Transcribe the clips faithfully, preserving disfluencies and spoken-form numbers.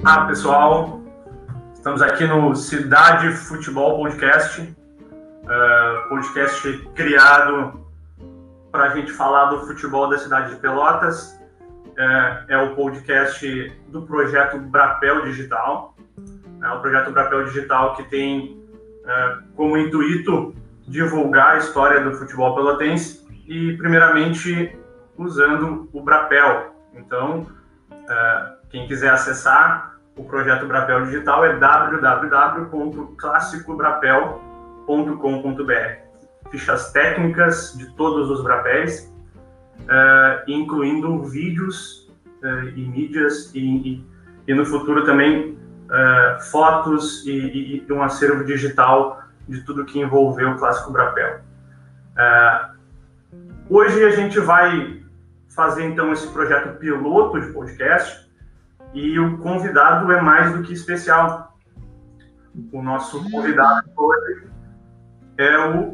Olá, pessoal. Estamos aqui no Cidade Futebol Podcast, uh, podcast criado para a gente falar do futebol da cidade de Pelotas. Uh, é o podcast do projeto Brapel Digital. É o projeto Brapel Digital que tem uh, como intuito divulgar a história do futebol pelotense e, primeiramente, usando o Brapel. Então, uh, quem quiser acessar o projeto Brapel Digital é w w w ponto clássico brapel ponto com ponto b r. Fichas técnicas de todos os brapéis, uh, incluindo vídeos uh, e mídias, e, e, e no futuro também uh, fotos e, e um acervo digital de tudo que envolveu o Clássico Brapel. Uh, hoje a gente vai fazer então esse projeto piloto de podcast. E o convidado é mais do que especial. O nosso convidado hoje é o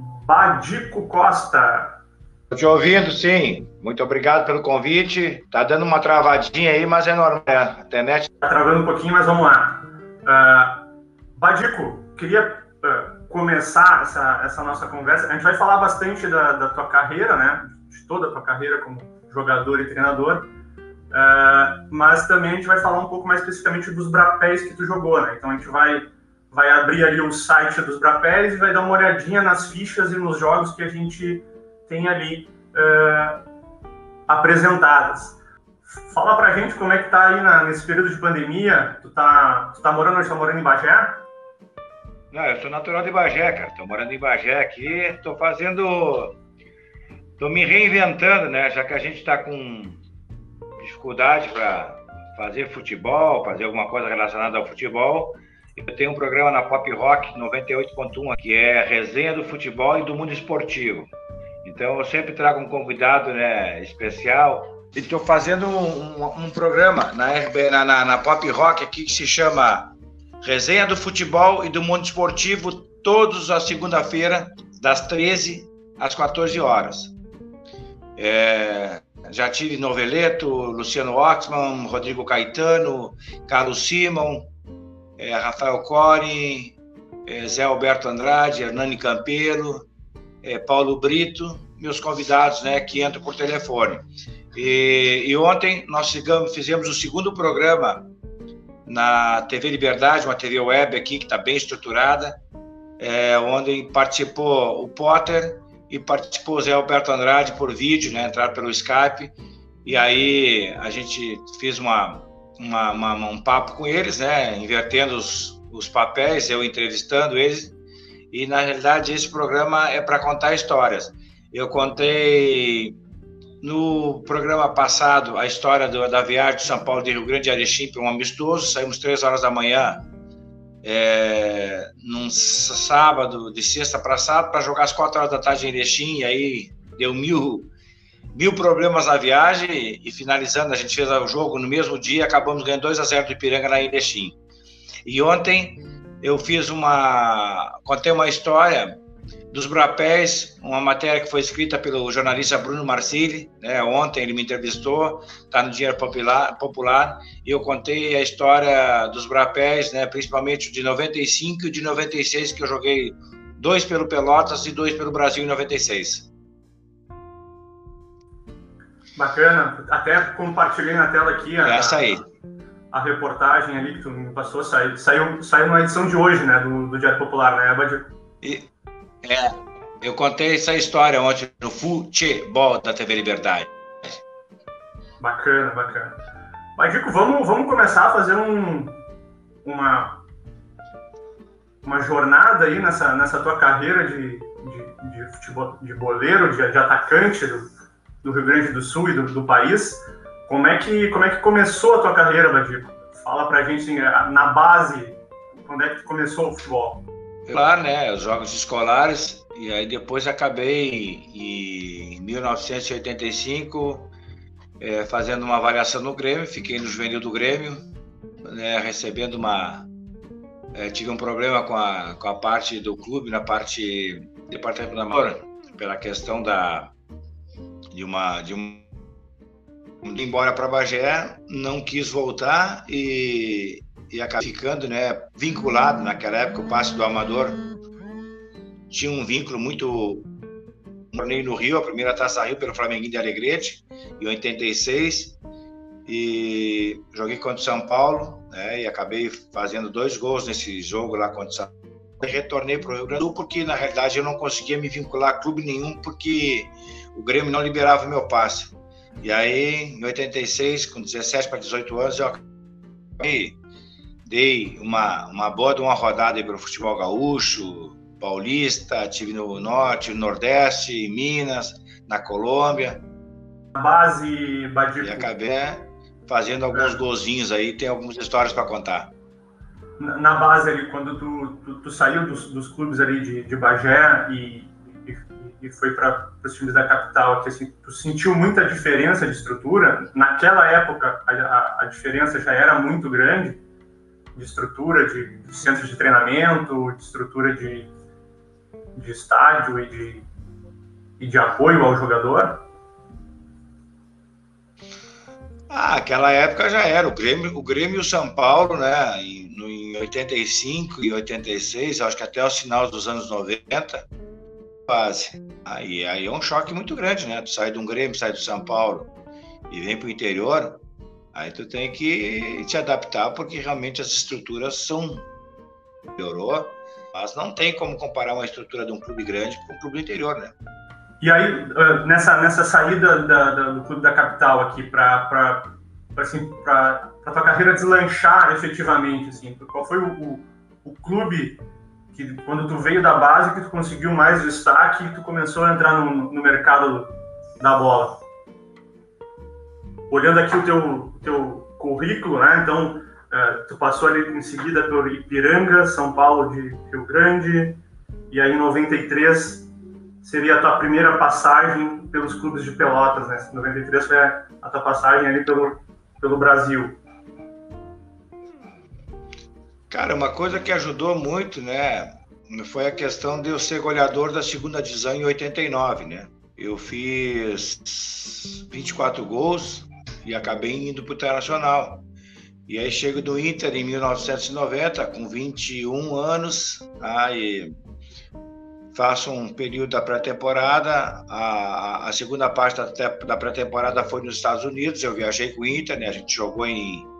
Badico Costa. Estou te ouvindo, sim. Muito obrigado pelo convite. Tá dando uma travadinha aí, mas é normal. A internet está travando um pouquinho, mas vamos lá. Uh, Badico, queria uh, começar essa, essa nossa conversa. A gente vai falar bastante da, da tua carreira, né? De toda a tua carreira como jogador e treinador. Uh, mas também a gente vai falar um pouco mais especificamente dos brapéis que tu jogou, né? Então a gente vai, vai abrir ali o site dos brapéis e vai dar uma olhadinha nas fichas e nos jogos que a gente tem ali uh, apresentadas. Fala pra gente como é que tá aí na, nesse período de pandemia. Tu tá, tu tá morando onde? Tá morando em Bagé? Não, eu sou natural de Bagé, cara. Tô morando em Bagé aqui, tô fazendo... Tô me reinventando, né? Já que a gente tá com dificuldade para fazer futebol, fazer alguma coisa relacionada ao futebol. Eu tenho um programa na Pop Rock noventa e oito ponto um, que é resenha do futebol e do mundo esportivo. Então eu sempre trago um convidado, né, especial. Estou fazendo um, um, um programa na, R B, na, na, na Pop Rock aqui que se chama Resenha do Futebol e do Mundo Esportivo, todos as segunda-feira, das treze às quatorze horas. É... Já tive Noveleto, Luciano Oxman, Rodrigo Caetano, Carlos Simon, é, Rafael Core, é, Zé Alberto Andrade, Hernani Campelo, é, Paulo Brito, meus convidados, né, que entram por telefone. E, e ontem nós fizemos, fizemos o segundo programa na T V Liberdade, uma T V web aqui que está bem estruturada, é, onde participou o Potter e participou o Zé Alberto Andrade por vídeo, né, entraram pelo Skype, e aí a gente fez uma, uma, uma, um papo com eles, né, invertendo os, os papéis, eu entrevistando eles, e na realidade esse programa é para contar histórias. Eu contei no programa passado a história do, da viagem de São Paulo de Rio Grande de Erechim para um amistoso, saímos três horas da manhã, É, num sábado, de sexta para sábado, para jogar às quatro horas da tarde em Erechim, e aí deu mil, mil problemas na viagem, e, e finalizando, a gente fez o jogo no mesmo dia, acabamos ganhando dois a zero do Ipiranga lá em Erechim. E ontem eu fiz uma, contei uma história dos brapéis, uma matéria que foi escrita pelo jornalista Bruno Marcilli, né? Ontem ele me entrevistou, está no Dinheiro Popular, Popular, e eu contei a história dos brapéis, né? Principalmente de noventa e cinco e de noventa e seis, que eu joguei dois pelo Pelotas e dois pelo Brasil em noventa e seis. Bacana, até compartilhei na tela aqui a, Essa aí. a, a reportagem ali que tu me passou, saiu, saiu, saiu na edição de hoje, né, do, do Diário Popular, né, Badico? E, é, eu contei essa história ontem no futebol da T V Liberdade. Bacana, bacana. Badico, vamos, vamos começar a fazer um, uma, uma jornada aí nessa, nessa tua carreira de, de, de, futebol, de goleiro, de, de atacante do, do Rio Grande do Sul e do, do país. Como é, que, como é que começou a tua carreira, Badico? Fala pra gente, assim, na base, quando é que começou o futebol? Claro, né, os jogos escolares, e aí depois acabei em mil novecentos e oitenta e cinco é, fazendo uma avaliação no Grêmio, fiquei no juvenil do Grêmio, né, recebendo uma... É, tive um problema com a, com a parte do clube, na parte departamento da Moura, pela questão da, de uma... De um, Indo embora para Bagé, não quis voltar e, e acabei ficando, né, vinculado. Naquela época, o passe do Amador tinha um vínculo muito... Tornei no Rio, a primeira Taça Rio pelo Flamenguinho de Alegrete, em oitenta e seis, e joguei contra o São Paulo, né, e acabei fazendo dois gols nesse jogo lá contra o São Paulo. E retornei para o Rio Grande do Sul porque, na realidade, eu não conseguia me vincular a clube nenhum porque o Grêmio não liberava o meu passe. E aí, em oitenta e seis, com dezessete para dezoito anos, eu acabei, dei uma, uma boa de uma rodada pelo futebol gaúcho, paulista, tive no Norte, no Nordeste, em Minas, na Colômbia. Na base, Badico. E acabei fazendo alguns golzinhos aí, tem algumas histórias para contar. Na, na base ali, quando tu, tu, tu saiu dos, dos clubes ali de, de Bagé e, e, e foi para os times da capital, que, assim, tu sentiu muita diferença de estrutura? Naquela época, a, a, a diferença já era muito grande de estrutura, de, de centro de treinamento, de estrutura de de estádio e de, e de apoio ao jogador? Ah, aquela época já era. O Grêmio, o Grêmio e o São Paulo, né, em, no, em oitenta e cinco e oitenta e seis, acho que até o final dos anos noventa, quase. Aí, aí é um choque muito grande, né? Tu sai de um Grêmio, sai do São Paulo e vem para o interior, aí tu tem que te adaptar, porque realmente as estruturas são... Melhorou. Mas não tem como comparar uma estrutura de um clube grande com um clube do interior, né? E aí, nessa, nessa saída da, da, do clube da capital aqui para assim, a tua carreira deslanchar efetivamente, assim, qual foi o, o, o clube que, quando tu veio da base, que tu conseguiu mais destaque e tu começou a entrar no, no mercado da bola? Olhando aqui o teu, teu currículo, né? Então... Uh, tu passou ali em seguida por Ipiranga, São Paulo de Rio Grande, e aí em noventa e três seria a tua primeira passagem pelos clubes de Pelotas, né? noventa e três foi a, a tua passagem ali pelo, pelo Brasil. Cara, uma coisa que ajudou muito, né, foi a questão de eu ser goleador da segunda divisão em oitenta e nove, né? Eu fiz vinte e quatro gols e acabei indo para o Internacional. E aí chego do Inter em mil novecentos e noventa, com vinte e um anos, aí faço um período da pré-temporada. A, a segunda parte da, da pré-temporada foi nos Estados Unidos, eu viajei com o Inter, né? A gente jogou em...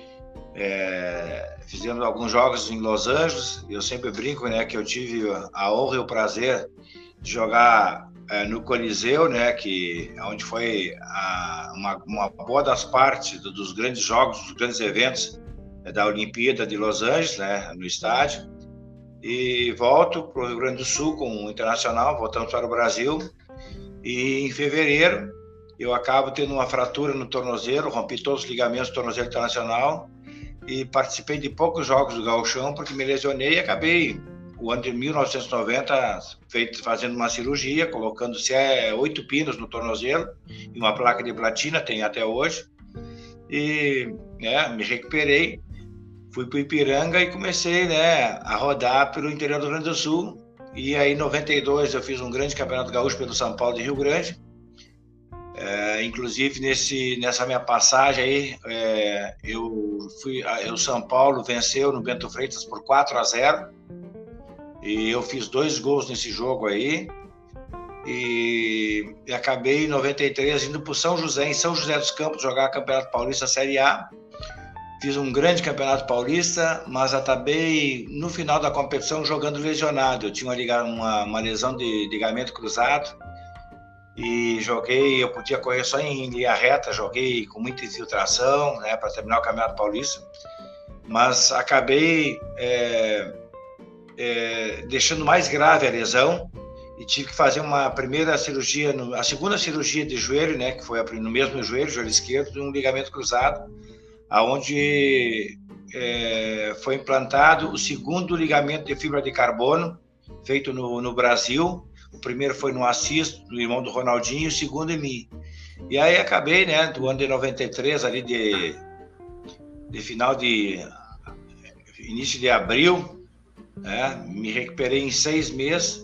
É, fizemos alguns jogos em Los Angeles. Eu sempre brinco, né, que eu tive a honra e o prazer de jogar é, no Coliseu, né, que onde foi a, uma, uma boa das partes do, dos grandes jogos, dos grandes eventos é, da Olimpíada de Los Angeles, né, no estádio. E volto para o Rio Grande do Sul com o Internacional, voltamos para o Brasil. E em fevereiro eu acabo tendo uma fratura no tornozelo, rompi todos os ligamentos do tornozelo internacional e participei de poucos jogos do Gauchão porque me lesionei e acabei o ano de mil novecentos e noventa feito, fazendo uma cirurgia, colocando-se é, oito pinos no tornozelo e uma placa de platina, tem até hoje. E né, me recuperei, fui para o Ipiranga e comecei, né, a rodar pelo interior do Rio Grande do Sul. E aí em noventa e dois eu fiz um grande campeonato gaúcho pelo São Paulo de Rio Grande. É, inclusive nesse, nessa minha passagem aí, é, eu fui, o São Paulo venceu no Bento Freitas por quatro a zero e eu fiz dois gols nesse jogo aí e, e acabei em noventa e três indo para o São José, em São José dos Campos, jogar Campeonato Paulista Série A. Fiz um grande Campeonato Paulista, mas acabei no final da competição jogando lesionado. Eu tinha uma, uma, uma lesão de ligamento cruzado e joguei, eu podia correr só em linha reta, joguei com muita infiltração, né, para terminar o Campeonato Paulista, mas acabei é, é, deixando mais grave a lesão e tive que fazer uma primeira cirurgia, no, a segunda cirurgia de joelho, né, que foi no mesmo joelho, joelho esquerdo, de um ligamento cruzado, aonde é, foi implantado o segundo ligamento de fibra de carbono feito no, no Brasil. O primeiro foi no Assis, do irmão do Ronaldinho, o segundo em mim. E aí acabei, né, do ano de noventa e três, ali de, de final de... início de abril, né, me recuperei em seis meses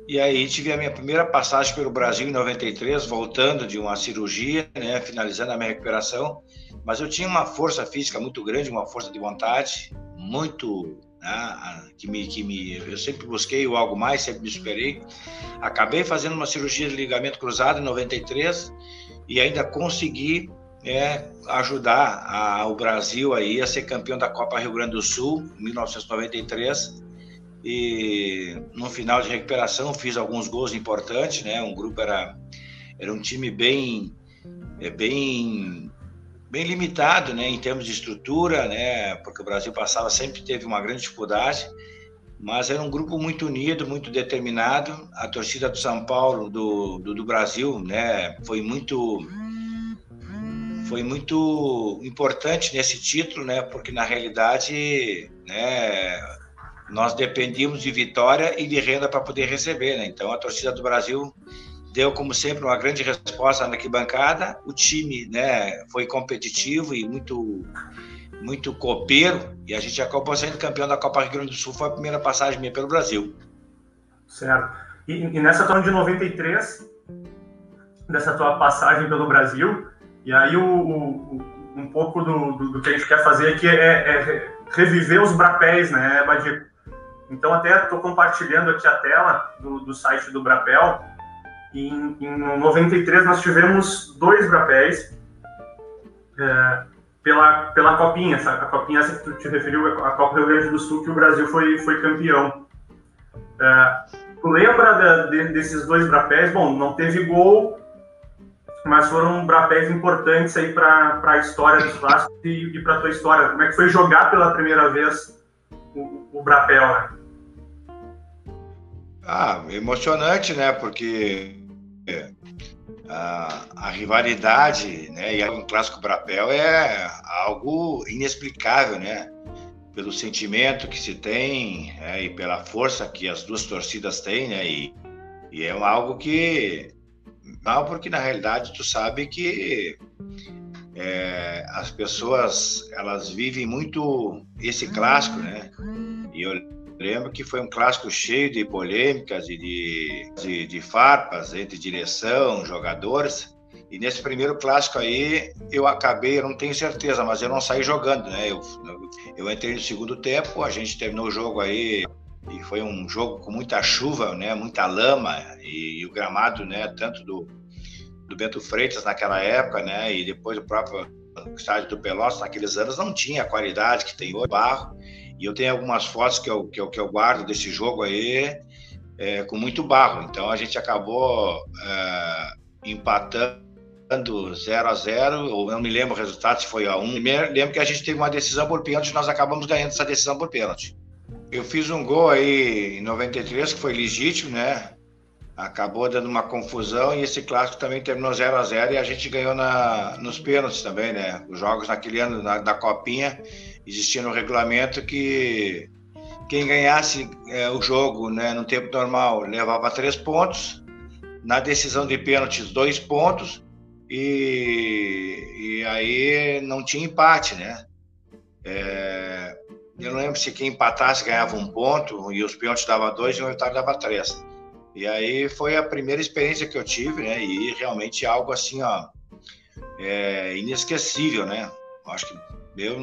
E aí tive a minha primeira passagem pelo Brasil em noventa e três, voltando de uma cirurgia, né, finalizando a minha recuperação. Mas eu tinha uma força física muito grande, uma força de vontade muito, né, que me, que me, eu sempre busquei o algo mais, sempre me superei. Acabei fazendo uma cirurgia de ligamento cruzado em noventa e três e ainda consegui, é, ajudar a, o Brasil aí a ser campeão da Copa Rio Grande do Sul em mil novecentos e noventa e três. E no final de recuperação fiz alguns gols importantes, né? Um grupo era era um time bem bem bem limitado, né, em termos de estrutura, né? Porque o Brasil passava sempre teve uma grande dificuldade, mas era um grupo muito unido, muito determinado. A torcida do São Paulo, do, do, do Brasil, né, foi muito foi muito importante nesse título, né? Porque na realidade, né, nós dependíamos de vitória e de renda para poder receber, né? Então a torcida do Brasil deu, como sempre, uma grande resposta na arquibancada. O time, né, foi competitivo e muito, muito copeiro, e a gente acabou sendo campeão da Copa Rio Grande do Sul. Foi a primeira passagem minha pelo Brasil. Certo. E, e nessa tua de noventa e três, dessa tua passagem pelo Brasil, e aí o, o, um pouco do, do, do que a gente quer fazer aqui é, é reviver os Brapéis, né, Badico? Então, até estou compartilhando aqui a tela do, do site do Brapel. E em, em noventa e três, nós tivemos dois Brapéis é, pela, pela Copinha. A Copinha, essa que tu te referiu, a Copa Rio Grande do Sul, que o Brasil foi, foi campeão. É, tu lembra da, de, desses dois Brapéis? Bom, não teve gol, mas foram Brapéis importantes aí para a história dos clássicos e, e para a tua história. Como é que foi jogar pela primeira vez o, o Brapel, né? Ah, emocionante, né? Porque a, a rivalidade, né? E o clássico Brapel é algo inexplicável, né? Pelo sentimento que se tem, né? E pela força que as duas torcidas têm, né? E, e é algo que não, porque na realidade tu sabe que é, as pessoas elas vivem muito esse clássico, né? E eu lembro que foi um clássico cheio de polêmicas e de, de, de farpas entre direção, jogadores. E nesse primeiro clássico aí, eu acabei, eu não tenho certeza, mas eu não saí jogando, né? Eu, eu entrei no segundo tempo, a gente terminou o jogo aí, e foi um jogo com muita chuva, né? Muita lama, e, e o gramado, né? Tanto do, do Bento Freitas naquela época, né? E depois o próprio estádio do Pelotas, naqueles anos, não tinha a qualidade que tem hoje, barro. E eu tenho algumas fotos que eu, que eu, que eu guardo desse jogo aí, é, com muito barro. Então a gente acabou é, empatando zero a zero, ou eu não me lembro o resultado, se foi a um. Eu lembro que a gente teve uma decisão por pênalti e nós acabamos ganhando essa decisão por pênalti. Eu fiz um gol aí em noventa e três, que foi legítimo, né? Acabou dando uma confusão, e esse clássico também terminou zero a zero e a gente ganhou na, nos pênaltis também, né? Os jogos naquele ano na, da Copinha, existia no regulamento que quem ganhasse é, o jogo, né, no tempo normal levava três pontos, na decisão de pênaltis dois pontos, e, e aí não tinha empate, né? É, eu não lembro se quem empatasse ganhava um ponto, e os pênaltis dava dois e o oitavo dava três. E aí foi a primeira experiência que eu tive, né? E realmente algo assim, ó, é, inesquecível, né? Acho que eu,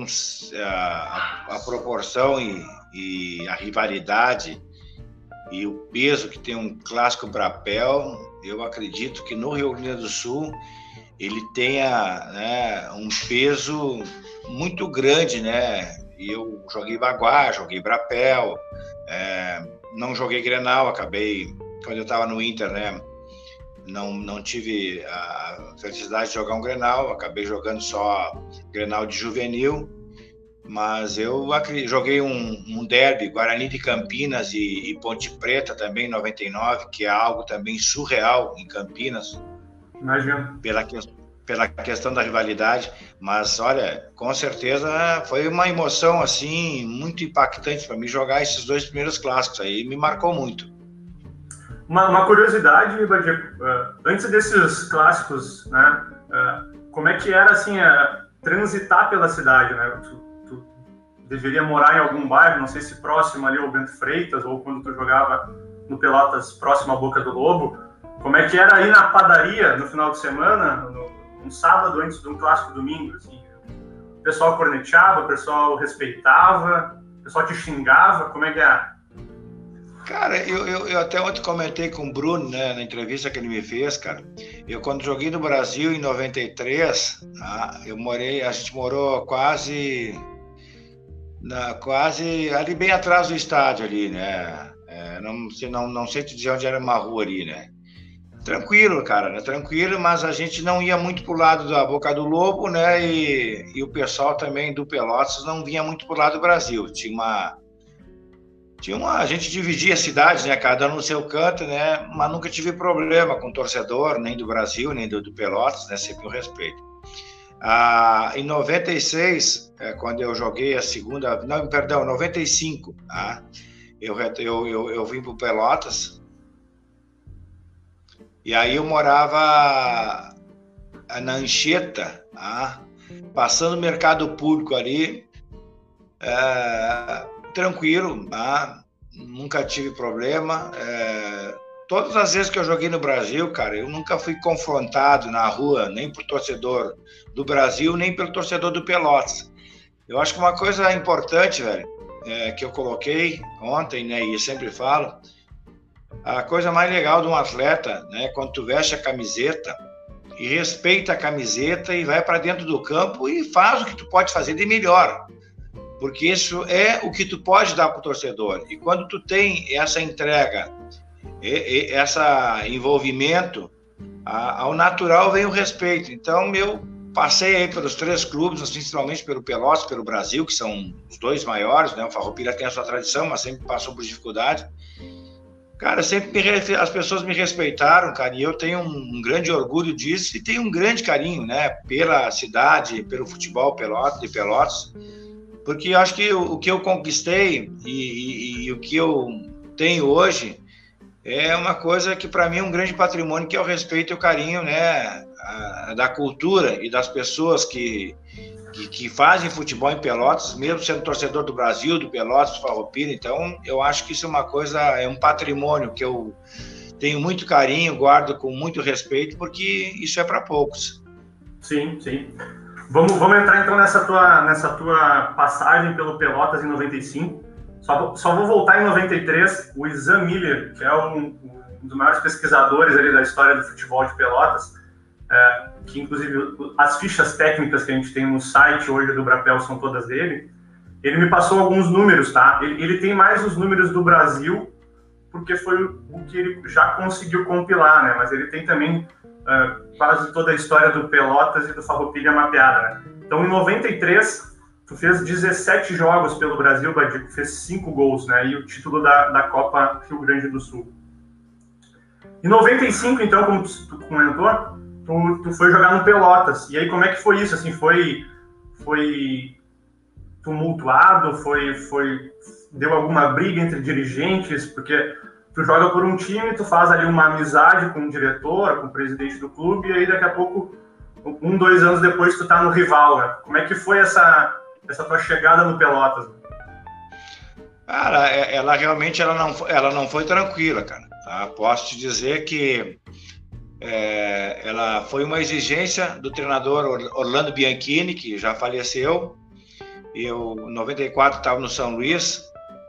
a, a proporção e, e a rivalidade e o peso que tem um clássico Brapel, eu acredito que no Rio Grande do Sul ele tenha, né, um peso muito grande, né? E eu joguei Baguá, joguei Brapel, é, não joguei Grenal, acabei, quando eu estava no Inter, né? Não, não tive a felicidade de jogar um Grenal, acabei jogando só Grenal de juvenil, mas eu joguei um, um derby, Guarani de Campinas e, e Ponte Preta também em noventa e nove, que é algo também surreal em Campinas. Imagina. Pela, pela questão da rivalidade, mas olha, com certeza foi uma emoção assim muito impactante para mim jogar esses dois primeiros clássicos aí, me marcou muito. Uma, uma curiosidade, Badico, uh, antes desses clássicos, né, uh, como é que era assim, uh, transitar pela cidade, né? Tu, tu deveria morar em algum bairro, não sei se próximo ali ao Bento Freitas, ou quando tu jogava no Pelotas, próximo à Boca do Lobo. Como é que era aí na padaria no final de semana, no, um sábado antes de um clássico domingo? Assim, o pessoal corneteava, o pessoal respeitava, o pessoal te xingava, como é que é? Cara, eu, eu, eu até ontem comentei com o Bruno, né, na entrevista que ele me fez, cara. Eu, quando joguei no Brasil, em noventa e três, tá, eu morei, a gente morou quase, na, quase ali bem atrás do estádio ali, né? É, não, não, não sei te dizer onde era uma rua ali, né? Tranquilo, cara, né? Tranquilo, mas a gente não ia muito pro lado da Boca do Lobo, né? E, e o pessoal também do Pelotas não vinha muito pro lado do Brasil. Tinha uma... Tinha uma, a gente dividia a cidade, né? Cada um no seu canto, né? Mas nunca tive problema com o torcedor, nem do Brasil, nem do, do Pelotas, né? Sempre o respeito. Ah, em noventa e seis, é, quando eu joguei a segunda... Não, perdão, noventa e cinco, tá? Eu, eu, eu, eu vim pro Pelotas. E aí eu morava na Anchieta, tá? Passando o mercado público ali, é, tranquilo, tá? Nunca tive problema. É, todas as vezes que eu joguei no Brasil, cara, eu nunca fui confrontado na rua, nem por torcedor do Brasil, nem pelo torcedor do Pelotas. Eu acho que uma coisa importante, velho, é, que eu coloquei ontem, né, e eu sempre falo, a coisa mais legal de um atleta, né, quando tu veste a camiseta e respeita a camiseta e vai para dentro do campo e faz o que tu pode fazer de melhor, porque isso é o que tu pode dar para o torcedor. E quando tu tem essa entrega, esse envolvimento, ao natural vem o respeito. Então, eu passei aí pelos três clubes, principalmente pelo Pelotas, pelo Brasil, que são os dois maiores, né? O Farroupilha tem a sua tradição, mas sempre passou por dificuldade. Cara, sempre me, as pessoas me respeitaram, cara, e eu tenho um, um grande orgulho disso e tenho um grande carinho, né, pela cidade, pelo futebol Pelotas, de Pelotas, porque eu acho que o, o que eu conquistei e, e, e o que eu tenho hoje é uma coisa que para mim é um grande patrimônio, que é o respeito e o carinho, né, a, da cultura e das pessoas que, que, que fazem futebol em Pelotas, mesmo sendo torcedor do Brasil, do Pelotas, do Farroupilha. Então, eu acho que isso é uma coisa, é um patrimônio que eu tenho muito carinho, guardo com muito respeito, porque isso é para poucos. Sim, sim. Vamos, vamos entrar então nessa tua, nessa tua passagem pelo Pelotas em noventa e cinco. Só, só vou voltar em noventa e três. O Isan Miller, que é um, um dos maiores pesquisadores ali da história do futebol de Pelotas, é, que inclusive as fichas técnicas que a gente tem no site hoje do Brapel são todas dele. Ele me passou alguns números, tá? Ele, ele tem mais os números do Brasil, porque foi o que ele já conseguiu compilar, né? Mas ele tem também uh, quase toda a história do Pelotas e do Farroupilha mapeada, né? Então, em noventa e três, tu fez dezessete jogos pelo Brasil, Badico, fez cinco gols, né? E o título da, da Copa Rio Grande do Sul. Em noventa e cinco, então, como tu comentou, tu, tu foi jogar no Pelotas. E aí, como é que foi isso? Assim, foi, foi tumultuado? Foi, foi, deu alguma briga entre dirigentes? Porque tu joga por um time, tu faz ali uma amizade com o diretor, com o presidente do clube, e aí daqui a pouco, um, dois anos depois, tu tá no rival, né? Como é que foi essa, essa tua chegada no Pelotas? Cara, ela realmente ela não, ela não foi tranquila, cara. Tá? Posso te dizer que é, ela foi uma exigência do treinador Orlando Bianchini, que já faleceu. Eu, em noventa e quatro, estava no São Luís.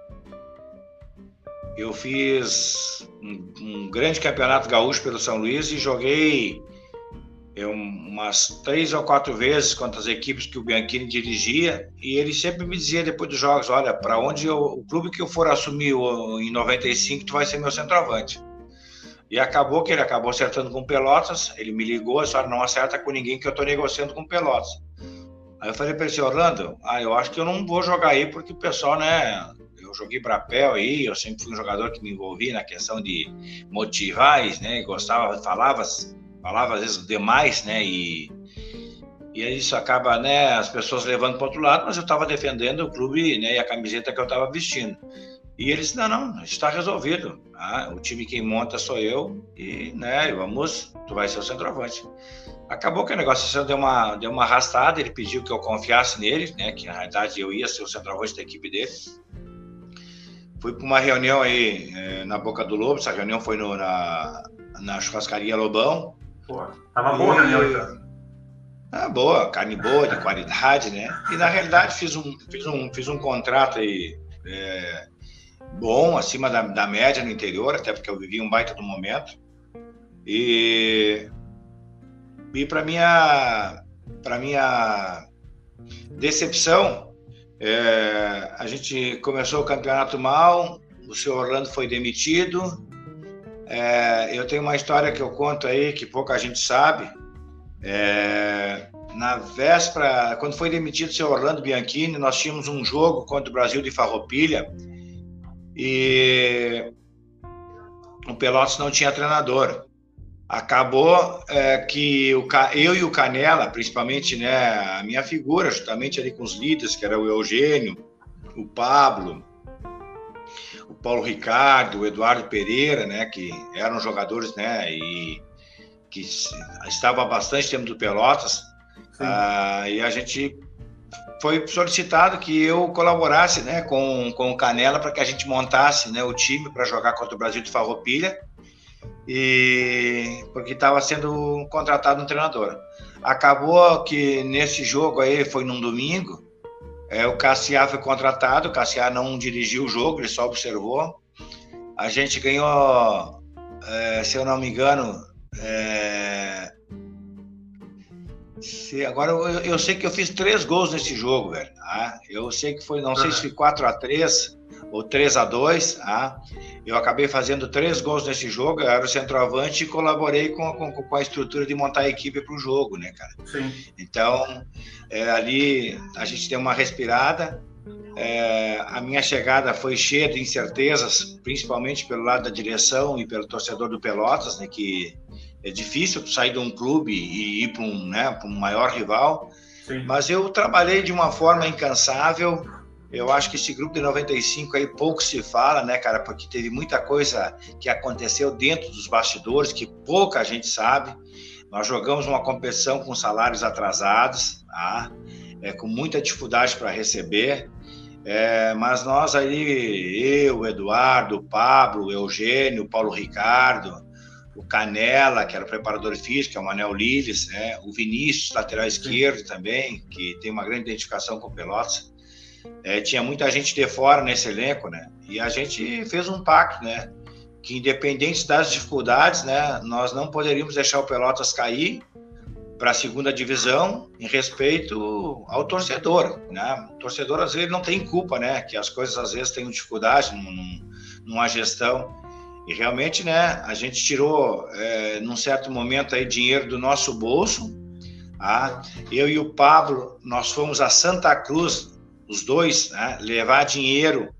Eu fiz um, um grande campeonato gaúcho pelo São Luís e joguei eu, umas três ou quatro vezes contra as equipes que o Bianchini dirigia, e ele sempre me dizia depois dos jogos: olha, para onde eu, o clube que eu for assumir em noventa e cinco, tu vai ser meu centroavante. E acabou que ele acabou acertando com o Pelotas. Ele me ligou: só não acerta com ninguém que eu tô negociando com o Pelotas. Aí eu falei para ele assim: Orlando, ah, eu acho que eu não vou jogar aí, porque o pessoal, né, eu joguei Brapel aí, eu sempre fui um jogador que me envolvia na questão de motivar, né, gostava, falava, falava às vezes demais, né, e, e isso acaba, né, as pessoas levando para outro lado, mas eu estava defendendo o clube, né, e a camiseta que eu estava vestindo. E ele disse: não, não, está resolvido, tá? O time quem monta sou eu, e, né, vamos, tu vai ser o centroavante. Acabou que a negociação deu uma, deu uma arrastada, ele pediu que eu confiasse nele, né, que na realidade eu ia ser o centroavante da equipe dele. fui para uma reunião aí é, na Boca do Lobo, essa reunião foi no, na, na churrascaria Lobão. Pô, tava boa a reunião, então. Ah, boa, carne boa, de qualidade, né? E na realidade fiz um, fiz um, fiz um contrato aí é, bom, acima da, da média no interior, até porque eu vivi um baita do momento. E, e para minha, para minha decepção, é, a gente começou o campeonato mal, o seu Orlando foi demitido. É, eu tenho uma história que eu conto aí que pouca gente sabe. É, na véspera, quando foi demitido o seu Orlando Bianchini, nós tínhamos um jogo contra o Brasil de Farroupilha e o Pelotas não tinha treinador. Acabou é, que o, eu e o Canela, principalmente, né, a minha figura, justamente ali com os líderes, que era o Eugênio, o Pablo, o Paulo Ricardo, o Eduardo Pereira, né, que eram jogadores, né, e que estava há bastante tempo do Pelotas, ah, e a gente foi solicitado que eu colaborasse, né, com, com o Canela para que a gente montasse, né, o time para jogar contra o Brasil de Farroupilha, e porque estava sendo contratado um treinador. Acabou que nesse jogo aí, foi num domingo, é, o Cassiá foi contratado, o Cassiá não dirigiu o jogo, ele só observou. A gente ganhou, é, se eu não me engano, É... Se, agora eu, eu sei que eu fiz três gols nesse jogo, velho. Ah, eu sei que foi, não sei se foi quatro a três ou três a dois. Ah, eu acabei fazendo três gols nesse jogo. Eu era o centroavante e colaborei com, com, com a estrutura de montar a equipe para o jogo, né, cara? Sim. Então, é, ali a gente deu uma respirada. É, a minha chegada foi cheia de incertezas, principalmente pelo lado da direção e pelo torcedor do Pelotas, né, que é difícil sair de um clube e ir para um, né, para um maior rival. Sim. Mas eu trabalhei de uma forma incansável. Eu acho que esse grupo de noventa e cinco aí pouco se fala, né, cara, porque teve muita coisa que aconteceu dentro dos bastidores que pouca gente sabe. Nós jogamos uma competição com salários atrasados, tá? É, com muita dificuldade para receber. É, mas nós aí, eu, o Eduardo, o Pablo, o Eugênio, o Paulo Ricardo, o Canela, que era o preparador físico, o Manel Liles, né? O Vinícius, lateral esquerdo também, que tem uma grande identificação com o Pelotas. É, tinha muita gente de fora nesse elenco, né? E a gente fez um pacto, né? Que independente das dificuldades, né? Nós não poderíamos deixar o Pelotas cair para a segunda divisão em respeito ao torcedor, né? O torcedor às vezes não tem culpa, né? Que as coisas às vezes têm dificuldade num, numa gestão e realmente, né? A gente tirou é, num certo momento aí dinheiro do nosso bolso, tá? Eu e o Pablo nós fomos a Santa Cruz, os dois, né? Levar dinheiro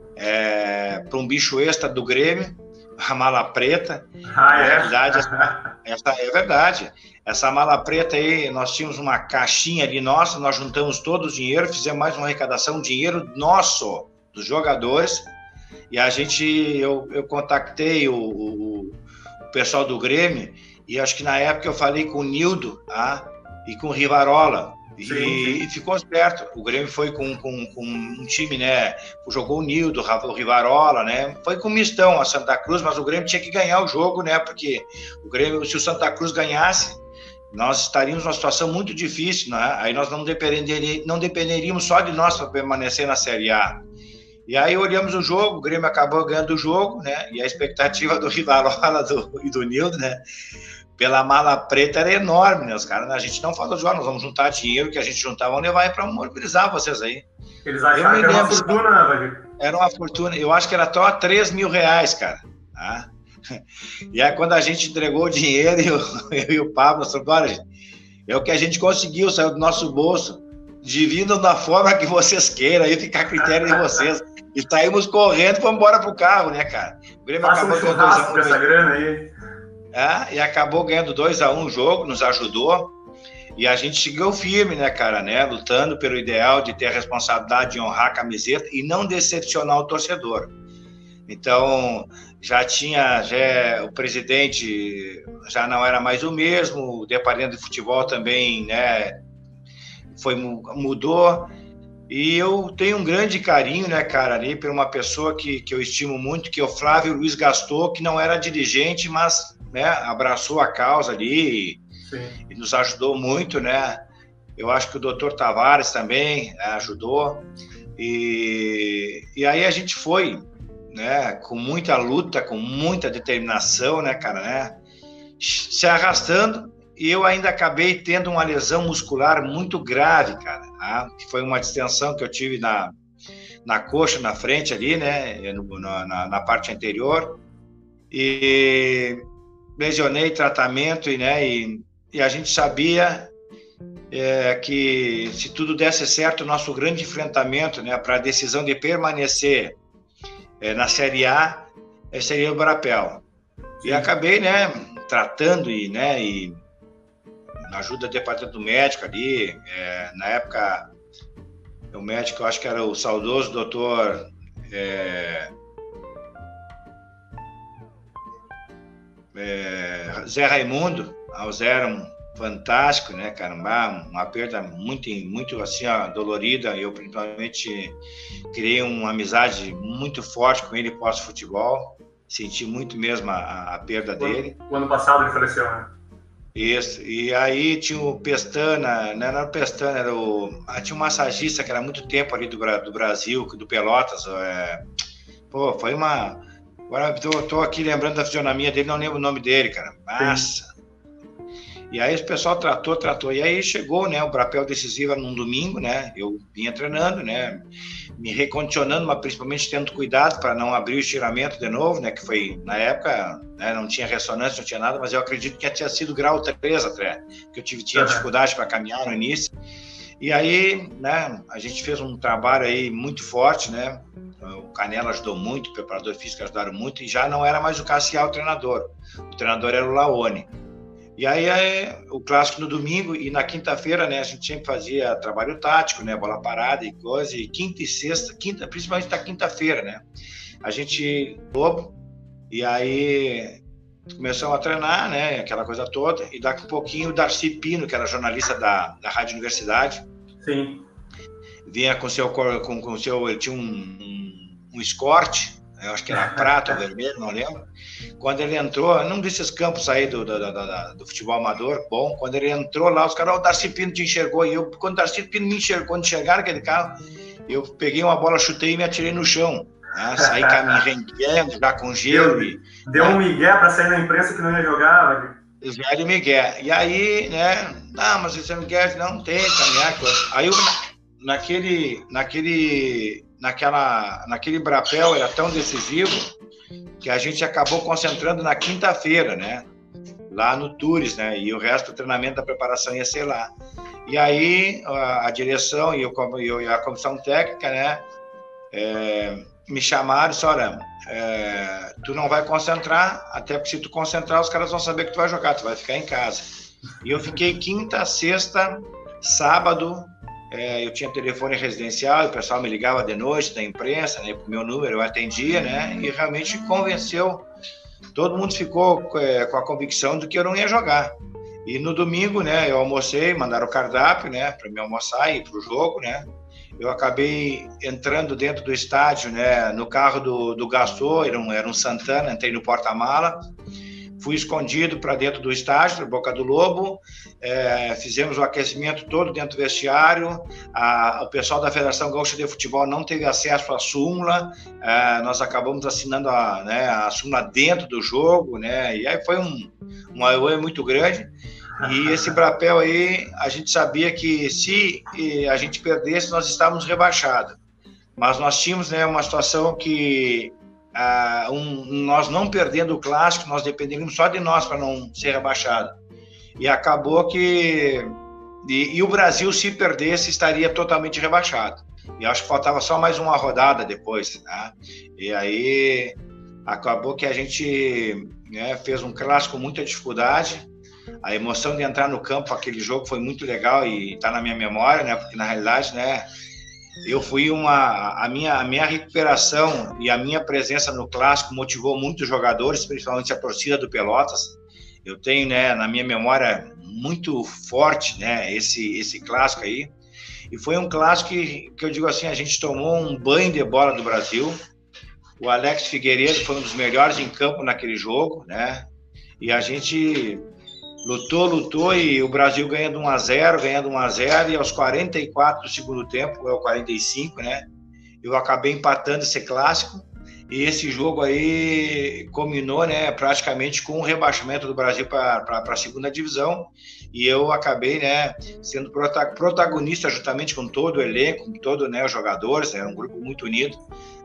é, para um bicho extra do Grêmio, a Mala Preta. Ah, é? Na realidade, essa, essa é verdade. Essa Mala Preta aí, nós tínhamos uma caixinha ali nossa, nós juntamos todo o dinheiro, fizemos mais uma arrecadação, dinheiro nosso, dos jogadores, e a gente, eu, eu contactei o, o, o pessoal do Grêmio, e acho que na época eu falei com o Nildo, tá? E com o Rivarola, e, sim, sim. e ficou certo. O Grêmio foi com, com, com um time, né? Jogou o Nildo, o Rivarola, né? Foi com mistão a Santa Cruz, mas o Grêmio tinha que ganhar o jogo, né? Porque o Grêmio, se o Santa Cruz ganhasse, nós estaríamos numa situação muito difícil, né? Aí nós não, dependeríamos, não dependeríamos só de nós para permanecer na Série A. E aí olhamos o jogo, o Grêmio acabou ganhando o jogo, né? E a expectativa do Rivarola do, e do Nildo, né? Pela Mala Preta era enorme, né? Os caras, a gente não falou, nós vamos juntar dinheiro que a gente juntar, vamos levar aí para mobilizar vocês aí. Eles acharam que era uma fortuna, né, Vadir? Era uma fortuna, eu acho que era só três mil reais, cara, tá? E aí quando a gente entregou o dinheiro, eu, eu e o Pablo, agora, é o que a gente conseguiu, saiu do nosso bolso, dividam da forma que vocês queiram, aí fica a critério de vocês. E saímos correndo e fomos embora pro carro, né, cara? O Grêmio Faça acabou um churrasco com essa grana aí. É, e acabou ganhando dois a um o jogo, nos ajudou. E a gente seguiu firme, né, cara, né? Lutando pelo ideal de ter a responsabilidade de honrar a camiseta e não decepcionar o torcedor. Então, já tinha, já, o presidente já não era mais o mesmo, o departamento de futebol também, né, foi, mudou. E eu tenho um grande carinho, né, cara, ali por uma pessoa que, que eu estimo muito, que é o Flávio Luiz Gaston, que não era dirigente, mas, né, abraçou a causa ali e, e nos ajudou muito, né? Eu acho que o doutor Tavares também, né, ajudou. E, e aí a gente foi, né, com muita luta, com muita determinação, né, cara, né, se arrastando, e eu ainda acabei tendo uma lesão muscular muito grave, cara, tá? Que foi uma distensão que eu tive na, na coxa, na frente ali, né, no, na, na parte anterior, e lesionei tratamento, e, né, e, e a gente sabia é, que se tudo desse certo, o nosso grande enfrentamento, né, para a decisão de permanecer é, na Série A, é, seria o Brapel. E acabei, né, tratando e, né, e na ajuda do departamento médico ali, é, na época, o médico, eu acho que era o saudoso doutor é, é, Zé Raimundo, o Zé era um fantástico, né, cara, uma, uma perda muito, muito assim, ó, dolorida. Eu, principalmente, criei uma amizade muito forte com ele pós-futebol, senti muito mesmo a, a perda o dele. Ano, o ano passado ele faleceu, né? Isso, e aí tinha o Pestana, não era o Pestana, era o... Ah, tinha um massagista que era há muito tempo ali do, do Brasil, do Pelotas, é... pô, foi uma... Agora eu tô, tô aqui lembrando da fisionomia dele, não lembro o nome dele, cara, massa. E aí o pessoal tratou, tratou, e aí chegou, né, o Brapel decisivo num domingo, né, eu vinha treinando, né, me recondicionando, mas principalmente tendo cuidado para não abrir o estiramento de novo, né, que foi, na época, né, não tinha ressonância, não tinha nada, mas eu acredito que tinha sido grau três até, que eu tive, tinha dificuldade para caminhar no início. E aí, né, a gente fez um trabalho aí muito forte, né, o Canela ajudou muito, o preparador físico ajudaram muito, e já não era mais o Cassial o treinador, o treinador era o Laone. E aí, é, o clássico no domingo, e na quinta-feira, né, a gente sempre fazia trabalho tático, né, bola parada e coisa, e quinta e sexta, quinta, principalmente na quinta-feira, né, a gente, Lobo, e aí começamos a treinar, né, aquela coisa toda, e daqui a pouquinho o Darcy Pino, que era jornalista da, da Rádio Universidade, sim, vinha com seu, com, com seu, ele tinha um, um, um escorte, eu acho que era prata ou vermelho, não lembro. Quando ele entrou, num desses campos aí do, do, do, do, do futebol amador, bom, quando ele entrou lá, os caras, oh, o Darcy Pino te enxergou, e eu, quando o Darcy Pino me enxergou, quando enxergaram aquele carro, eu peguei uma bola, chutei e me atirei no chão, né? Saí caminhando, rendendo, já com gelo. Deu, e, deu né? um migué para sair na imprensa que não ia jogar, velho. Velho migué. E aí, né, não, mas esse migué não tem, caminhar, aí eu, naquele, naquele, naquela, naquele Brapel era tão decisivo que a gente acabou concentrando na quinta-feira, né, lá no Tours, né, e o resto do treinamento da preparação ia ser lá. E aí a, a direção e eu, eu, a comissão técnica, né, é, me chamaram e disseram, olha, é, tu não vai concentrar, até porque se tu concentrar os caras vão saber que tu vai jogar, tu vai ficar em casa. E eu fiquei quinta, sexta, sábado, é, eu tinha telefone residencial, o pessoal me ligava de noite da imprensa, né, pro meu número, eu atendia, né, e realmente convenceu, todo mundo ficou é, com a convicção de que eu não ia jogar. E no domingo, né, eu almocei, mandaram o cardápio, né, para me almoçar e ir pro jogo, né, eu acabei entrando dentro do estádio, né, no carro do, do Gaston, era um, era um Santana, entrei no porta-mala, fui escondido para dentro do estádio, na Boca do Lobo, é, fizemos o aquecimento todo dentro do vestiário, a, o pessoal da Federação Gaúcha de Futebol não teve acesso à súmula, é, nós acabamos assinando a, né, a súmula dentro do jogo, né, e aí foi um, um apoio muito grande, e esse Brapel aí, a gente sabia que se a gente perdesse, nós estávamos rebaixados, mas nós tínhamos, né, uma situação que Uh, um, nós não perdendo o clássico, nós dependíamos só de nós para não ser rebaixado. E acabou que... E, e o Brasil, se perdesse, estaria totalmente rebaixado. E acho que faltava só mais uma rodada depois, né? E aí acabou que a gente, né, fez um clássico com muita dificuldade. A emoção de entrar no campo, aquele jogo foi muito legal e está na minha memória, né? Porque na realidade, né, eu fui uma... A minha, a minha recuperação e a minha presença no clássico motivou muitos jogadores, principalmente a torcida do Pelotas. Eu tenho, né, na minha memória muito forte, né, esse, esse clássico aí. E foi um clássico que, que eu digo assim, a gente tomou um banho de bola do Brasil. O Alex Figueiredo foi um dos melhores em campo naquele jogo, né? E a gente lutou, lutou e o Brasil ganhando um a zero, ganhando um a zero, e aos quarenta e quatro do segundo tempo, ou quarenta e cinco, né? Eu acabei empatando esse clássico. E esse jogo aí culminou, né, praticamente com o rebaixamento do Brasil para a segunda divisão, e eu acabei, né, sendo protagonista juntamente com todo o elenco, com todos, né, os jogadores, era um grupo muito unido,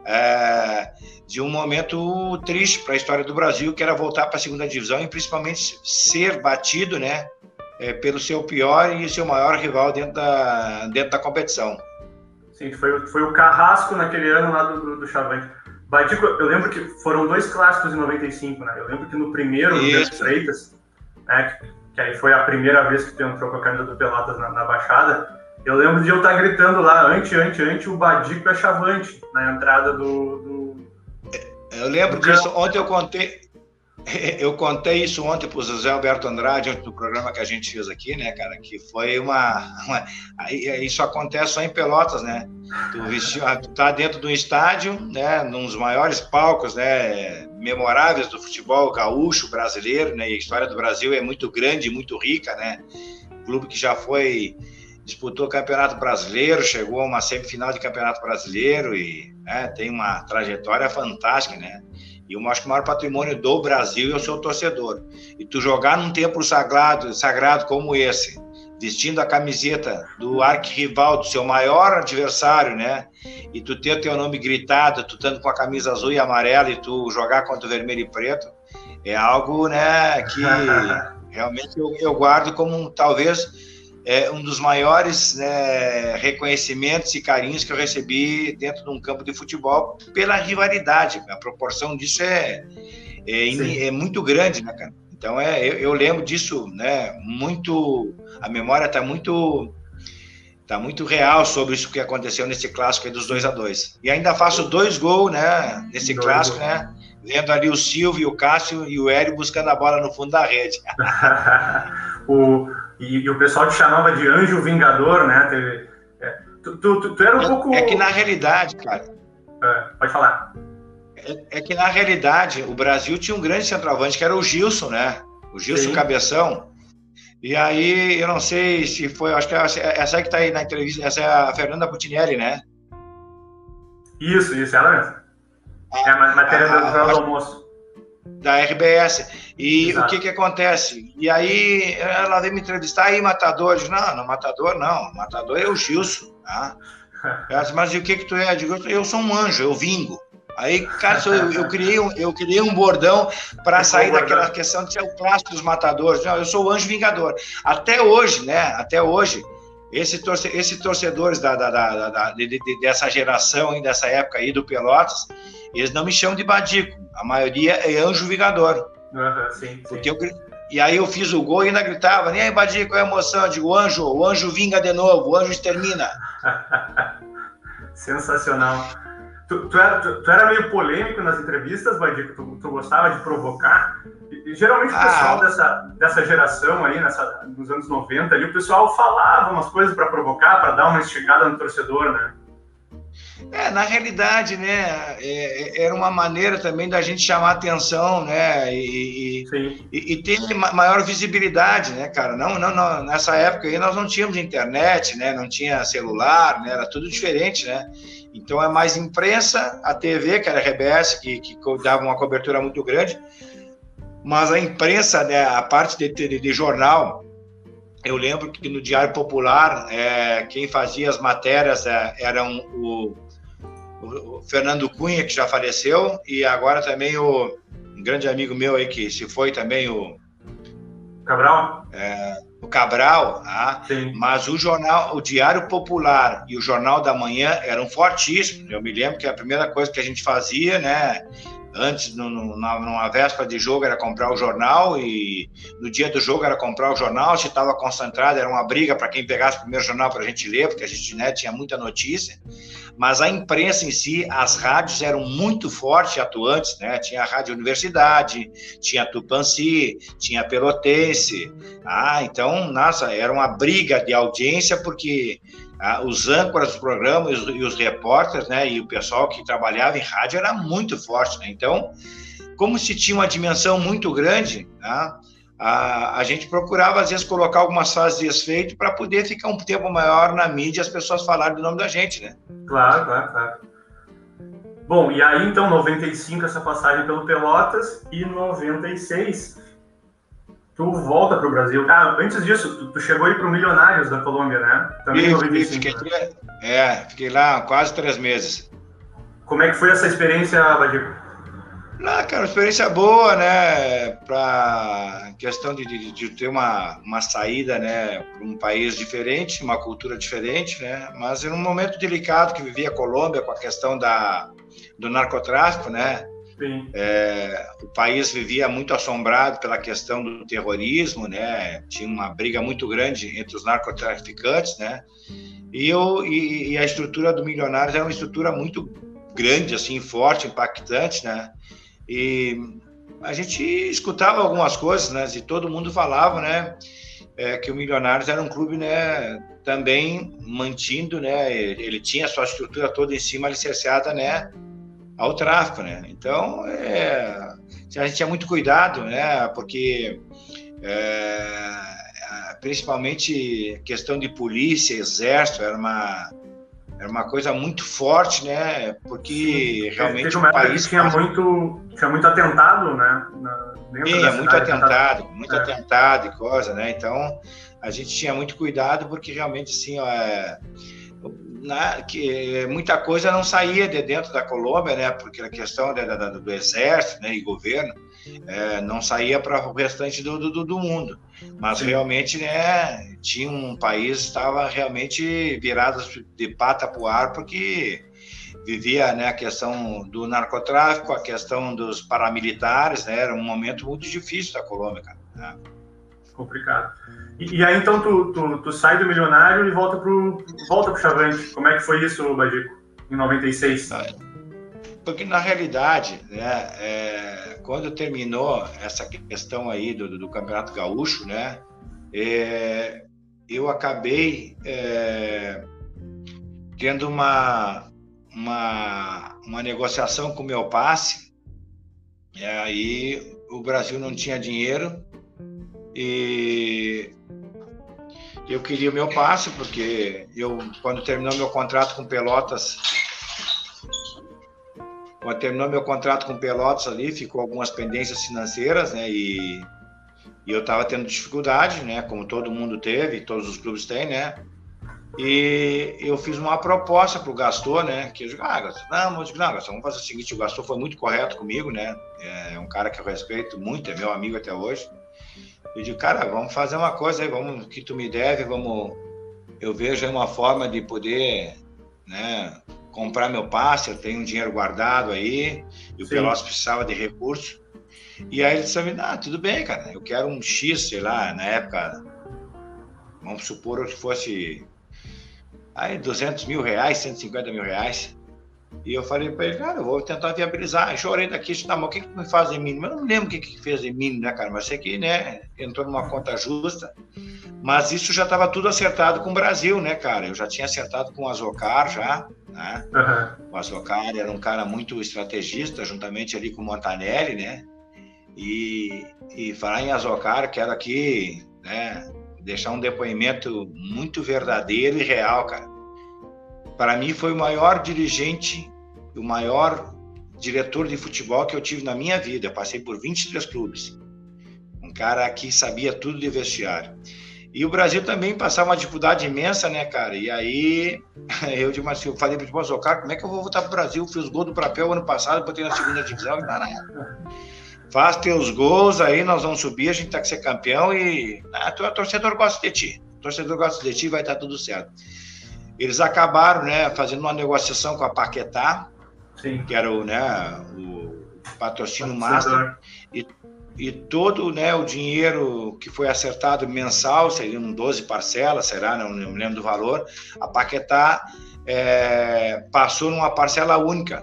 é, de um momento triste para a história do Brasil, que era voltar para a segunda divisão e principalmente ser batido, né, é, pelo seu pior e seu maior rival dentro da, dentro da competição. Sim, foi, foi o Carrasco naquele ano lá do, do, do Chavante. Badico, eu lembro que foram dois clássicos em noventa e cinco, né? Eu lembro que no primeiro, no Bento Freitas, né, que, que aí foi a primeira vez que tu entrou com a camisa do Pelotas na, na Baixada, eu lembro de eu estar gritando lá, ante, ante, ante, o Badico é Chavante, na entrada do... do... Eu lembro do disso, campo. Ontem eu contei, eu contei isso ontem para o José Alberto Andrade, no programa que a gente fez aqui, né, cara, que foi uma... uma isso acontece só em Pelotas, né? Tu, vestiu, tu tá dentro do estádio, né, num dos maiores palcos, né, memoráveis do futebol gaúcho brasileiro, né, e a história do Brasil é muito grande, muito rica, né, clube que já foi, disputou o Campeonato Brasileiro, chegou a uma semifinal de Campeonato Brasileiro e, né, tem uma trajetória fantástica, né, e eu acho que o maior patrimônio do Brasil é o seu torcedor, e tu jogar num templo sagrado, sagrado como esse, vestindo a camiseta do arquirrival, do seu maior adversário, né? E tu ter teu nome gritado, tu estando com a camisa azul e amarela e tu jogar contra o vermelho e preto, é algo, né, que realmente eu, eu guardo como talvez é, um dos maiores, né, reconhecimentos e carinhos que eu recebi dentro de um campo de futebol pela rivalidade. A proporção disso é, é, é muito grande, né, cara? Então, é, eu, eu lembro disso, né, muito, a memória está muito, tá muito real sobre isso que aconteceu nesse clássico aí dos dois a dois. E ainda faço dois gols, né, nesse dois clássico, gols. Né, vendo ali o Silvio, o Cássio e o Hélio buscando a bola no fundo da rede. o, e, e o pessoal te chamava de Anjo Vingador, né, teve, é, tu, tu, tu, tu era um é, pouco... É que na realidade, cara... É, pode falar. É, é que, na realidade, o Brasil tinha um grande centroavante, que era o Gilson, né? O Gilson Sim. Cabeção. E aí, eu não sei se foi... Acho que essa aí que tá aí na entrevista, essa é a Fernanda Putinelli, né? Isso, isso, ela mesmo. É a matéria a, do, do almoço. Da R B S. E Exato. O que que acontece? E aí, ela veio me entrevistar, aí, Matador. Eu disse, não, não, Matador não. Matador é o Gilson, tá? Ela disse, mas e o que que tu é? Eu digo, eu sou um anjo, eu vingo. Aí, cara, eu, eu, criei um, eu criei um bordão para sair daquela questão de ser o clássico dos matadores. Não, eu sou o anjo vingador. Até hoje, né? Até hoje, esse torce, esses torcedores da, da, da, da, de, de, dessa geração, hein, dessa época aí do Pelotas, eles não me chamam de Badico. A maioria é anjo vingador. Uhum, sim, Porque sim. Eu, e aí eu fiz o gol e ainda gritava, nem aí, Badico, é emoção. Eu digo, o anjo, o anjo vinga de novo, o anjo extermina. Sensacional. Tu, tu, era, tu, tu era meio polêmico nas entrevistas, Badico? Tu, tu gostava de provocar? E, geralmente o pessoal ah. dessa, dessa geração aí, nessa, nos anos noventa, ali, o pessoal falava umas coisas para provocar, para dar uma esticada no torcedor, né? É, na realidade, né, é, era uma maneira também da gente chamar atenção, né, e, e, e ter maior visibilidade, né, cara. Não, não, não, nessa época aí nós não tínhamos internet, né, não tinha celular, né, era tudo diferente, né. Então é mais imprensa, a T V, que era a R B S, que, que dava uma cobertura muito grande, mas a imprensa, né, a parte de, de, de jornal, eu lembro que no Diário Popular, é, quem fazia as matérias é, eram o, o, o Fernando Cunha, que já faleceu, e agora também o um grande amigo meu aí, que se foi também, o Cabral. É, o Cabral, ah, mas o jornal, o Diário Popular e o Jornal da Manhã eram fortíssimos. Eu me lembro que a primeira coisa que a gente fazia, né, antes, no, no, na, numa véspera de jogo, era comprar o jornal, e no dia do jogo era comprar o jornal. Se estava concentrado, era uma briga para quem pegasse o primeiro jornal para a gente ler, porque a gente, né, tinha muita notícia. Mas a imprensa em si, as rádios eram muito fortes e atuantes, né? Tinha a Rádio Universidade, tinha a Tupanci, tinha a Pelotense. Ah, então, nossa, era uma briga de audiência, porque ah, os âncoras do programa e os, e os repórteres, né, e o pessoal que trabalhava em rádio era muito forte, né? Então, como se tinha uma dimensão muito grande, né, a, a gente procurava, às vezes, colocar algumas fases desfeito para poder ficar um tempo maior na mídia e as pessoas falarem do nome da gente, né? Claro, claro, claro. Bom, e aí, então, noventa e cinco, essa passagem pelo Pelotas, e noventa e seis, tu volta para o Brasil. Ah, antes disso, tu, tu chegou aí para o Milionários da Colômbia, né? Também em noventa e cinco. Fiquei, né? É, fiquei lá quase três meses. Como é que foi essa experiência, Badico? Não, cara, uma experiência boa, né, para questão de, de, de ter uma, uma saída, né, para um país diferente, uma cultura diferente, né, mas em um momento delicado que vivia a Colômbia com a questão da, do narcotráfico, né, Sim. É, o país vivia muito assombrado pela questão do terrorismo, né, tinha uma briga muito grande entre os narcotraficantes, né, e, eu, e, e a estrutura do Milionários era uma estrutura muito grande, assim, forte, impactante, né, e a gente escutava algumas coisas, né? E todo mundo falava, né? É, que o Milionários era um clube, né? Também mantido, né? Ele tinha a sua estrutura toda em cima alicerçada, né? Ao tráfico, né? Então, é, a gente tinha muito cuidado, né? Porque é, principalmente questão de polícia, exército, era uma Era uma coisa muito forte, né? Porque Sim. realmente o país tinha quase... muito, tinha muito atentado, né? Tinha muito atentado, muito é. atentado e coisa, né? Então a gente tinha muito cuidado porque realmente assim, ó, é, na, que muita coisa não saía de dentro da Colômbia, né? Porque a questão da, da, do exército, né? E governo é, não saía para o restante do, do, do mundo. Mas Sim. realmente, né, tinha um país estava realmente virado de pata para o ar, porque vivia, né, a questão do narcotráfico, a questão dos paramilitares, né, era um momento muito difícil da Colômbia, cara, né? Complicado. E, e aí, então, tu, tu, tu sai do Milionário e volta pro, volta pro Chavante. Como é que foi isso, Badico, em noventa e seis? Porque, na realidade, né, é, quando terminou essa questão aí do, do Campeonato Gaúcho, né, é, eu acabei é, tendo uma, uma, uma negociação com o meu passe, e aí o Brasil não tinha dinheiro e eu queria o meu passe, porque eu, quando terminou meu contrato com Pelotas, Quando terminou meu contrato com Pelotas ali, ficou algumas pendências financeiras, né? E, e eu estava tendo dificuldade, né? Como todo mundo teve, todos os clubes têm, né? E eu fiz uma proposta para o Gaston, né? Que eu digo, ah, Gaston, não, não, não, Gaston, vamos fazer o seguinte, o Gaston foi muito correto comigo, né? É um cara que eu respeito muito, é meu amigo até hoje. Eu digo, cara, vamos fazer uma coisa aí, vamos, que tu me deve, vamos... Eu vejo aí uma forma de poder, né, comprar meu passe, eu tenho um dinheiro guardado aí, e o Sim. Pelotas precisava de recursos. E aí ele disse a mim, ah, tudo bem, cara, eu quero um X, sei lá, na época, vamos supor que fosse aí duzentos mil reais, cento e cinquenta mil reais. E eu falei para ele, cara, eu vou tentar viabilizar. Eu chorei daqui, disse, não, mas o que que me faz em mínimo? Eu não lembro o que que fez em mínimo, né, cara, mas sei que, né, entrou numa conta justa. Mas isso já estava tudo acertado com o Brasil, né, cara? Eu já tinha acertado com o Azocar, já, né? Uhum. O Azocar era um cara muito estrategista, juntamente ali com o Montanelli, né? E, e falar em Azocar, quero aqui, né, deixar um depoimento muito verdadeiro e real, cara. Para mim foi o maior dirigente, o maior diretor de futebol que eu tive na minha vida. Eu passei por vinte e três clubes. Um cara que sabia tudo de vestiário. E o Brasil também passava uma dificuldade imensa, né, cara? E aí eu, digo assim, eu falei para o Azocar, como é que eu vou voltar para o Brasil? Fiz gol do papel ano passado, botei na segunda divisão. Ele falou, não, faz teus gols aí, nós vamos subir, a gente tá que ser campeão e ah, o torcedor gosta de ti. O torcedor gosta de ti, vai estar tudo certo. Eles acabaram, né, fazendo uma negociação com a Paquetá, Sim. que era o, né, o patrocínio master, e, e todo, né, o dinheiro que foi acertado mensal, seriam doze parcelas, será, não, não me lembro do valor, a Paquetá é, passou numa parcela única.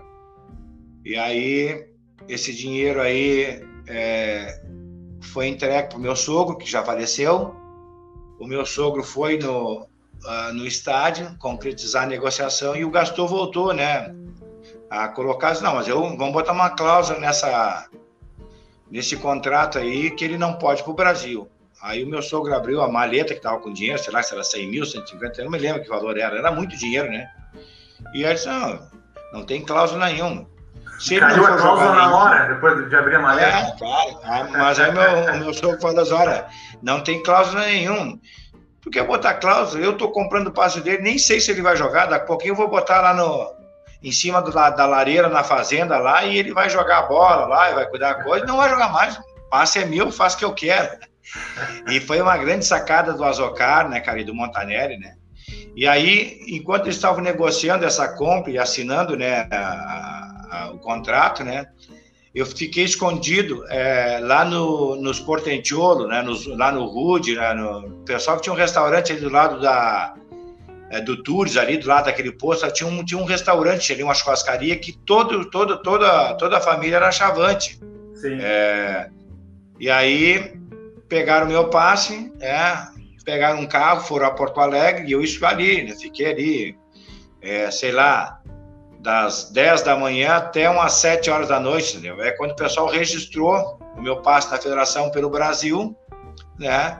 E aí, esse dinheiro aí é, foi entregue para o meu sogro, que já faleceu. O meu sogro foi no... uh, no estádio, concretizar a negociação, e o Gaston voltou, né, a colocar, não, mas eu, vamos botar uma cláusula nessa, nesse contrato aí, que ele não pode ir para o Brasil. Aí o meu sogro abriu a maleta que estava com dinheiro, sei lá se era cem mil, cento e cinquenta, eu não me lembro que valor era, era muito dinheiro, né? E aí disse, não, não tem cláusula nenhuma. Se Caiu a cláusula na hora, depois de abrir a maleta? É, claro. Mas aí meu, o meu sogro falou assim, olha, não tem cláusula nenhuma. Tu quer botar cláusula? Eu tô comprando o passe dele, nem sei se ele vai jogar, daqui a pouquinho eu vou botar lá no, em cima do, da lareira, na fazenda lá, e ele vai jogar a bola lá, e vai cuidar da coisa, e não vai jogar mais. O passe é meu, faço o que eu quero. E foi uma grande sacada do Azocar, né, cara, e do Montanelli, né? E aí, enquanto eles estavam negociando essa compra e assinando, né, a, a, o contrato, né, eu fiquei escondido é, lá no, nos Portenciolo, né, nos, lá no Rude, né, no pessoal que tinha um restaurante ali do lado da, é, do Tours, ali do lado daquele posto, tinha um, tinha um restaurante ali, uma churrascaria, que todo, todo, toda, toda a família era chavante. Sim. É, e aí, pegaram o meu passe, é, pegaram um carro, foram a Porto Alegre, e eu isso ali, né? Fiquei ali, é, sei lá, das dez da manhã até umas sete horas da noite, entendeu? É quando o pessoal registrou o meu passe na Federação pelo Brasil, né?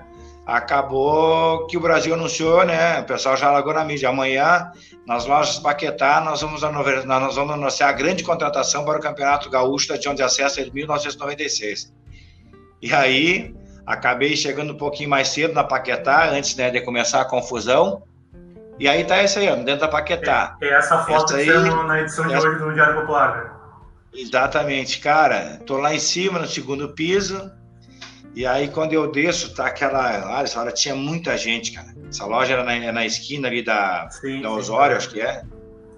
Acabou que o Brasil anunciou, né? O pessoal já largou na mídia. Amanhã, nas lojas Paquetá, nós vamos, nós vamos anunciar a grande contratação para o Campeonato Gaúcho da Divisão de Acesso de mil novecentos e noventa e seis. E aí, acabei chegando um pouquinho mais cedo na Paquetá, antes, né, de começar a confusão. E aí tá esse aí, ó, dentro da Paquetá. É, é essa foto essa aí, que você na edição essa... de hoje do Diário Popular, né? Exatamente, cara. Tô lá em cima, no segundo piso. E aí, quando eu desço, tá aquela... Ah, essa hora tinha muita gente, cara. Essa loja era na, na esquina ali da, sim, da Osório, sim, acho que é.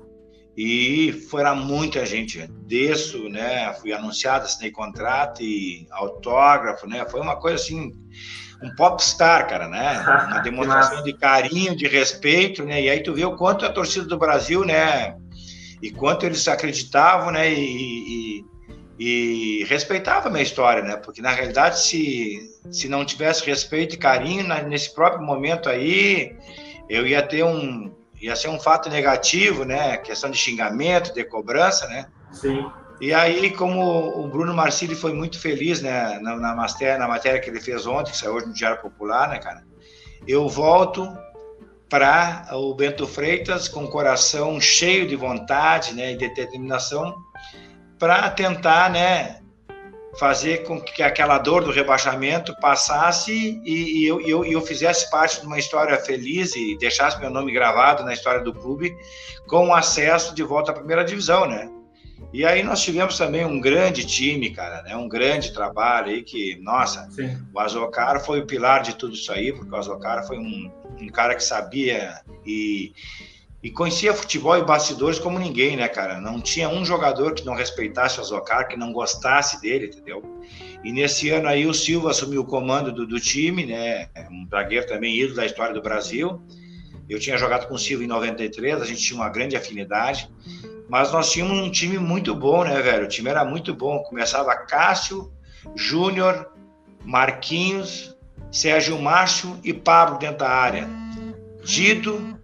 E foi muita gente. Desço, né? Fui anunciado, assinei contrato e autógrafo, né? Foi uma coisa assim, um popstar, cara, né? Uma demonstração de carinho, de respeito, né? E aí tu vê o quanto a torcida do Brasil, né? E quanto eles acreditavam, né? E, e, e respeitavam a minha história, né? Porque na realidade, se, se não tivesse respeito e carinho, nesse próprio momento aí, eu ia ter um... ia ser um fato negativo, né? Questão de xingamento, de cobrança, né? Sim. E aí, como o Bruno Marcilli foi muito feliz, né? Na, na, matéria, na matéria que ele fez ontem, que saiu hoje no Diário Popular, né, cara? Eu volto para o Bento Freitas com o coração cheio de vontade, né? E determinação para tentar, né? Fazer com que aquela dor do rebaixamento passasse e, e, eu, e eu, eu fizesse parte de uma história feliz e deixasse meu nome gravado na história do clube com acesso de volta à primeira divisão, né? E aí nós tivemos também um grande time, cara, né? Um grande trabalho aí que, nossa, sim, o Azocar foi o pilar de tudo isso aí, porque o Azocar foi um, um cara que sabia e... E conhecia futebol e bastidores como ninguém, né, cara? Não tinha um jogador que não respeitasse o Azocar, que não gostasse dele, entendeu? E nesse ano aí o Silva assumiu o comando do, do time, né? Um zagueiro também ídolo da história do Brasil. Eu tinha jogado com o Silva em noventa e três, a gente tinha uma grande afinidade. Mas nós tínhamos um time muito bom, né, velho? O time era muito bom. Começava Cássio, Júnior, Marquinhos, Sérgio Márcio e Pablo dentro da área. Dito...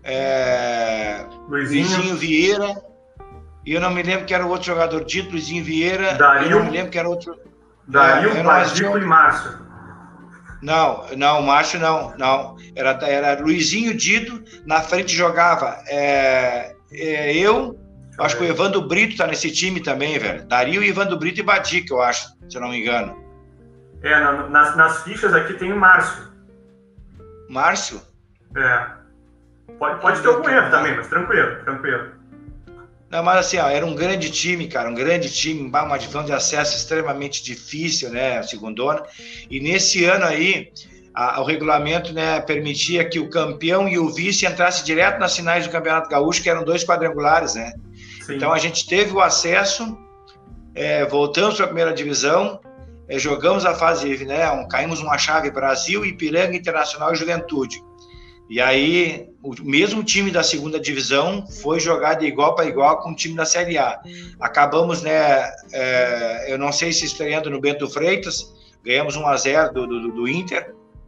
É, Luizinho. Luizinho Vieira, e eu não me lembro que era o outro jogador dito, Luizinho Vieira, Dario, eu não me lembro que era outro. Dario, Badico e Márcio. Não, não, Márcio não, não, era, era Luizinho Dito, na frente jogava é, é, eu, acho que o Evandro Brito tá nesse time também, velho, Dario, Evandro Brito e Badico, eu acho, se eu não me engano. É, na, nas, nas fichas aqui tem o Márcio. Márcio? É. Pode, pode ter algum erro também, mas tranquilo, tranquilo. Não, mas assim, ó, era um grande time, cara, um grande time, uma divisão de acesso extremamente difícil, né, segundona. E nesse ano aí, a, o regulamento, né, permitia que o campeão e o vice entrassem direto nas finais do Campeonato Gaúcho, que eram dois quadrangulares, né? Sim. Então a gente teve o acesso, é, voltamos para a primeira divisão, é, jogamos a fase, né, um, caímos uma chave Brasil, Ipiranga, Internacional e Juventude. E aí, o mesmo time da segunda divisão foi jogar de igual para igual com o time da Série A. Acabamos, né, é, eu não sei se estreando no Bento Freitas, ganhamos um a zero do, do, do Inter,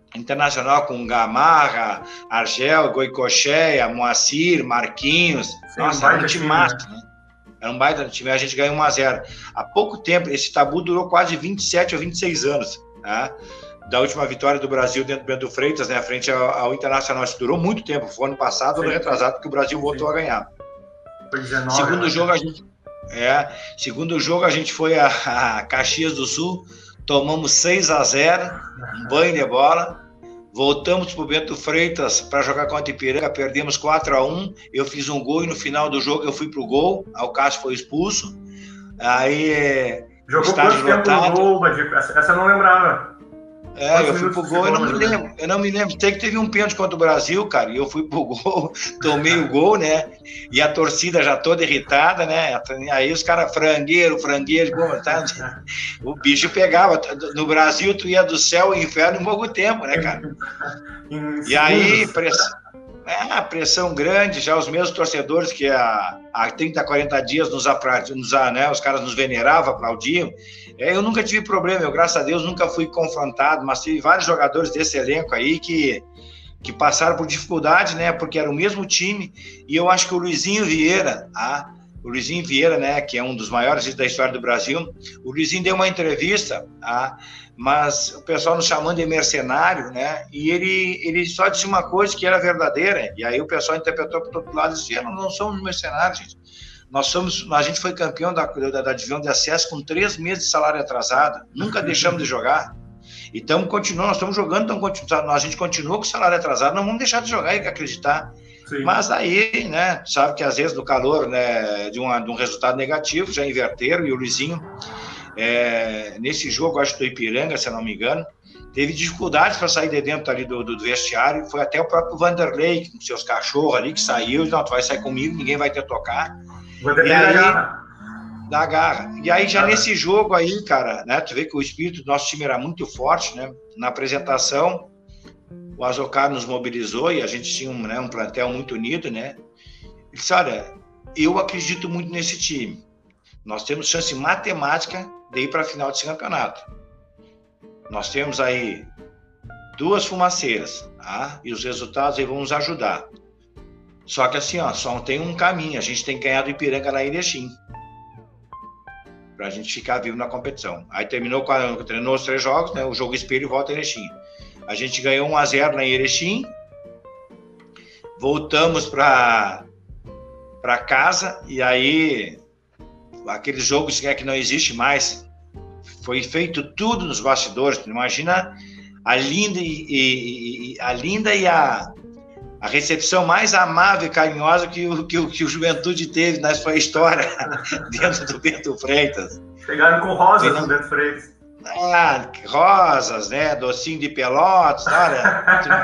Internacional com Gamarra, Argel, Goicoechea, Moacir, Marquinhos. Sim, Nossa, um era um time massa, time, né? Era um baita time, a gente ganhou um a zero. Há pouco tempo, esse tabu durou quase vinte e sete ou vinte e seis anos, tá? Da última vitória do Brasil dentro do Bento Freitas, né, frente ao, ao Internacional. Isso durou muito tempo, foi ano passado ou ano retrasado que o Brasil voltou Sim. a ganhar. Foi dezenove, segundo né? jogo, a gente, é, segundo jogo, a gente foi a, a Caxias do Sul, tomamos seis a zero, um banho de bola. Voltamos para o Bento Freitas para jogar contra o Ipiranga, perdemos quatro a um, eu fiz um gol e no final do jogo eu fui para o gol, o Cássio foi expulso, aí... Jogou quanto tempo no gol, Badico? Essa, essa eu não lembrava. É, Quantos eu fui pro gol, eu não me lembro, eu não me lembro, tem que teve um pênalti contra o Brasil, cara, e eu fui pro gol, tomei o gol, né, e a torcida já toda irritada, né, aí os caras, frangueiro, frangueiro, tá? O bicho pegava, no Brasil tu ia do céu ao inferno em pouco tempo, né, cara, e aí, pressão, é, pressão grande, já os mesmos torcedores que há, há trinta, quarenta dias nos, nos né, os caras nos veneravam, aplaudiam. Eu nunca tive problema, eu, graças a Deus, nunca fui confrontado, mas tive vários jogadores desse elenco aí que, que passaram por dificuldade, né, porque era o mesmo time, e eu acho que o Luizinho Vieira, ah, o Luizinho Vieira, né, que é um dos maiores da história do Brasil, o Luizinho deu uma entrevista, ah, mas o pessoal nos chamando de mercenário, né, e ele, ele só disse uma coisa que era verdadeira, e aí o pessoal interpretou por todo lado e disse, não, não somos mercenários, gente. Nós somos, a gente foi campeão da, da, da divisão de acesso com três meses de salário atrasado, nunca deixamos de jogar. Então, continuamos, nós estamos jogando, então, a gente continua com o salário atrasado, não vamos deixar de jogar e acreditar. Sim. Mas aí, né, sabe que às vezes no calor, né, de, uma, de um resultado negativo, já inverteram, e o Luizinho, é, nesse jogo, acho que do Ipiranga, se eu não me engano, teve dificuldades para sair de dentro ali do, do, do vestiário, foi até o próprio Vanderlei, com seus cachorros ali, que saiu, não, tu vai sair comigo, ninguém vai te tocar. E aí, da garra. da garra. E aí, já ah, nesse jogo aí, cara, né? Tu vê que o espírito do nosso time era muito forte, né? Na apresentação, o Azocar nos mobilizou e a gente tinha um, né, um plantel muito unido, né? Ele disse, olha, eu acredito muito nesse time. Nós temos chance matemática de ir para a final desse campeonato. Nós temos aí duas fumaceiras, tá? E os resultados aí vão nos ajudar. Só que assim, ó, só tem um caminho, a gente tem que ganhar do Ipiranga na Erechim, pra gente ficar vivo na competição. Aí terminou, com a, treinou os três jogos, né, o jogo espelho e volta a Erechim. A gente ganhou um a zero na Erechim, voltamos pra, pra casa, e aí, aqueles jogos que é que não existe mais, foi feito tudo nos bastidores, imagina a linda e, e, e, a, linda e a A recepção mais amável e carinhosa que o, que o, que o Juventude teve na sua história dentro do Bento Freitas. Chegaram com rosas no Bento Freitas. Ah, rosas, né? Docinho de Pelotas, olha.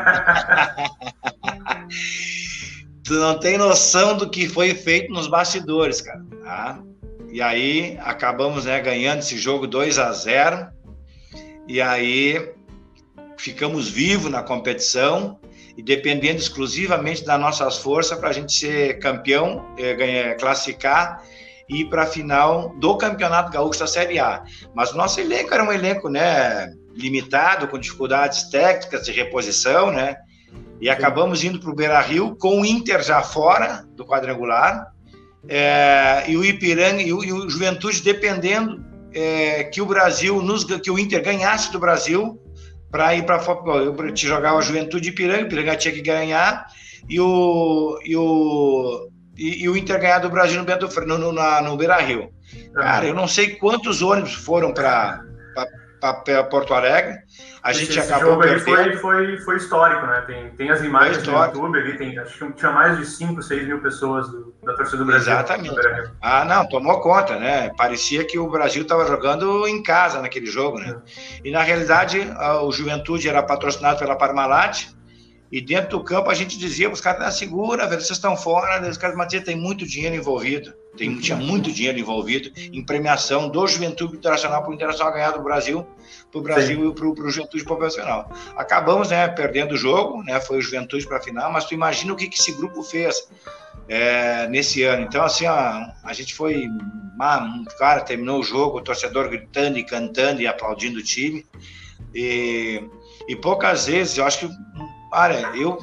Tu não tem noção do que foi feito nos bastidores, cara. Tá? E aí, acabamos, né, ganhando esse jogo dois a zero. E aí, ficamos vivos na competição. E dependendo exclusivamente das nossas forças para a gente ser campeão, é, ganhar, classificar e ir para a final do Campeonato Gaúcho da Série A. Mas o nosso elenco era um elenco, né, limitado, com dificuldades técnicas de reposição, né, e acabamos indo para o Beira-Rio com o Inter já fora do quadrangular, é, e o Ipiranga e o, e o Juventude dependendo é, que o Brasil, nos, que o Inter ganhasse do Brasil, para ir para eu te jogava a Juventude e Ipiranga, o Ipiranga tinha que ganhar, e o, e o, e, e o Inter ganhar do Brasil no, Bento, no, no, no Beira-Rio. Cara, eu não sei quantos ônibus foram para Porto Alegre, a esse, gente esse acabou jogo ali perdendo. Foi, foi, foi histórico, né? Tem, tem as imagens no YouTube ali, tem, acho que tinha mais de cinco, seis mil pessoas do, da torcida do Brasil. Exatamente. Ah, não, tomou conta, né? Parecia que o Brasil estava jogando em casa naquele jogo, né? É. E na realidade, o Juventude era patrocinado pela Parmalat, e dentro do campo a gente dizia, os caras, ah, segura, velho, vocês estão fora, os caras, mas tem muito dinheiro envolvido. Tem, tinha muito dinheiro envolvido em premiação do Juventude Internacional para o Internacional ganhar do Brasil, para o Brasil Sim. e para o Juventude Profissional. Acabamos, né, perdendo o jogo, né, foi o Juventude para a final, mas tu imagina o que, que esse grupo fez é, nesse ano. Então, assim, ó, a gente foi, ah, cara, terminou o jogo, o torcedor gritando e cantando e aplaudindo o time. E E poucas vezes, eu acho que, olha, eu,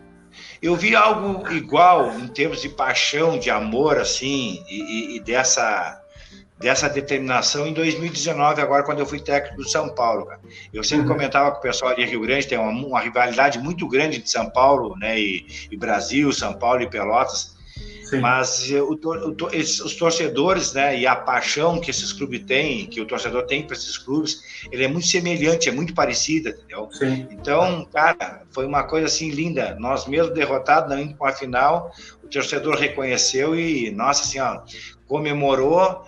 eu vi algo igual em termos de paixão, de amor, assim, e, e, e dessa, dessa determinação em dois mil e dezenove, agora, quando eu fui técnico do São Paulo, cara. Eu sempre uhum. comentava com o pessoal de Rio Grande, tem uma, uma rivalidade muito grande de São Paulo, né, e, e Brasil, São Paulo e Pelotas. Sim. Mas o, o, os torcedores, né, e a paixão que esses clubes têm, que o torcedor tem para esses clubes, ele é muito semelhante, é muito parecida, entendeu? Sim. Então, cara, foi uma coisa assim linda. Nós mesmo derrotados, não indo para a final, o torcedor reconheceu e, nossa, assim, ó, comemorou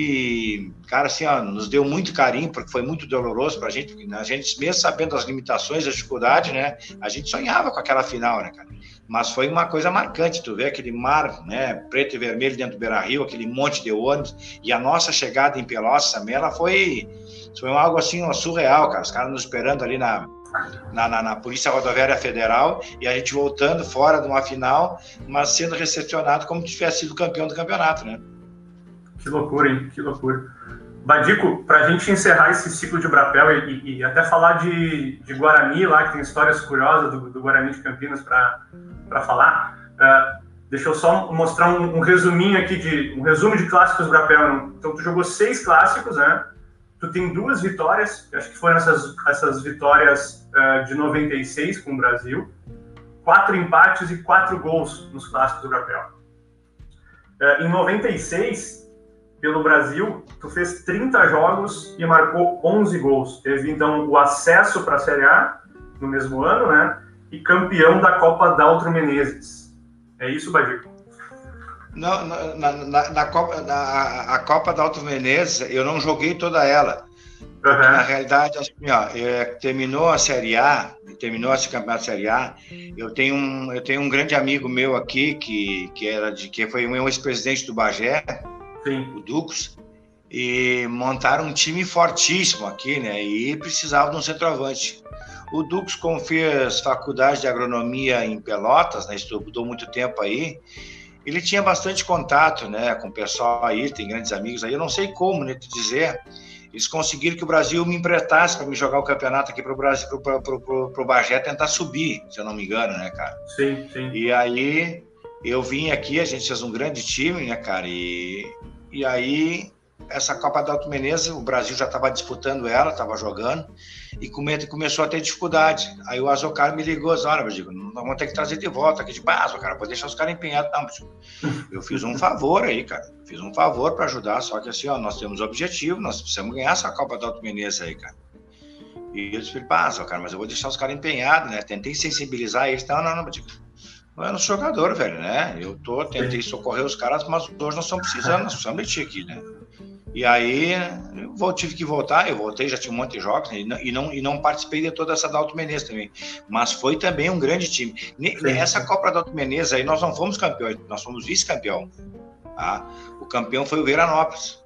e, cara, assim, ó, nos deu muito carinho, porque foi muito doloroso para a gente, porque a gente, mesmo sabendo das limitações, da dificuldade, né, a gente sonhava com aquela final, né, cara? Mas foi uma coisa marcante, tu vê aquele mar, né, preto e vermelho dentro do Beira-Rio, aquele monte de ônibus, e a nossa chegada em Pelotas também, ela foi, foi algo assim, ó, surreal, cara, os caras nos esperando ali na, na, na, na Polícia Rodoviária Federal, e a gente voltando fora de uma final, mas sendo recepcionado como se tivesse sido campeão do campeonato, né? Que loucura, hein, que loucura. Badico, para a gente encerrar esse ciclo de Brapel e, e até falar de, de Guarani lá, que tem histórias curiosas do, do Guarani de Campinas para falar, uh, deixa eu só mostrar um, um resuminho aqui, de, um resumo de clássicos Brapel. Então, tu jogou seis clássicos, né? Tu tem duas vitórias, acho que foram essas, essas vitórias uh, de noventa e seis com o Brasil, quatro empates e quatro gols nos clássicos do Brapel. Uh, em noventa e seis... pelo Brasil, tu fez trinta jogos e marcou onze gols. Teve, então, o acesso para a Série A no mesmo ano, né? E campeão da Copa Daltro Menezes. É isso, Badico? Não, na, na, na, Copa, na a Copa Daltro Menezes, eu não joguei toda ela. Uhum. Na realidade, assim, ó, é, terminou a Série A, terminou esse campeonato Série A, eu tenho um, eu tenho um grande amigo meu aqui, que, que, era de, que foi um ex-presidente do Bagé, sim, o Ducos, e montaram um time fortíssimo aqui, né? E precisava de um centroavante. O Ducos, como fez faculdade de agronomia em Pelotas, né? Estudou muito tempo aí, ele tinha bastante contato, né? Com o pessoal aí, tem grandes amigos aí. Eu não sei como, né? Te dizer, eles conseguiram que o Brasil me emprestasse para me jogar o campeonato aqui para o Brasil, para o Bagé tentar subir, se eu não me engano, né, cara? Sim, sim. E aí eu vim aqui, a gente fez um grande time, né, cara? E, e aí, essa Copa Daltro Menezes, o Brasil já estava disputando ela, estava jogando, e come, começou a ter dificuldade. Aí o Azocar me ligou, olha, eu digo, nós vamos ter que trazer de volta aqui de base, cara, vou deixar os caras empenhados. Não, eu fiz um favor aí, cara, fiz um favor para ajudar, só que assim, ó, nós temos objetivo, nós precisamos ganhar essa Copa Daltro Menezes aí, cara. E eu disse, pá, cara, mas eu vou deixar os caras empenhados, né? Tentei sensibilizar eles, não, não, não, eu digo, não é no jogador, velho, né? Eu tô, tentei socorrer os caras, mas hoje nós estamos precisando, nós precisamos de ti aqui, né? E aí, eu vou, tive que voltar, eu voltei, já tinha um monte de jogos, né? e, não, e, não, e não participei de toda essa Daltro Menezes também. Mas foi também um grande time. Nessa Copa Daltro Menezes aí, nós não fomos campeões, nós fomos vice-campeão. Tá? O campeão foi o Veranópolis.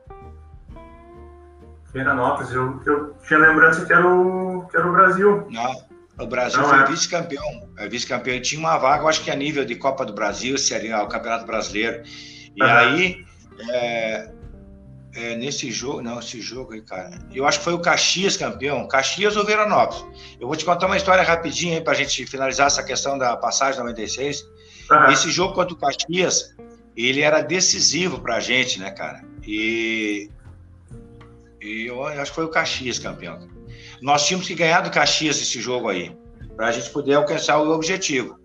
Veranópolis, eu, eu tinha lembrança que era o, que era o Brasil. Não. O Brasil não, foi é. vice-campeão, é vice-campeão, e tinha uma vaga, eu acho que a nível de Copa do Brasil, seria o Campeonato Brasileiro. E uhum. aí, é, é, nesse jogo, não, esse jogo aí, cara, eu acho que foi o Caxias campeão, Caxias ou Veranópolis. Eu vou te contar uma história rapidinho aí pra gente finalizar essa questão da passagem noventa e seis. Uhum. Esse jogo contra o Caxias, ele era decisivo pra gente, né, cara? E, e eu acho que foi o Caxias campeão. Nós tínhamos que ganhar do Caxias esse jogo aí, para a gente poder alcançar o objetivo.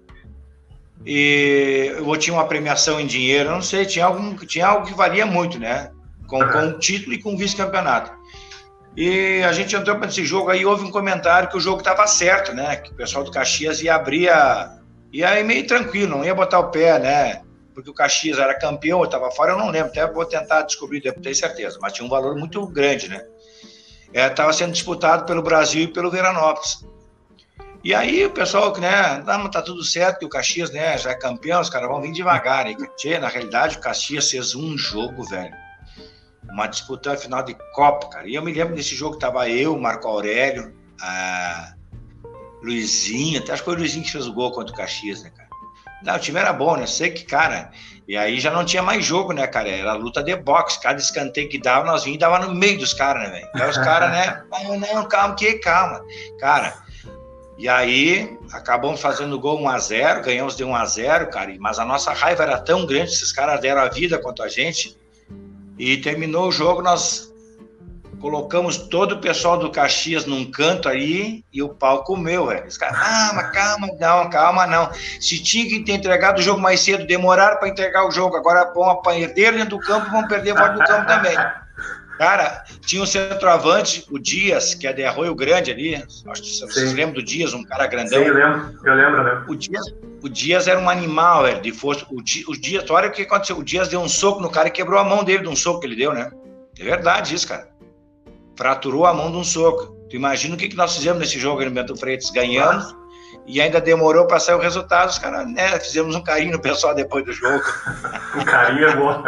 E eu tinha uma premiação em dinheiro, eu não sei, tinha, algum, tinha algo que valia muito, né? Com, com o título e com o vice-campeonato. E a gente entrou para esse jogo aí, houve um comentário que o jogo estava certo, né? Que o pessoal do Caxias ia abrir a... ia meio tranquilo, não ia botar o pé, né? Porque o Caxias era campeão, eu estava fora, eu não lembro, até vou tentar descobrir, depois ter certeza, mas tinha um valor muito grande, né? Estava é, sendo disputado pelo Brasil e pelo Veranópolis. E aí o pessoal, né, não, tá tudo certo, que o Caxias, né, já é campeão, os caras vão vir devagar. E, tchê, na realidade, o Caxias fez um jogo, velho. Uma disputa final de Copa, cara. E eu me lembro desse jogo que tava eu, Marco Aurélio, a Luizinho, até acho que foi o Luizinho que fez o gol contra o Caxias, né, cara? Não, o time era bom, né? Sei que, cara... E aí já não tinha mais jogo, né, cara? Era luta de boxe. Cada escanteio que dava, nós vinhamos e dava no meio dos caras, né, velho? Então os caras, né? Não, não, calma, que calma. Cara, E aí, acabamos fazendo gol um a zero, ganhamos de um a zero, cara, mas a nossa raiva era tão grande, esses caras deram a vida quanto a gente, e terminou o jogo, nós colocamos todo o pessoal do Caxias num canto aí, e o pau comeu, velho. Os caras, ah, mas calma, não, calma, não. Se tinha que ter entregado o jogo mais cedo, demoraram para entregar o jogo, agora vão perder dentro do campo, vão perder fora do campo também. Cara, tinha um centroavante, o Dias, que é de Arroio Grande ali, acho que vocês lembram do Dias, um cara grandão. Sim, eu lembro, eu lembro, né? O Dias, o Dias era um animal, velho, de força. O, o Dias, olha o que aconteceu, o Dias deu um soco no cara e quebrou a mão dele de um soco que ele deu, né? É verdade isso, cara. Fraturou a mão de um soco. Tu imagina o que, que nós fizemos nesse jogo aí no Bento Freitas, ganhamos, ah. e ainda demorou para sair o resultado, os caras, né, fizemos um carinho no pessoal depois do jogo. Um carinho é bom.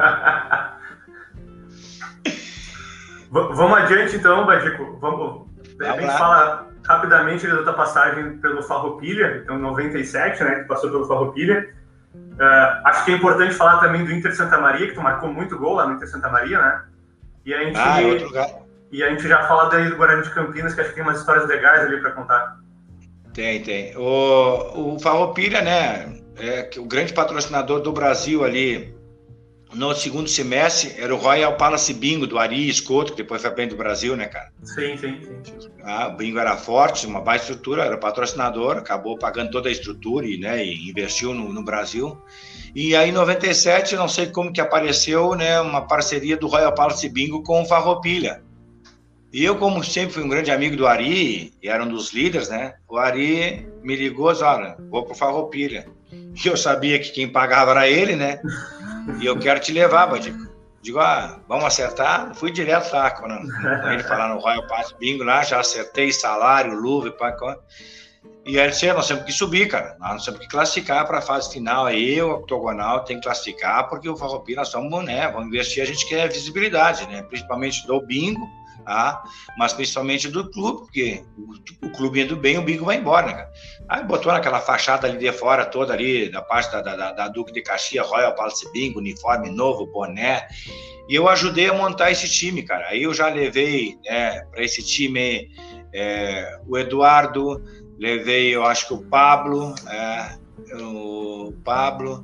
Vamos adiante então, Badico. Vamos. De repente fala rapidamente da tua passagem pelo Farroupilha, então em noventa e sete, né? Que passou pelo Farroupilha. Uh, acho que é importante falar também do Inter Santa Maria, que tu marcou muito gol lá no Inter Santa Maria, né? E a gente, ah, é outro lugar. E a gente já fala daí do Guarani de Campinas, que acho que tem umas histórias legais ali para contar. Tem, tem. O, o Farroupilha, né? É que o grande patrocinador do Brasil ali. No segundo semestre, era o Royal Palace Bingo, do Ari Escoto, que depois foi bem do Brasil, né, cara? Sim, sim, sim. Ah, o Bingo era forte, uma baixa estrutura, era patrocinador, acabou pagando toda a estrutura e, né, e investiu no, no Brasil. E aí, em noventa e sete, não sei como que apareceu, né, uma parceria do Royal Palace Bingo com o Farroupilha. E eu, como sempre fui um grande amigo do Ari, e era um dos líderes, né, o Ari me ligou e disse, olha, vou pro Farroupilha. E eu sabia que quem pagava era ele, né? E eu quero te levar, Badico. Digo, ah, vamos acertar? Fui direto lá, quando ele falar no Royal Pass Bingo lá, já acertei salário, luva e pá. E aí disse, nós temos que subir, cara. Nós temos que classificar para a fase final. Aí o octogonal tem que classificar, porque o Farroupilha, nós estamos, né, vamos investir, a gente quer visibilidade, né? Principalmente do bingo, tá? Mas principalmente do clube, porque o, o clube indo bem, o bingo vai embora, né, cara? Aí botou naquela fachada ali de fora toda ali, da parte da, da, da Duque de Caxias, Royal Palace Bingo, uniforme novo, boné, e eu ajudei a montar esse time, cara. Aí eu já levei, né, para esse time é, o Eduardo, levei, eu acho que o Pablo, é, o Pablo,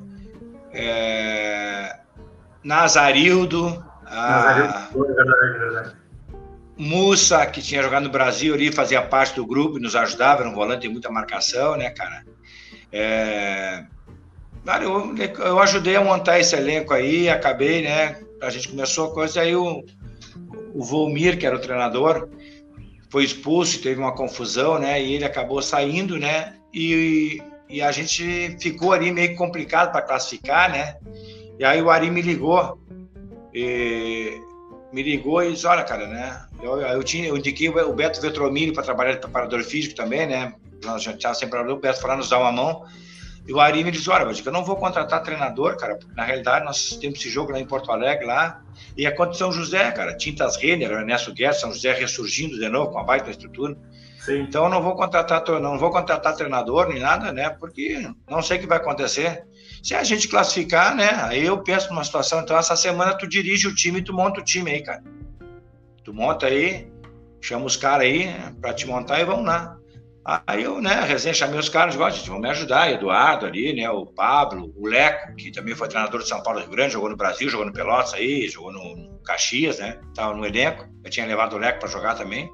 é, Nazarildo, Nazarildo, é verdade, é verdade. Mussa, que tinha jogado no Brasil ali, fazia parte do grupo e nos ajudava, era um volante de muita marcação, né, cara? É... Cara, eu, eu ajudei a montar esse elenco aí, acabei, né? A gente começou a coisa, aí o, o Volmir, que era o treinador, foi expulso, teve uma confusão, né? E ele acabou saindo, né? E, e a gente ficou ali meio complicado para classificar, né? E aí o Ari me ligou, e... me ligou e disse, olha, cara, né, eu, eu, tinha, eu indiquei o Beto Vetromini para trabalhar de preparador físico também, né, nós já tínhamos sempre o Beto para nos dar uma mão, e o Ari me disse, olha, eu não vou contratar treinador, cara, porque na realidade nós temos esse jogo lá em Porto Alegre, lá, e é contra São José, cara, Tintas Renner, Ernesto Guedes, São José ressurgindo de novo com a baita estrutura. Sim. Então eu não vou contratar, não vou contratar treinador nem nada, né, porque não sei o que vai acontecer. Se a gente classificar, né, aí eu penso numa situação, então essa semana tu dirige o time e tu monta o time aí, cara. Tu monta aí, chama os caras aí, né, pra te montar e vamos lá. Aí eu, né, resenha, chamei os caras, digo, gente, vão me ajudar, Eduardo ali, né, o Pablo, o Leco, que também foi treinador de São Paulo, Rio Grande, jogou no Brasil, jogou no Pelotas aí, jogou no, no Caxias, né, tava no elenco, eu tinha levado o Leco pra jogar também.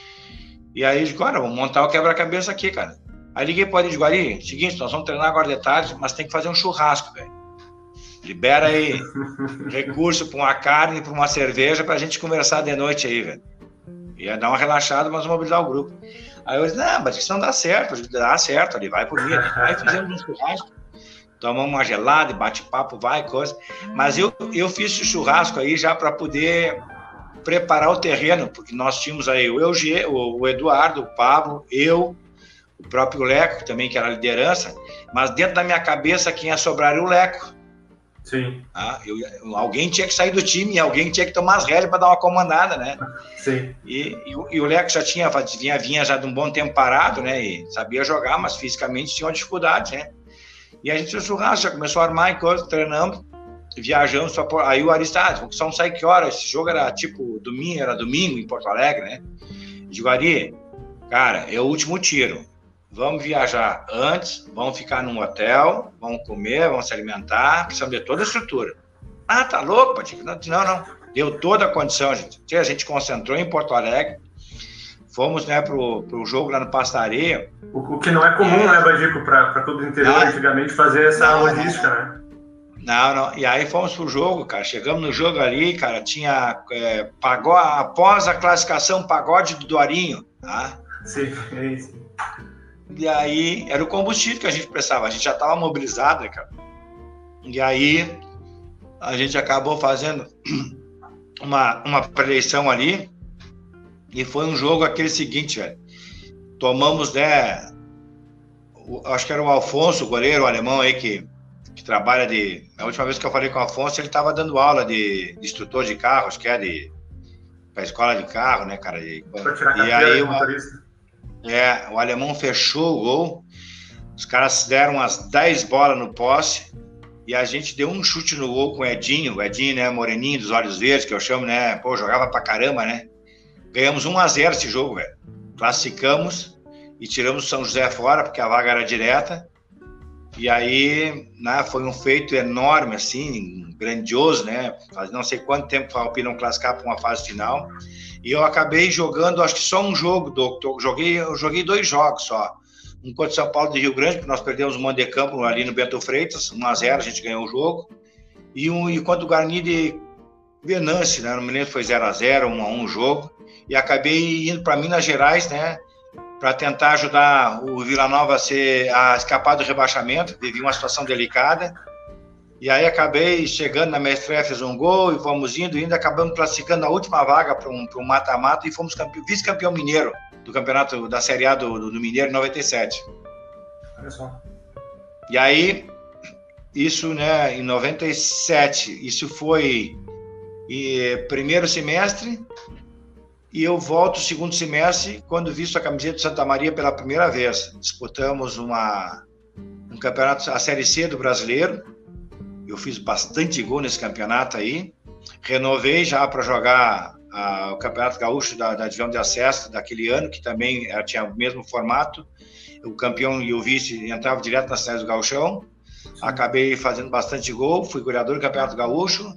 E aí, eu digo, olha, vamos montar o quebra-cabeça aqui, cara. Aí liguei para ele de Guari, seguinte, nós vamos treinar agora de tarde, mas tem que fazer um churrasco, velho. Libera aí recurso para uma carne, para uma cerveja, para a gente conversar de noite aí, velho. Ia dar uma relaxada, mas mobilizar o grupo. Aí eu disse, não, mas isso não dá certo. Eu disse, dá certo, ali vai por mim. Aí fizemos um churrasco, tomamos uma gelada, bate-papo, vai, coisa. Mas eu, eu fiz esse churrasco aí já para poder preparar o terreno, porque nós tínhamos aí o, Euge, o, o Eduardo, o Pablo, eu, o próprio Leco, também, que era a liderança, mas dentro da minha cabeça quem ia sobrar era o Leco. Sim. Ah, eu, alguém tinha que sair do time e alguém tinha que tomar as rédeas para dar uma comandada, né? Sim. E, e, e o Leco já tinha, vinha, vinha já de um bom tempo parado, né? E sabia jogar, mas fisicamente tinha uma dificuldade, né? E a gente fez churrasco, já começou a armar e coisa, treinamos, viajamos. Só por... Aí o Aristado, só não sai que hora? Esse jogo era tipo domingo, era domingo em Porto Alegre, né? Eu digo, Ari, cara, é o último tiro. vamos viajar antes, vamos ficar num hotel, vamos comer, vamos se alimentar, precisamos de toda a estrutura. Ah, tá louco, Badico? Não, não, deu toda a condição, gente. A gente concentrou em Porto Alegre, fomos, né, pro, pro jogo lá no Pastaria. O, o que não é comum, é, né, Badico, para todo o interior, não, antigamente, fazer essa não, logística, não, né? Não, não, e aí fomos pro jogo, cara, chegamos no jogo ali, cara, tinha é, pagode, após a classificação, pagode do Dorinho, tá? Sim, é isso. E aí, era o combustível que a gente precisava, a gente já estava mobilizado, né, cara? E aí, a gente acabou fazendo uma, uma preleição ali, e foi um jogo aquele seguinte, velho, tomamos, né, o, acho que era o Alfonso, o goleiro o alemão aí, que, que trabalha de... A última vez que eu falei com o Alfonso, ele estava dando aula de, de instrutor de carro, acho que é de... pra escola de carro, né, cara? E, pra tirar a carteira de motorista. É, o alemão fechou o gol, os caras deram umas dez bolas no poste, e a gente deu um chute no gol com o Edinho, o Edinho, né, moreninho dos olhos verdes, que eu chamo, né, pô, jogava pra caramba, né? Ganhamos um a zero esse jogo, velho. Classificamos e tiramos o São José fora, porque a vaga era direta. E aí, né, foi um feito enorme, assim, grandioso, né? Faz não sei quanto tempo o Alpine não classificar para uma fase final. E eu acabei jogando, acho que só um jogo, doutor. Joguei, eu joguei dois jogos só. Um contra o São Paulo de Rio Grande, porque nós perdemos o mando de campo ali no Bento Freitas, um a zero, a gente ganhou o jogo. E um e contra o Guarani de Venâncio, né? Não me lembro se foi zero a zero, um a um o jogo. E acabei indo para Minas Gerais, né? Para tentar ajudar o Vila Nova a, ser, a escapar do rebaixamento, vivia uma situação delicada. E aí acabei chegando na minha estreia, fiz um gol e fomos indo, indo, acabamos classificando a última vaga para um, um mata-mata e fomos vice-campeão mineiro do campeonato da Série A do, do, do Mineiro em noventa e sete. Olha só. E aí, isso, né, em noventa e sete, isso foi e, primeiro semestre, e eu volto o segundo semestre quando visto a camiseta de Santa Maria pela primeira vez. Disputamos uma, um campeonato, a Série C do Brasileiro. Eu fiz bastante gol nesse campeonato aí. Renovei já para jogar a, o Campeonato Gaúcho da, da divisão de acesso daquele ano, que também tinha o mesmo formato. O campeão e o vice entravam direto nas finais do Gauchão. Acabei fazendo bastante gol, fui goleador do Campeonato Gaúcho.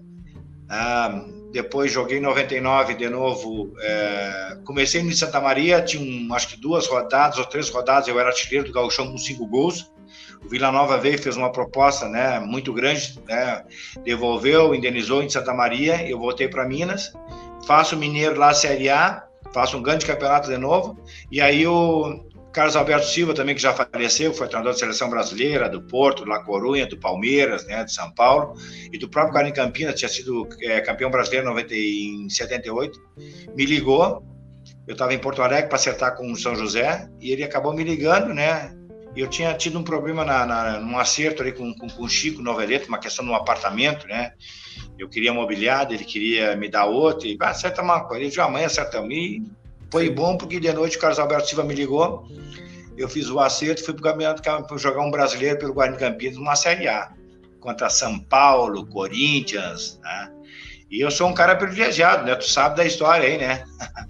Ah, depois joguei em noventa e nove de novo. É, comecei no Santa Maria, tinha um, acho que duas rodadas ou três rodadas, eu era artilheiro do Gauchão com cinco gols. O Vila Nova veio e fez uma proposta, né, muito grande, né, devolveu, indenizou em Santa Maria, eu voltei para Minas, faço o Mineiro lá, Série A, faço um grande campeonato de novo, e aí o Carlos Alberto Silva também, que já faleceu, foi treinador da Seleção Brasileira, do Porto, La Corunha, do Palmeiras, né, de São Paulo, e do próprio Guarani Campinas, tinha sido é, campeão brasileiro em setenta e oito, me ligou, eu estava em Porto Alegre para acertar com o São José, e ele acabou me ligando, né, e eu tinha tido um problema na, na, num acerto ali com, com, com o Chico Noveleto, uma questão de um apartamento, né, eu queria mobiliado, ele queria me dar outro, e ah, acerta uma coisa, ele disse, amanhã acertamos, e foi bom porque de noite o Carlos Alberto Silva me ligou, eu fiz o acerto, fui para jogar um brasileiro pelo Guarani Campinas, numa Série A, contra São Paulo, Corinthians, né? E eu sou um cara privilegiado, né? Tu sabe da história aí, né?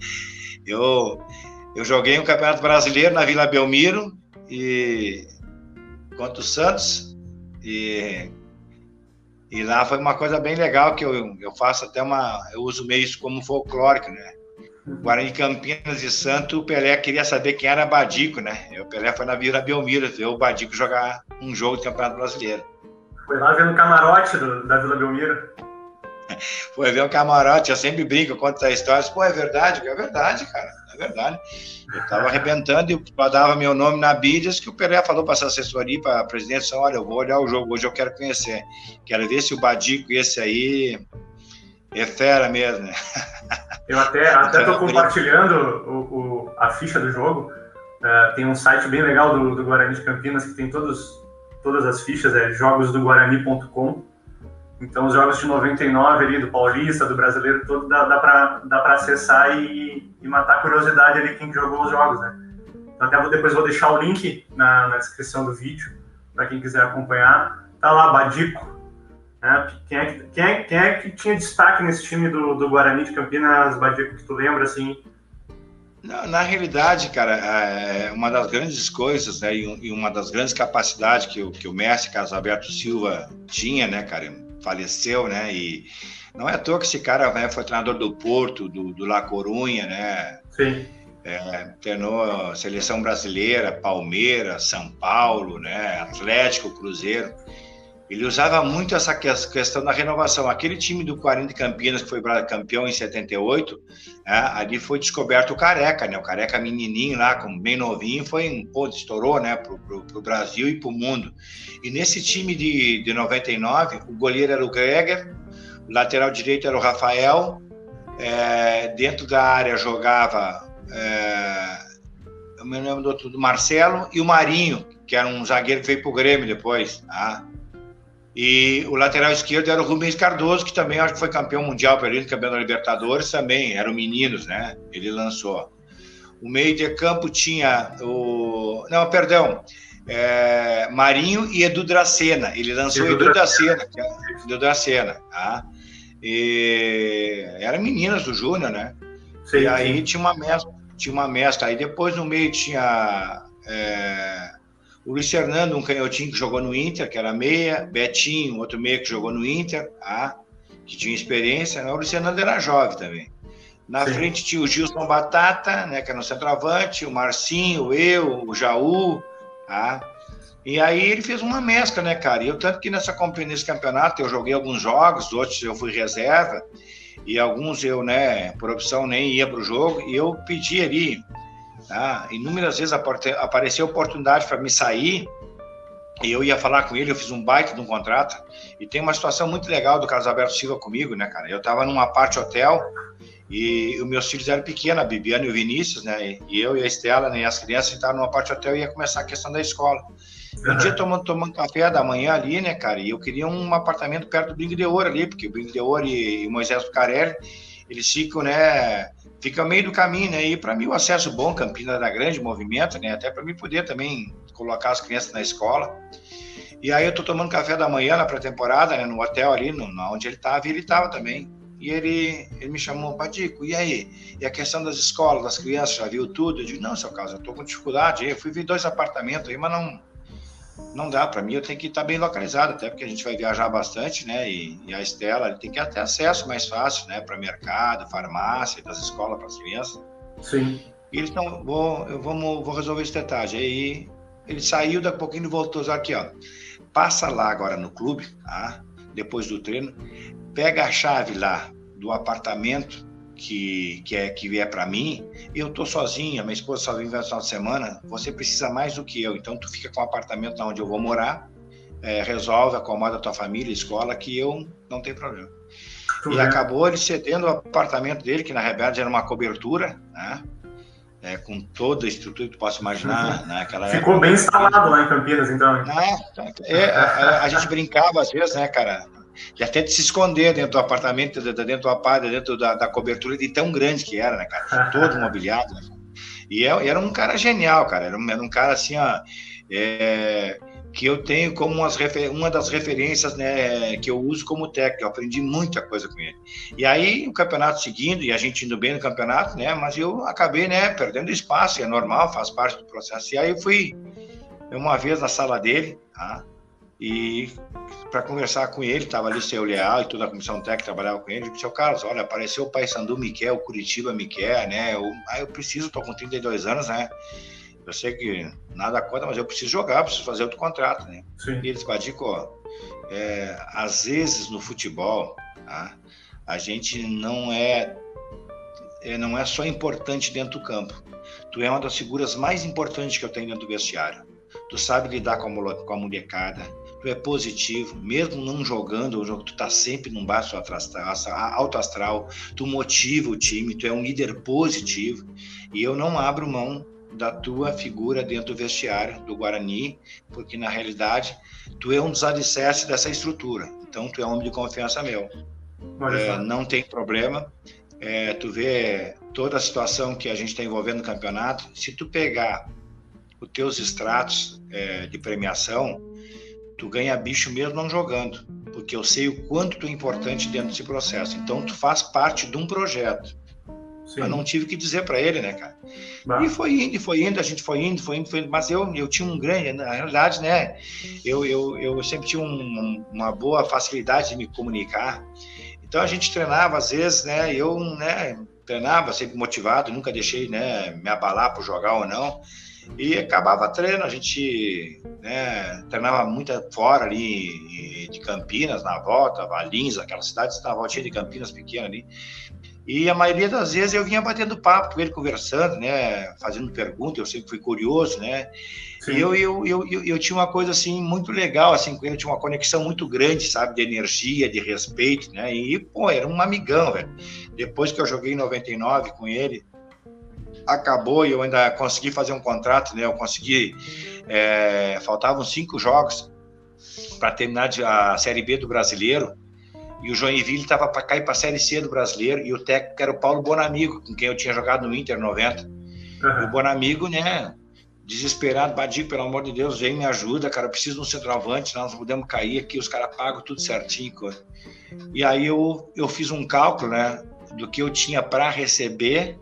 eu, eu joguei um Campeonato Brasileiro na Vila Belmiro, e contra o Santos, e, e lá foi uma coisa bem legal, que eu, eu faço até uma, eu uso meio isso como folclórico, né? Guarani Campinas e Santos, o Pelé queria saber quem era Badico, né? E o Pelé foi na Vila Belmiro ver o Badico jogar um jogo de Campeonato Brasileiro. Foi lá ver no camarote do, da Vila Belmiro. Foi ver o camarote, eu sempre brinco, eu conto essa história. Pô, é verdade? É verdade, cara, é verdade. Eu tava arrebentando e eu dava meu nome na Bídias, que o Pelé falou para essa assessoria, para a presidência, olha, eu vou olhar o jogo, hoje eu quero conhecer. Quero ver se o Badico, esse aí, é fera mesmo, né? Eu até até estou compartilhando o, o, a ficha do jogo. Uh, tem um site bem legal do, do Guarani de Campinas que tem todos, todas as fichas, é jogos do guarani ponto com. Então, os jogos de noventa e nove ali, do Paulista, do Brasileiro, todo dá, dá para dá para acessar e, e matar a curiosidade ali quem jogou os jogos, né? Então, até vou, depois vou deixar o link na, na descrição do vídeo para quem quiser acompanhar. Tá lá, Badico. É, quem, é que, quem, é, quem é que tinha destaque nesse time do, do Guarani de Campinas, Badico, que tu lembra, assim? Na, na realidade, cara, é uma das grandes coisas, né, e uma das grandes capacidades que o, que o mestre Carlos Alberto Silva tinha, né, cara, faleceu, né, e não é à toa que esse cara, né, foi treinador do Porto, do, do La Corunha, né, Sim. é, treinou a seleção brasileira, Palmeiras, São Paulo, né, Atlético, Cruzeiro. Ele usava muito essa questão da renovação. Aquele time do quarenta de Campinas, que foi campeão em setenta e oito, né, ali foi descoberto o Careca, né? O Careca menininho lá, como bem novinho, foi, pô, estourou, né, pro, pro, pro Brasil e pro mundo. E nesse time de, de noventa e nove, o goleiro era o Greger, o lateral direito era o Rafael, é, dentro da área jogava, é, eu me lembro do, outro, do Marcelo e o Marinho, que era um zagueiro que veio pro Grêmio depois, tá? E o lateral esquerdo era o Rubens Cardoso, que também acho que foi campeão mundial pelo ele, campeão da Libertadores também, eram meninos, né? Ele lançou. O meio de campo tinha o... Não, perdão, é... Marinho e Edu Dracena. Ele lançou Edu, Edu Dracena, que é... Edu Dracena, tá? E... Eram meninas do Júnior, né? Sim, e aí sim. tinha uma mescla, tinha uma mescla. Aí depois no meio tinha... É... O Luiz Fernando, um canhotinho que jogou no Inter, que era meia. Betinho, outro meia que jogou no Inter, tá? Que tinha experiência. O Luiz Fernando era jovem também. Na Sim. frente tinha o Gilson Batata, né, que era no centroavante, o Marcinho, eu, o Jaú, tá? E aí ele fez uma mescla, né, cara? E eu, tanto que nessa, nesse campeonato eu joguei alguns jogos, outros eu fui reserva, e alguns eu, né, por opção nem ia pro jogo, e eu pedi ali, tá? Inúmeras vezes apareceu oportunidade para me sair, e eu ia falar com ele, eu fiz um baita de um contrato, e tem uma situação muito legal do Carlos Alberto Silva comigo, né, cara? Eu tava numa parte hotel, e os meus filhos eram pequenos, a Bibiana e o Vinícius, né, e eu e a Estela, né, e as crianças estavam numa parte hotel e ia começar a questão da escola. Um dia tomando, tomando café da manhã ali, né, cara, e eu queria um apartamento perto do Brinco de Ouro ali, porque o Brinco de Ouro e o Moisés Bucarelli, eles ficam, né, ficam meio do caminho, né, e para mim o acesso bom, Campinas era grande movimento, né, até para mim poder também colocar as crianças na escola. E aí eu tô tomando café da manhã na pré-temporada, né, no hotel ali, no, onde ele tava, e ele tava também. E ele, ele me chamou, Padico, e aí? E a questão das escolas, das crianças, já viu tudo? Eu digo, não, seu Carlos, eu tô com dificuldade, eu fui ver dois apartamentos aí, mas não, não dá, para mim eu tenho que estar bem localizado, até porque a gente vai viajar bastante, né, e, e a Estela ele tem que ter acesso mais fácil, né, para mercado, farmácia, das escolas para as crianças. Sim. E eles estão, vou, eu vou, vou resolver esse detalhe. Aí ele saiu, daqui a pouquinho voltou, aqui, ó, passa lá agora no clube, tá? Depois do treino, pega a chave lá do apartamento que, que é, que é para mim, eu tô sozinha, minha esposa só vem no final de semana, você precisa mais do que eu, então tu fica com o apartamento onde eu vou morar, é, resolve, acomoda a tua família, escola, que eu não tenho problema. Tudo e bem. Acabou ele cedendo o apartamento dele, que na realidade era uma cobertura, né? É, com toda a estrutura que tu possa imaginar, né? Aquela Ficou época, bem instalado lá em Campinas, então. É, é, a, a gente brincava às vezes, né, cara? E até de se esconder dentro do apartamento, dentro do apado, dentro da, da cobertura de tão grande que era, né, cara? Todo mobiliado, né? E eu, era um cara genial, cara. Era um, era um cara assim, ó, é, que eu tenho como umas refer, uma das referências, né, que eu uso como técnico. Eu aprendi muita coisa com ele. E aí, o campeonato seguindo, e a gente indo bem no campeonato, né, mas eu acabei, né, perdendo espaço, é normal, faz parte do processo. E aí eu fui uma vez na sala dele, tá? E para conversar com ele, estava ali o seu Leal e toda a comissão técnica trabalhava com ele, eu disse, seu Carlos, olha, apareceu o Paysandu me quer, o Curitiba me quer, né, eu, ah, eu preciso, estou com trinta e dois anos, né, eu sei que nada conta, mas eu preciso jogar, preciso fazer outro contrato, né. Sim. E ele disse, Padico, é, às vezes no futebol, tá, a gente não é, é, não é só importante dentro do campo, tu é uma das figuras mais importantes que eu tenho dentro do vestiário, tu sabe lidar com a, com a molecada, tu é positivo, mesmo não jogando, tu tá sempre num baixo alto astral, tu motiva o time, tu é um líder positivo, e eu não abro mão da tua figura dentro do vestiário do Guarani, porque na realidade tu é um dos alicerces dessa estrutura, então tu é um homem de confiança meu. É, não tem problema, é, tu vê toda a situação que a gente está envolvendo no campeonato, se tu pegar os teus extratos é, de premiação, tu ganha bicho mesmo não jogando, porque eu sei o quanto tu é importante dentro desse processo. Então, tu faz parte de um projeto. Sim. Eu não tive que dizer para ele, né, cara? Bah. E foi indo, e foi indo, a gente foi indo, foi indo, foi indo, mas eu, eu tinha um grande, na realidade, né, eu, eu, eu sempre tinha um, uma boa facilidade de me comunicar, então a gente treinava às vezes, né, eu, né, treinava sempre motivado, nunca deixei, né, me abalar por jogar ou não, e acabava treino, a gente, né, treinava muito fora ali de Campinas, na volta, Valinhos, aquelas cidades na voltinha de Campinas pequena ali. E a maioria das vezes eu vinha batendo papo com ele, conversando, né, fazendo perguntas, eu sempre fui curioso, né. Sim. E eu, eu, eu, eu, eu tinha uma coisa, assim, muito legal, assim, com ele, eu tinha uma conexão muito grande, sabe, de energia, de respeito, né, e, pô, era um amigão, velho. Depois que eu joguei em noventa e nove com ele, acabou e eu ainda consegui fazer um contrato, né, eu consegui, é, faltavam cinco jogos para terminar a Série B do Brasileiro, e o Joinville estava para cair para a Série C do Brasileiro, e o técnico era o Paulo Bonamigo, com quem eu tinha jogado no Inter noventa. Uhum. E o Bonamigo, né, desesperado, Badico, pelo amor de Deus, vem, me ajuda, cara, eu preciso de um centroavante, nós não podemos cair aqui, os caras pagam tudo certinho. Coisa. E aí eu, eu fiz um cálculo, né, do que eu tinha para receber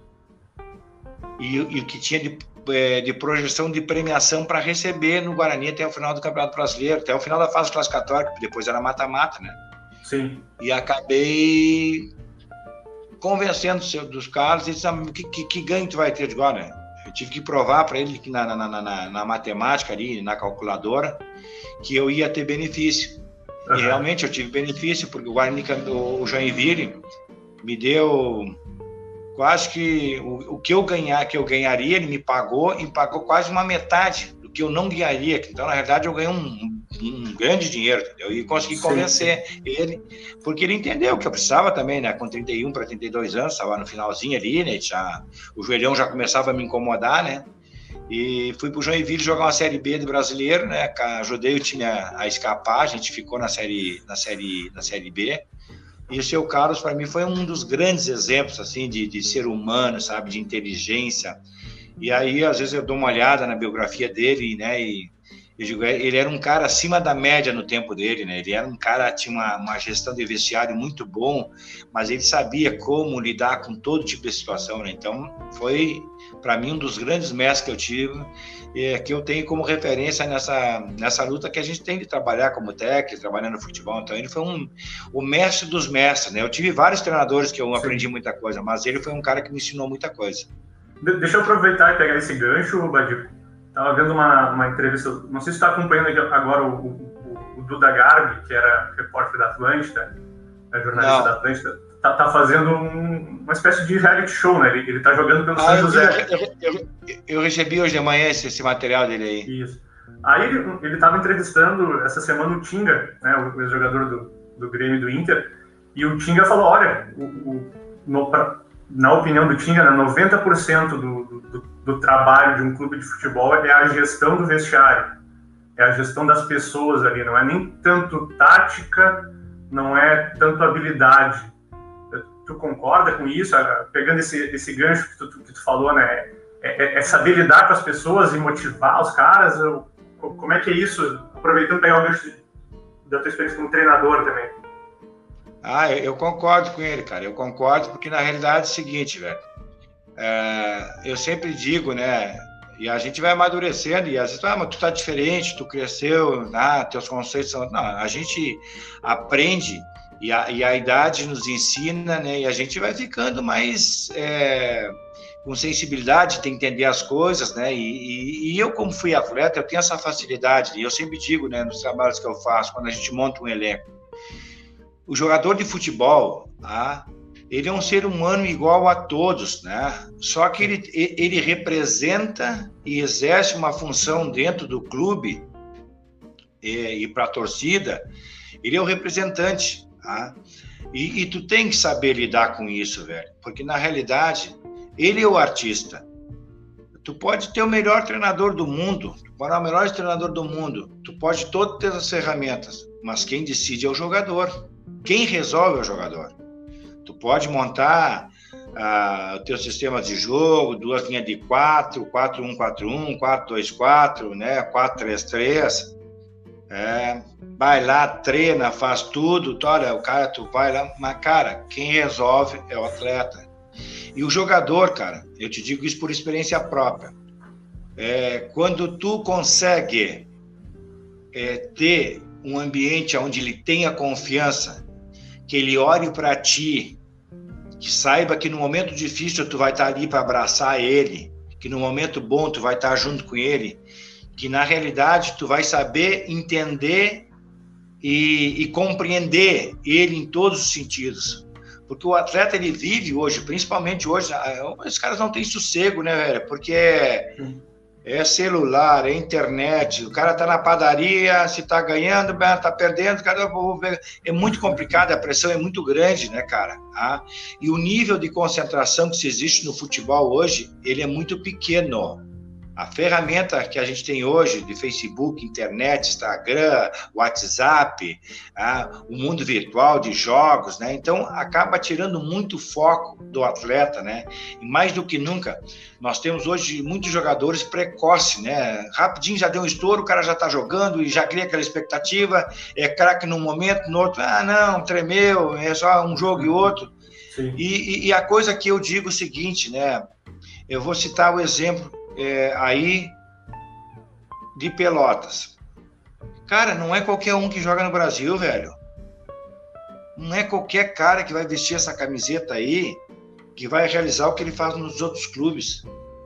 e, e o que tinha de, de projeção de premiação para receber no Guarani até o final do Campeonato Brasileiro, até o final da fase classificatória, que depois era mata-mata, né? Sim. E acabei convencendo dos caras e disse, ah, que, que, que ganho tu vai ter de agora, né? Eu tive que provar para ele que na, na, na, na, na matemática ali, na calculadora, que eu ia ter benefício. Uhum. E realmente eu tive benefício, porque o Guarani, o Joinville, me deu quase que o, o que eu ganhar, que eu ganharia, ele me pagou e pagou quase uma metade do que eu não ganharia. Então, na verdade, eu ganhei um um grande dinheiro, entendeu? E consegui sim, convencer sim. ele, porque ele entendeu que eu precisava também, né? Com trinta e um para trinta e dois anos, estava no finalzinho ali, né? Já, o joelhão já começava a me incomodar, né? E fui pro Joinville jogar uma Série B do Brasileiro, né? Ajudei o time a, a escapar, a gente ficou na série, na série, na série B. E o seu Carlos, para mim, foi um dos grandes exemplos, assim, de, de ser humano, sabe? De inteligência. E aí, às vezes, eu dou uma olhada na biografia dele, né? E eu digo, ele era um cara acima da média no tempo dele, né? Ele era um cara, tinha uma, uma gestão de vestiário muito bom, mas ele sabia como lidar com todo tipo de situação, né? Então, foi, para mim, um dos grandes mestres que eu tive, é, que eu tenho como referência nessa, nessa luta que a gente tem de trabalhar como técnico, trabalhando no futebol. Então, ele foi um, o mestre dos mestres, né? Eu tive vários treinadores que eu Sim. aprendi muita coisa, mas ele foi um cara que me ensinou muita coisa. De- deixa eu aproveitar e pegar esse gancho, Badico. Estava vendo uma, uma entrevista, não sei se está acompanhando agora o, o, o Duda Garbi, que era repórter da Atlântida, é jornalista não. da Atlântida, está tá fazendo um, uma espécie de reality show, né? Ele está jogando pelo ah, São José. Eu, eu, eu, eu recebi hoje de manhã esse, esse material dele aí. Isso. Aí ele estava entrevistando essa semana o Tinga, né, o ex-jogador do, do Grêmio e do Inter, e o Tinga falou, olha, o, o, no, pra, na opinião do Tinga, né, noventa por cento do, do, do trabalho de um clube de futebol é a gestão do vestiário, é a gestão das pessoas ali, não é nem tanto tática, não é tanto habilidade. Tu concorda com isso? Pegando esse, esse gancho que tu, que tu falou, né, é, é saber lidar com as pessoas e motivar os caras? Como é que é isso? Aproveitando pegar o gancho da tua experiência como treinador também. Ah, eu concordo com ele, cara. Eu concordo porque, na realidade, é o seguinte, velho. É, eu sempre digo, né? E a gente vai amadurecendo e às vezes, ah, mas tu tá diferente, tu cresceu, ah, teus conceitos são... Não, a gente aprende e a, e a idade nos ensina, né? E a gente vai ficando mais... É, com sensibilidade de entender as coisas, né? E, e, e eu, como fui atleta, eu tenho essa facilidade. E eu sempre digo, né, nos trabalhos que eu faço, quando a gente monta um elenco, o jogador de futebol, tá? Ele é um ser humano igual a todos, né? Só que ele, ele representa e exerce uma função dentro do clube e, e para a torcida, ele é o representante, tá? E, e tu tem que saber lidar com isso, velho, porque na realidade ele é o artista. Tu pode ter o melhor treinador do mundo, tu pode ter o melhor treinador do mundo, tu pode todas ter as ferramentas, mas quem decide é o jogador. Quem resolve é o jogador. Tu pode montar ah, o teu sistema de jogo, duas linhas de quatro, quatro um quatro um, quatro dois quatro, né, quatro três três. É, vai lá, treina, faz tudo, tu, olha, o cara, tu vai lá, mas cara, quem resolve é o atleta. E o jogador, cara, eu te digo isso por experiência própria, é, quando tu consegue é, ter um ambiente onde ele tenha confiança, que ele olhe para ti, que saiba que no momento difícil tu vai estar ali para abraçar ele, que no momento bom tu vai estar junto com ele, que na realidade tu vai saber entender e, e compreender ele em todos os sentidos. Porque o atleta, ele vive hoje, principalmente hoje, os caras não têm sossego, né, velho? Porque é, é celular, é internet, o cara tá na padaria, se tá ganhando, tá perdendo, cara, é muito complicado, a pressão é muito grande, né, cara? Ah, e o nível de concentração que se existe no futebol hoje, ele é muito pequeno. A ferramenta que a gente tem hoje de Facebook, internet, Instagram, WhatsApp, ah, o mundo virtual de jogos, né? Então, acaba tirando muito foco do atleta, né? E mais do que nunca, nós temos hoje muitos jogadores precoces, né? Rapidinho já deu um estouro, o cara já tá jogando e já cria aquela expectativa, é craque num momento, no outro, ah, não, tremeu, é só um jogo e outro. E, e, e a coisa que eu digo é o seguinte, né? Eu vou citar o exemplo É, aí de Pelotas. Cara, não é qualquer um que joga no Brasil, velho. Não é qualquer cara que vai vestir essa camiseta aí que vai realizar o que ele faz nos outros clubes.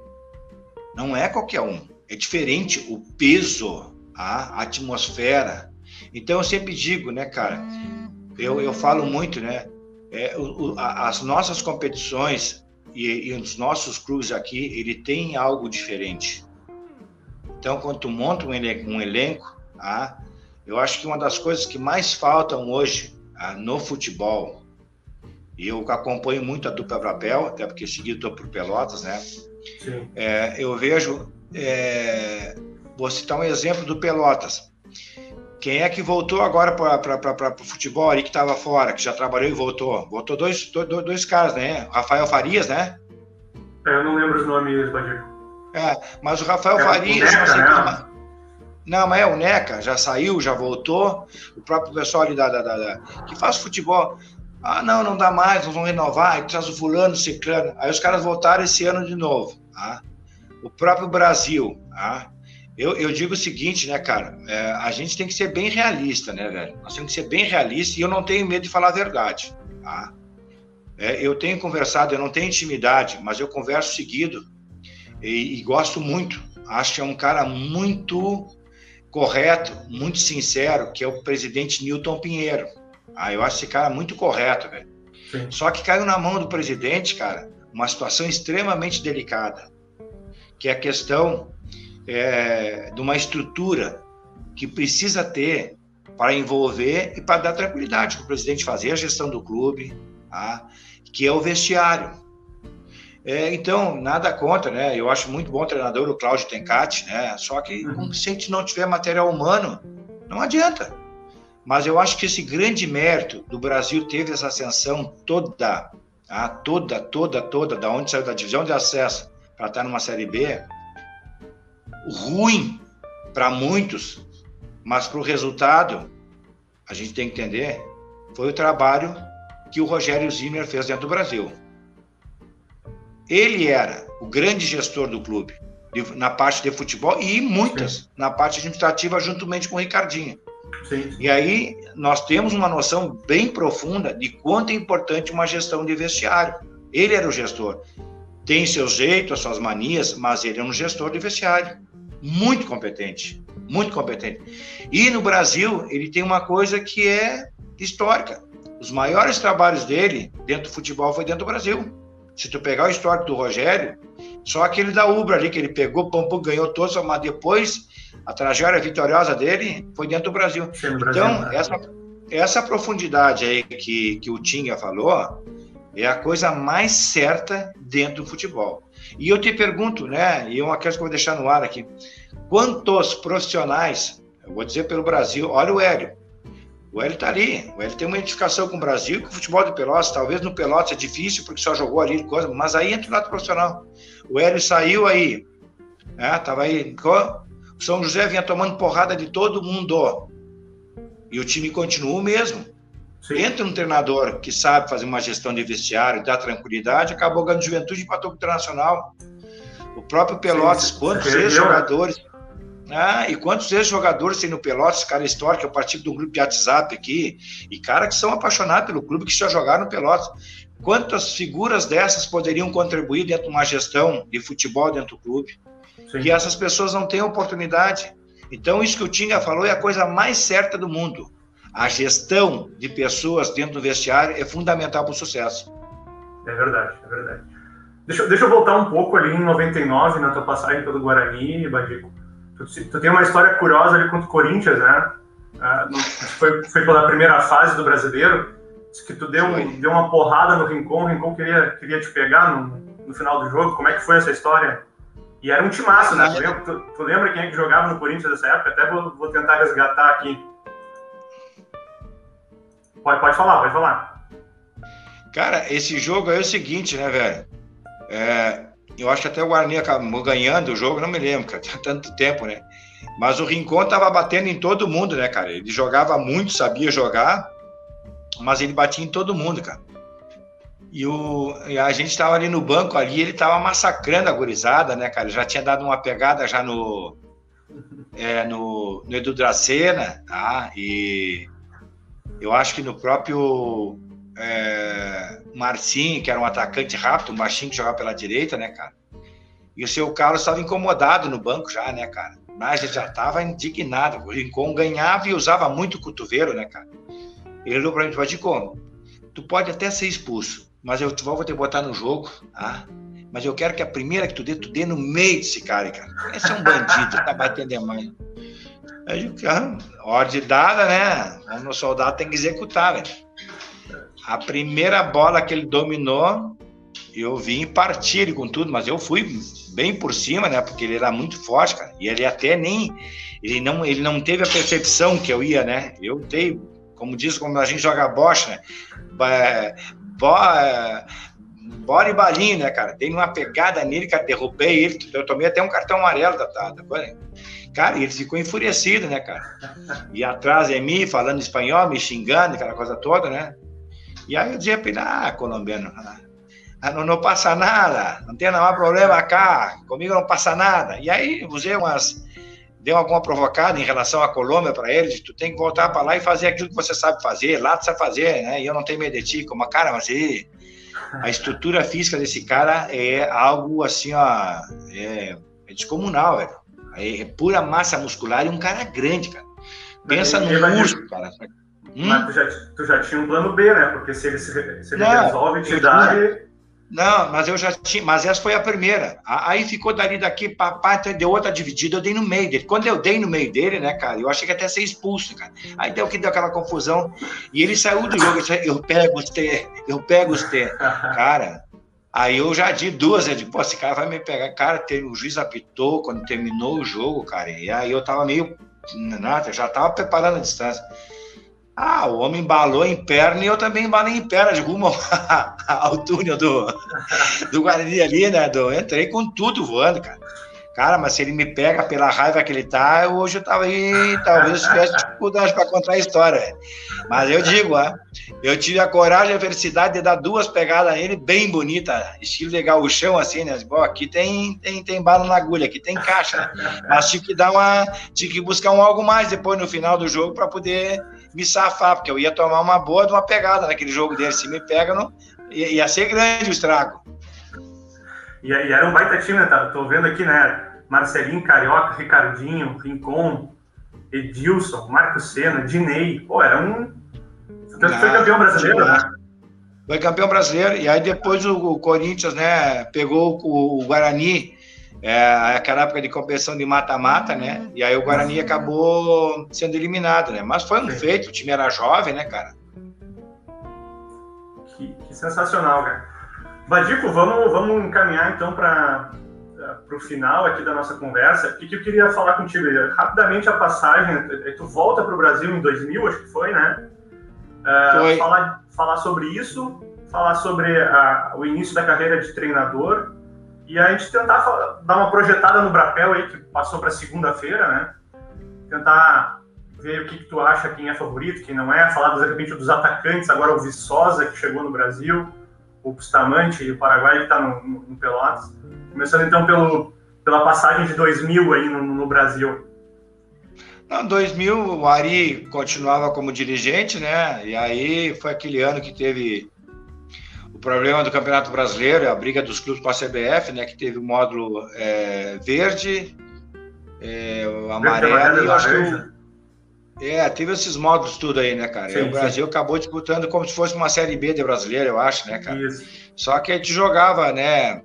Não é qualquer um. É diferente o peso, a atmosfera. Então eu sempre digo, né, cara, eu, eu falo muito, né, é, o, o, as nossas competições E, e os nossos clubes aqui, ele tem algo diferente. Então, quando tu monta um elenco, um elenco ah, eu acho que uma das coisas que mais faltam hoje ah, no futebol, e eu acompanho muito a dupla Brapel, até porque seguido estou por Pelotas, né? Sim. É, eu vejo, é, vou citar um exemplo do Pelotas. Quem é que voltou agora para o futebol ali que estava fora, que já trabalhou e voltou? Voltou dois, dois, dois caras, né? Rafael Farias, né? Eu não lembro os nomes, Badir. É, mas o Rafael é Farias... O Neca, não, né? Não, mas é o Neca, já saiu, já voltou. O próprio pessoal ali da, da, da, da, que faz futebol. Ah, não, não dá mais, nós vamos renovar, aí traz o fulano, o ciclano. Aí os caras voltaram esse ano de novo. Tá? O próprio Brasil, tá? Eu, eu digo o seguinte, né, cara, é, a gente tem que ser bem realista, né, velho? Nós temos que ser bem realista e eu não tenho medo de falar a verdade, tá? É, eu tenho conversado, eu não tenho intimidade, mas eu converso seguido e, e gosto muito. Acho que é um cara muito correto, muito sincero, que é o presidente Nilton Pinheiro. Ah, eu acho esse cara muito correto, velho. Sim. Só que caiu na mão do presidente, cara, uma situação extremamente delicada, que é a questão... É, de uma estrutura que precisa ter para envolver e para dar tranquilidade para o presidente fazer a gestão do clube, tá? Que é o vestiário. É, então, nada contra, né? Eu acho muito bom o treinador, o Cláudio Tencati, né? Só que uhum. se a gente não tiver material humano, não adianta. Mas eu acho que esse grande mérito do Brasil teve essa ascensão toda, tá? toda, toda, toda, da onde saiu da divisão de acesso para estar numa Série B, ruim para muitos, mas para o resultado, a gente tem que entender, foi o trabalho que o Rogério Zimmer fez dentro do Brasil. Ele era o grande gestor do clube, de, na parte de futebol e muitas Sim. na parte administrativa, juntamente com o Ricardinho. Sim. E aí nós temos uma noção bem profunda de quanto é importante uma gestão de vestiário. Ele era o gestor. Tem seu jeito, as suas manias, mas ele é um gestor de vestiário. Muito competente, muito competente. E no Brasil, ele tem uma coisa que é histórica. Os maiores trabalhos dele dentro do futebol foi dentro do Brasil. Se tu pegar o histórico do Rogério, só aquele da Ubra ali, que ele pegou, pum, pum, ganhou todos, mas depois a trajetória vitoriosa dele foi dentro do Brasil. Sim, Brasil então, né? essa, essa profundidade aí que, que o Tinga falou é a coisa mais certa dentro do futebol. E eu te pergunto, né, e uma coisa que eu vou deixar no ar aqui, quantos profissionais, eu vou dizer pelo Brasil, olha o Hélio, o Hélio tá ali, o Hélio tem uma identificação com o Brasil, com o futebol de Pelotas, talvez no Pelotas é difícil, porque só jogou ali, coisa, mas aí entra o lado profissional. O Hélio saiu aí, né, tava aí, o São José vinha tomando porrada de todo mundo, e o time continua o mesmo. Sim. Entra um treinador que sabe fazer uma gestão de vestiário, dá tranquilidade, acabou ganhando Juventude e empatou com o Internacional. O próprio Pelotas, sim, quantos ex-jogadores... Ah, e quantos ex-jogadores tem no Pelotas, cara histórico, eu participo de um grupo de WhatsApp aqui, e cara que são apaixonados pelo clube, que já jogaram no Pelotas. Quantas figuras dessas poderiam contribuir dentro de uma gestão de futebol dentro do clube? Sim. E essas pessoas não têm oportunidade. Então, isso que o Tinga falou é a coisa mais certa do mundo. A gestão de pessoas dentro do vestiário é fundamental para o sucesso. É verdade, é verdade. Deixa, deixa eu voltar um pouco ali em noventa e nove, na tua passagem pelo Guarani, Badico. Tu, tu tem uma história curiosa ali contra o Corinthians, né? Ah, no, foi, foi pela primeira fase do Brasileiro. Diz que tu deu, deu uma porrada no Rincon, o Rincon queria, queria te pegar no, no final do jogo. Como é que foi essa história? E era um timaço, né? Tu lembra, tu, tu lembra quem é que jogava no Corinthians nessa época? Até vou, vou tentar resgatar aqui. Pode, pode falar, pode falar. Cara, esse jogo é o seguinte, né, velho? É, eu acho que até o Guarani acabou ganhando o jogo, não me lembro, cara, tinha tanto tempo, né? Mas o Rincon tava batendo em todo mundo, né, cara? Ele jogava muito, sabia jogar, mas ele batia em todo mundo, cara. E, o, e a gente tava ali no banco ali, ele tava massacrando a gurizada, né, cara? Já tinha dado uma pegada já no, é, no, no Edu Dracena, tá? E eu acho que no próprio é, Marcinho, que era um atacante rápido, um baixinho que jogava pela direita, né, cara? E o seu Carlos estava incomodado no banco já, né, cara? Mas ele já estava indignado. O Rincon ganhava e usava muito o cotovelo, né, cara? Ele olhou pra mim e falou, Rincon, tu pode até ser expulso, mas eu vou te botar no jogo, tá? Mas eu quero que a primeira que tu dê, tu dê no meio desse cara, cara. Esse é um bandido, tá batendo demais. Aí o cara, ordem dada, né? O meu soldado tem que executar, velho. A primeira bola que ele dominou, eu vim partir ele com tudo, mas eu fui bem por cima, né? Porque ele era muito forte, cara. E ele até nem... Ele não, ele não teve a percepção que eu ia, né? Eu dei, como diz, como a gente joga bocha, né? Bo, bora e balinho, né, cara? Dei uma pegada nele, cara, derrubei ele. Eu tomei até um cartão amarelo da, da, da coisa. Cara, e ele ficou enfurecido, né, cara? E atrás de mim, falando espanhol, me xingando, aquela coisa toda, né? E aí eu dizia pra ele, ah, colombiano, não, não passa nada, não tem nenhum problema cá, comigo não passa nada. E aí usei umas, deu alguma provocada em relação à Colômbia para ele, tu tem que voltar para lá e fazer aquilo que você sabe fazer, lá tu sabe fazer, né? E eu não tenho medo de ti, como, cara, mas ele, a estrutura física desse cara é algo assim, ó, é, é descomunal, velho. É, é pura massa muscular e um cara grande, cara. Pensa no urso, cara. Hum? Mas tu já, tu já tinha um plano B, né? Porque se ele, se, se ele não, resolve te dar... Ele... Não, mas eu já tinha... Mas essa foi a primeira. Aí ficou dali daqui, papai, deu outra dividida, eu dei no meio dele. Quando eu dei no meio dele, né, cara, eu achei que até ser expulso, cara. Aí deu que deu aquela confusão. E ele saiu do jogo, eu disse, eu pego os T, eu pego os T. Cara, aí eu já di duas, eu digo, pô, esse cara vai me pegar. Cara, o juiz apitou quando terminou o jogo, cara. E aí eu tava meio... Nada, já tava preparando a distância. Ah, o homem embalou em perna e eu também embalei em perna, de rumo ao túnel do, do Guarani ali, né? Do, entrei com tudo voando, cara. Cara, mas se ele me pega pela raiva que ele tá, hoje eu tava aí, talvez eu tivesse dificuldade para contar a história. Véio. Mas eu digo, ó, eu tive a coragem e a felicidade de dar duas pegadas nele, bem bonita, estilo de gauchão, assim, né? Bom, aqui tem, tem, tem bala na agulha, aqui tem caixa, né? Mas tive que dar uma, tive que buscar um algo mais depois no final do jogo para poder me safar, porque eu ia tomar uma boa de uma pegada naquele jogo dele. Se me pega, não, ia ser grande o estrago. E, e era um baita time, né? Tô vendo aqui, né? Marcelinho, Carioca, Ricardinho, Rincon, Edilson, Marcos Senna, Dinei. Pô, era um... Você ah, foi campeão brasileiro, né? Foi campeão brasileiro. E aí depois o, o Corinthians, né, pegou o, o Guarani, é, aquela época de competição de mata-mata, né? E aí o Guarani acabou sendo eliminado, né? Mas foi um feito, o time era jovem, né, cara? Que, que sensacional, cara. Badico, vamos, vamos encaminhar então para o final aqui da nossa conversa. O que, que eu queria falar contigo? Rapidamente a passagem, tu volta para o Brasil em dois mil, acho que foi, né? Uh, foi. Falar, falar sobre isso, falar sobre a, o início da carreira de treinador e a gente tentar falar, dar uma projetada no Brapel aí, que passou para segunda-feira, né? Tentar ver o que, que tu acha, quem é favorito, quem não é, falar, de repente, dos atacantes, agora o Viçosa, que chegou no Brasil, o Bustamante, o Paraguai, que está no, no, no Pelotas. Começando, então, pelo, pela passagem de dois mil aí no, no Brasil. Em dois mil, o Ari continuava como dirigente, né? E aí foi aquele ano que teve o problema do Campeonato Brasileiro, a briga dos clubes com a C B F, né? Que teve o módulo é, verde, é, o amarelo, e eu acho que o, é, teve esses módulos tudo aí, né, cara? Sim, e o Brasil sim. acabou disputando como se fosse uma Série B de brasileiro, eu acho, né, cara? Isso. Só que a gente jogava, né?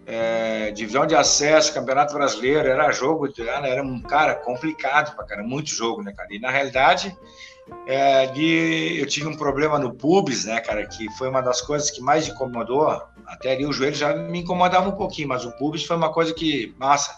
É, divisão de acesso, Campeonato Brasileiro, era jogo, era um cara complicado pra cara, muito jogo, né, cara? E na realidade, é, de, eu tive um problema no pubis, né, cara, que foi uma das coisas que mais incomodou. Até ali o joelho já me incomodava um pouquinho, mas o pubis foi uma coisa que, massa,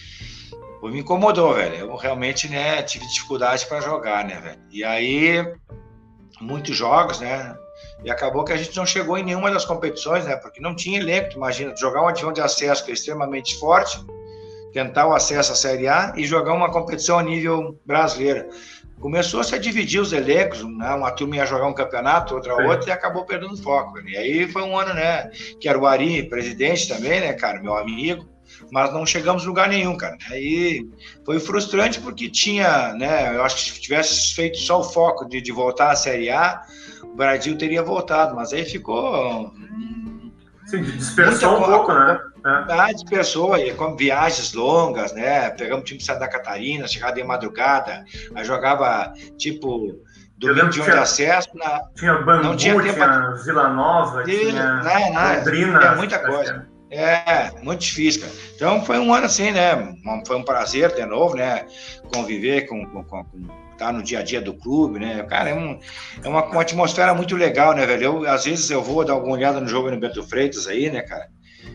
me incomodou, velho. Eu realmente, né, tive dificuldade para jogar, né, velho? E aí, muitos jogos, né? E acabou que a gente não chegou em nenhuma das competições, né? Porque não tinha elenco, tu imagina, jogar uma divisão de acesso que é extremamente forte, tentar o acesso à Série A e jogar uma competição a nível brasileiro. Começou-se a dividir os elencos, né? Uma turma ia jogar um campeonato, outra Sim. outra, e acabou perdendo o foco. Né? E aí foi um ano, né? Que era o Ari, presidente também, né, cara? Meu amigo. Mas não chegamos em lugar nenhum, cara. Aí foi frustrante porque tinha, né? Eu acho que se tivesse feito só o foco de, de voltar à Série A, o Brasil teria voltado, mas aí ficou... Sim, dispersou um pouco, né? Ah, dispersou, e com viagens longas, né? Pegamos o time de Santa Catarina, chegava de madrugada, aí jogava, tipo, domingo de acesso. Na... Tinha Bangu, não tinha, tempo... tinha Vila Nova, e... tinha Londrina. Tinha muita coisa. É, muito difícil, cara. Então foi um ano assim, né? Foi um prazer de novo, né? Conviver com... com, com, com tá no dia a dia do clube, né? Cara, é, um, é uma, uma atmosfera muito legal, né, velho? Eu, às vezes eu vou dar alguma olhada no jogo no Bento Freitas aí, né, cara?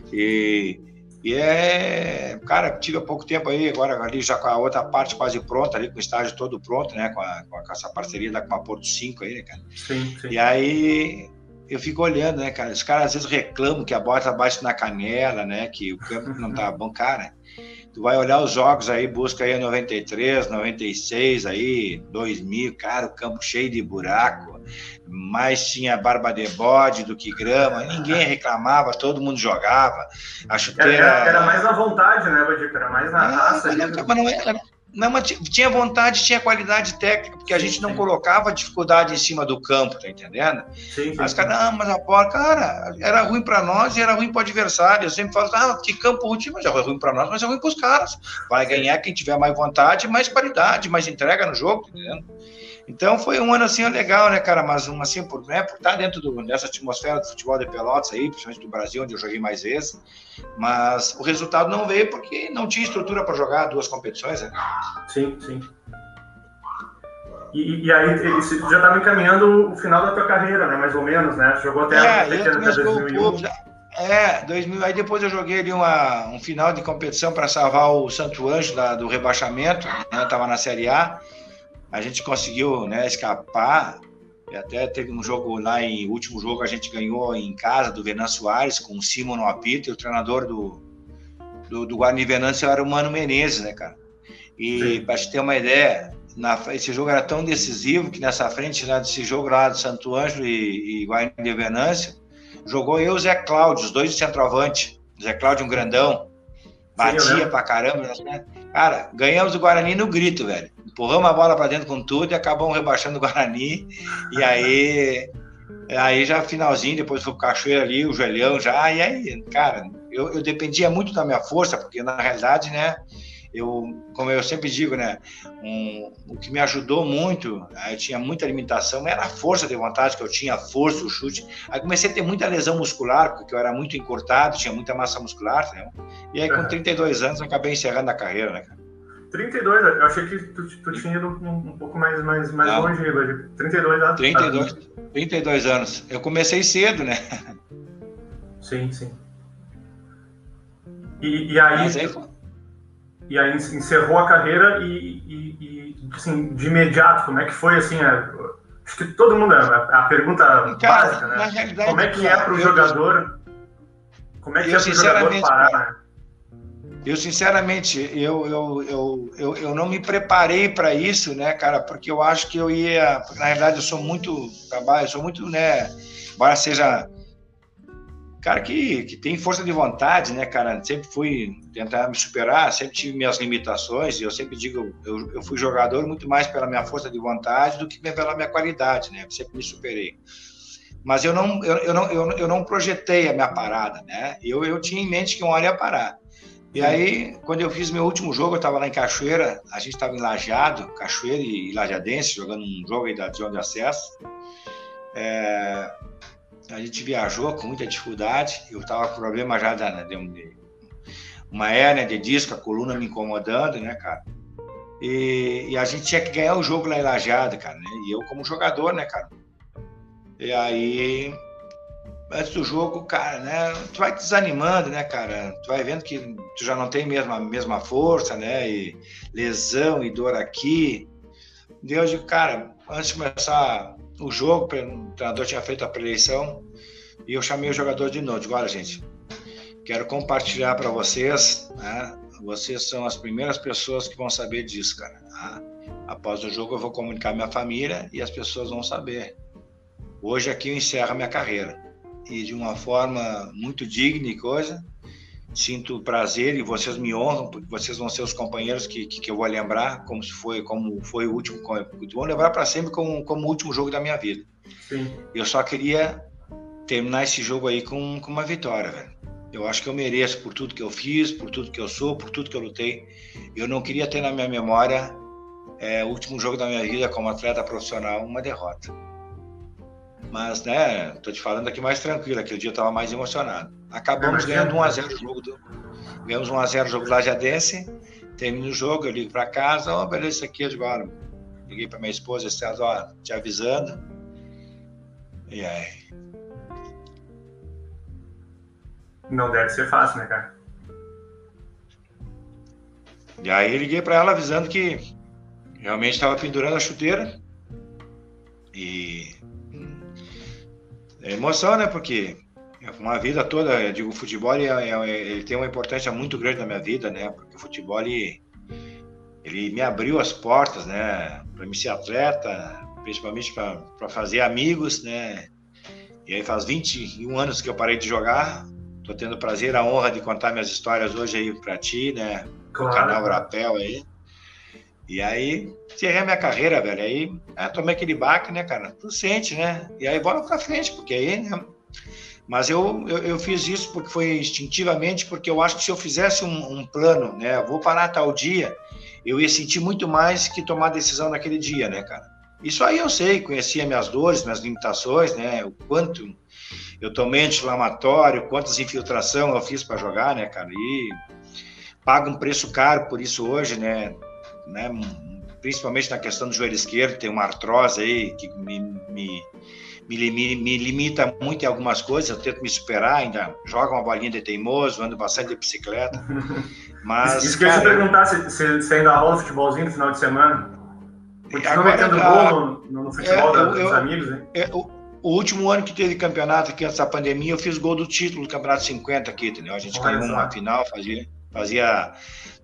E, e é... Cara, tive há pouco tempo aí, agora ali já com a outra parte quase pronta, ali com o estágio todo pronto, né? Com, a, com, a, com essa parceria da com a Porto cinco aí, né, cara? Sim, sim. E aí... eu fico olhando, né, cara? Os caras às vezes reclamam que a bota bate na canela, né? Que o campo não tá bom. Cara, tu vai olhar os jogos aí, busca aí noventa e três, noventa e seis, aí, dois mil, cara, o campo cheio de buraco, mais tinha barba de bode do que grama, ninguém reclamava, todo mundo jogava. A chuteira... Era, era mais na vontade, né, Badico? Era mais na raça. Não, não, mas não era... Não, mas tinha vontade, tinha qualidade técnica, porque a sim, gente não sim. colocava dificuldade em cima do campo, tá entendendo? Sim, sim, mas, cara, ah, mas a bola, cara, era ruim pra nós e era ruim pro adversário. Eu sempre falo, ah, que campo ruim, mas é ruim pra nós, mas é ruim pros caras. Vai ganhar quem tiver mais vontade, mais qualidade, mais entrega no jogo, tá entendendo? Então foi um ano assim legal, né, cara? Mas um assim, por, né, por estar dentro do, dessa atmosfera do futebol de Pelotas aí, principalmente do Brasil, onde eu joguei mais vezes. Mas o resultado não veio porque não tinha estrutura para jogar duas competições, né? Sim, sim. E, e aí você já estava encaminhando o final da tua carreira, né? Mais ou menos, né? Você jogou até é, a pequena dois mil e um. É, dois mil, aí depois eu joguei ali uma, um final de competição para salvar o Santo Anjo da, do rebaixamento, né? Tava na Série A. A gente conseguiu, né, escapar, e até teve um jogo lá, em o último jogo a gente ganhou em casa do Venan Soares, com o Simon no apito, e o treinador do, do, do Guarani Venâncio era o Mano Menezes, né, cara? E para te ter uma ideia, na, esse jogo era tão decisivo que nessa frente, né, desse jogo lá do Santo Ângelo e, e Guarani de Venâncio, jogou eu e o Zé Cláudio, os dois de centroavante. O Zé Cláudio, um grandão, batia Sim, pra caramba, né? Cara, ganhamos o Guarani no grito, velho. Empurramos a bola pra dentro com tudo e acabamos rebaixando o Guarani. E aí, aí já finalzinho, depois foi pro Cachoeira ali, o joelhão já. E aí, cara, eu, eu dependia muito da minha força, porque na realidade, né, eu, como eu sempre digo, né, um, o que me ajudou muito, eu tinha muita limitação, era a força de vontade que eu tinha, a força, o chute. Aí comecei a ter muita lesão muscular, porque eu era muito encurtado, tinha muita massa muscular, né? E aí com trinta e dois anos eu acabei encerrando a carreira, né, cara? trinta e dois, eu achei que tu, tu tinha ido um, um pouco mais, mais, mais longe, trinta e dois anos. trinta e dois, trinta e dois anos. Eu comecei cedo, né? Sim, sim. E, e aí... Mas aí foi... E aí encerrou a carreira e, e, e assim, de imediato, como é que foi, assim, a, acho que todo mundo, a, a pergunta Cara, básica, né? Como é que é para o jogador, como é que é para o jogador parar, né? Eu, sinceramente, eu, eu, eu, eu, eu não me preparei para isso, né, cara, porque eu acho que eu ia... Porque, na realidade, eu sou muito... Eu sou muito, né, embora seja... Cara que, que tem força de vontade, né, cara? Sempre fui tentar me superar, sempre tive minhas limitações, e eu sempre digo, eu, eu fui jogador muito mais pela minha força de vontade do que pela minha qualidade, né? Eu sempre me superei. Mas eu não, eu, eu não, eu, eu não projetei a minha parada, né? Eu, eu tinha em mente que uma hora ia parar. E aí, quando eu fiz meu último jogo, eu estava lá em Cachoeira, a gente estava em Lajeado, Cachoeira e Lajadense, jogando um jogo aí da zona de acesso. É, a gente viajou com muita dificuldade, eu estava com problema já de, de uma hérnia de disco, a coluna me incomodando, né, cara? E, e a gente tinha que ganhar o jogo lá em Lajeado, cara, né? E eu como jogador, né, cara? E aí... Antes do jogo, cara, né, tu vai desanimando, né, cara, tu vai vendo que tu já não tem mesmo a mesma força, né, e lesão e dor aqui. Deus, digo, cara, antes de começar o jogo, o treinador tinha feito a preleição e eu chamei o jogador de novo, digo, olha, gente, quero compartilhar para vocês, né, vocês são as primeiras pessoas que vão saber disso, cara. Tá? Após o jogo eu vou comunicar minha família e as pessoas vão saber. Hoje aqui eu encerro a minha carreira. E de uma forma muito digna e coisa, sinto prazer e vocês me honram, porque vocês vão ser os companheiros que, que, que eu vou lembrar como se foi, como foi o último, vou lembrar para sempre como, como o último jogo da minha vida. Sim. Eu só queria terminar esse jogo aí com, com uma vitória, velho. Eu acho que eu mereço por tudo que eu fiz, por tudo que eu sou, por tudo que eu lutei. Eu não queria ter na minha memória é, o último jogo da minha vida como atleta profissional, uma derrota. Mas, né, tô te falando aqui mais tranquilo, aquele dia eu tava mais emocionado. Acabamos ganhando um a zero o jogo do... Ganhamos um a zero o jogo do Lajadense, termina o jogo, eu ligo pra casa, ó, oh, beleza, isso aqui, eu digo, olha, liguei pra minha esposa, ó, te avisando. E aí? Não deve ser fácil, né, cara? E aí liguei pra ela avisando que realmente tava pendurando a chuteira e... É emoção, né? Porque uma vida toda, eu digo, o futebol ele, ele tem uma importância muito grande na minha vida, né? Porque o futebol ele, ele me abriu as portas, né? Para me ser atleta, principalmente para fazer amigos, né? E aí faz vinte e um anos que eu parei de jogar. Tô tendo o prazer, a honra de contar minhas histórias hoje aí para ti, né? Claro. No canal Rapel aí. E aí, encerrei a minha carreira, velho. Aí, ah, tomei aquele baque, né, cara? Tu sente, né? E aí, bora pra frente, porque aí, né? Mas eu, eu, eu fiz isso porque foi instintivamente, porque eu acho que se eu fizesse um, um plano, né? Vou parar tal dia, eu ia sentir muito mais que tomar decisão naquele dia, né, cara? Isso aí eu sei, conhecia minhas dores, minhas limitações, né? O quanto eu tomei anti-inflamatório, quantas infiltração eu fiz para jogar, né, cara? E pago um preço caro por isso hoje, né? Né, principalmente na questão do joelho esquerdo, tem uma artrose aí que me, me, me, me limita muito em algumas coisas, eu tento me superar, ainda jogo uma bolinha de teimoso, ando bastante de bicicleta, mas... Isso que eu ia te perguntar, se, se, se ainda rola futebolzinho no final de semana? Continua metendo gol no, no futebol é, dos eu, amigos, hein? É, o, o último ano que teve campeonato aqui antes da pandemia, eu fiz gol do título do Campeonato cinquenta aqui, entendeu? A gente Olha ganhou uma final, fazia... fazia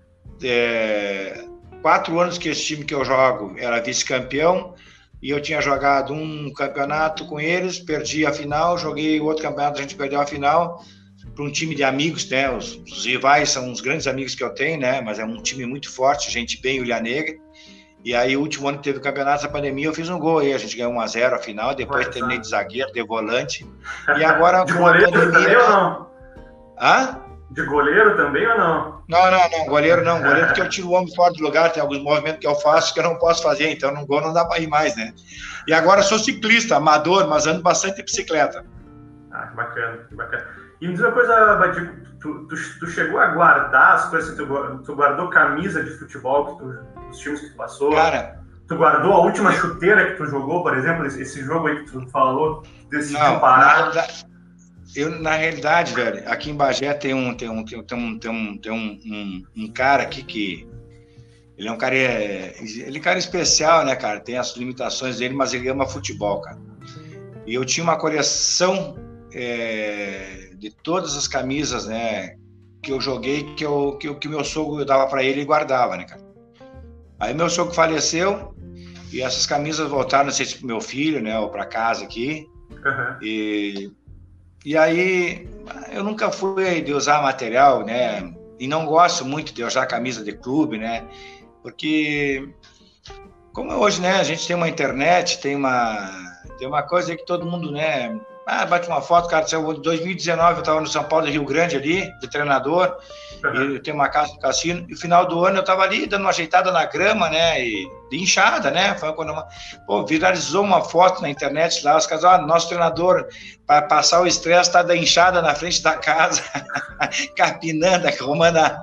é, quatro anos que esse time que eu jogo era vice-campeão e eu tinha jogado um campeonato com eles, perdi a final, joguei outro campeonato, a gente perdeu a final para um time de amigos, né? Os, os rivais são uns grandes amigos que eu tenho, né? Mas é um time muito forte, gente bem, Ilha Negra. E aí, o último ano que teve o campeonato da pandemia, eu fiz um gol aí, a gente ganhou um a zero a final, depois Mas, terminei de zagueiro, de volante. E agora de goleiro pandemia, também ou não? Hã? De goleiro também ou não? Não, não, não, goleiro não, goleiro porque eu tiro o homem fora do lugar, tem alguns movimentos que eu faço que eu não posso fazer, então no gol não dá para ir mais, né? E agora sou ciclista, amador, mas ando bastante de bicicleta. Ah, que bacana, que bacana. E me diz uma coisa, Badico, tu, tu, tu chegou a guardar as coisas, tu, tu guardou camisa de futebol, que tu, os times que tu passou? Cara... Tu guardou a última chuteira que tu jogou, por exemplo, esse, esse jogo aí que tu falou, decidiu não, parar? Na, eu, na realidade, velho, aqui em Bagé tem um, tem um, tem um, tem um, tem um, tem um, um, um cara aqui que... Ele é um cara, ele é um cara especial, né, cara? Tem as limitações dele, mas ele ama futebol, cara. E eu tinha uma coleção... É, de todas as camisas, né, que eu joguei, que, eu, que, que o meu sogro dava para ele e guardava, né, cara? Aí meu sogro faleceu e essas camisas voltaram, não sei se pro meu filho, né, ou para casa aqui. Uhum. E, e aí eu nunca fui de usar material, né? E não gosto muito de usar camisa de clube, né? Porque como hoje, né, a gente tem uma internet, tem uma, tem uma coisa que todo mundo, né? Ah, bate uma foto, cara, em dois mil e dezenove eu estava no São Paulo, Rio Grande ali, de treinador, uhum. E tem uma casa no cassino, e no final do ano eu estava ali dando uma ajeitada na grama, né, e de inchada, né, foi quando uma, pô, viralizou uma foto na internet lá, os caras, ó, nosso treinador, para passar o estresse, está da inchada na frente da casa, capinando, arrumando a...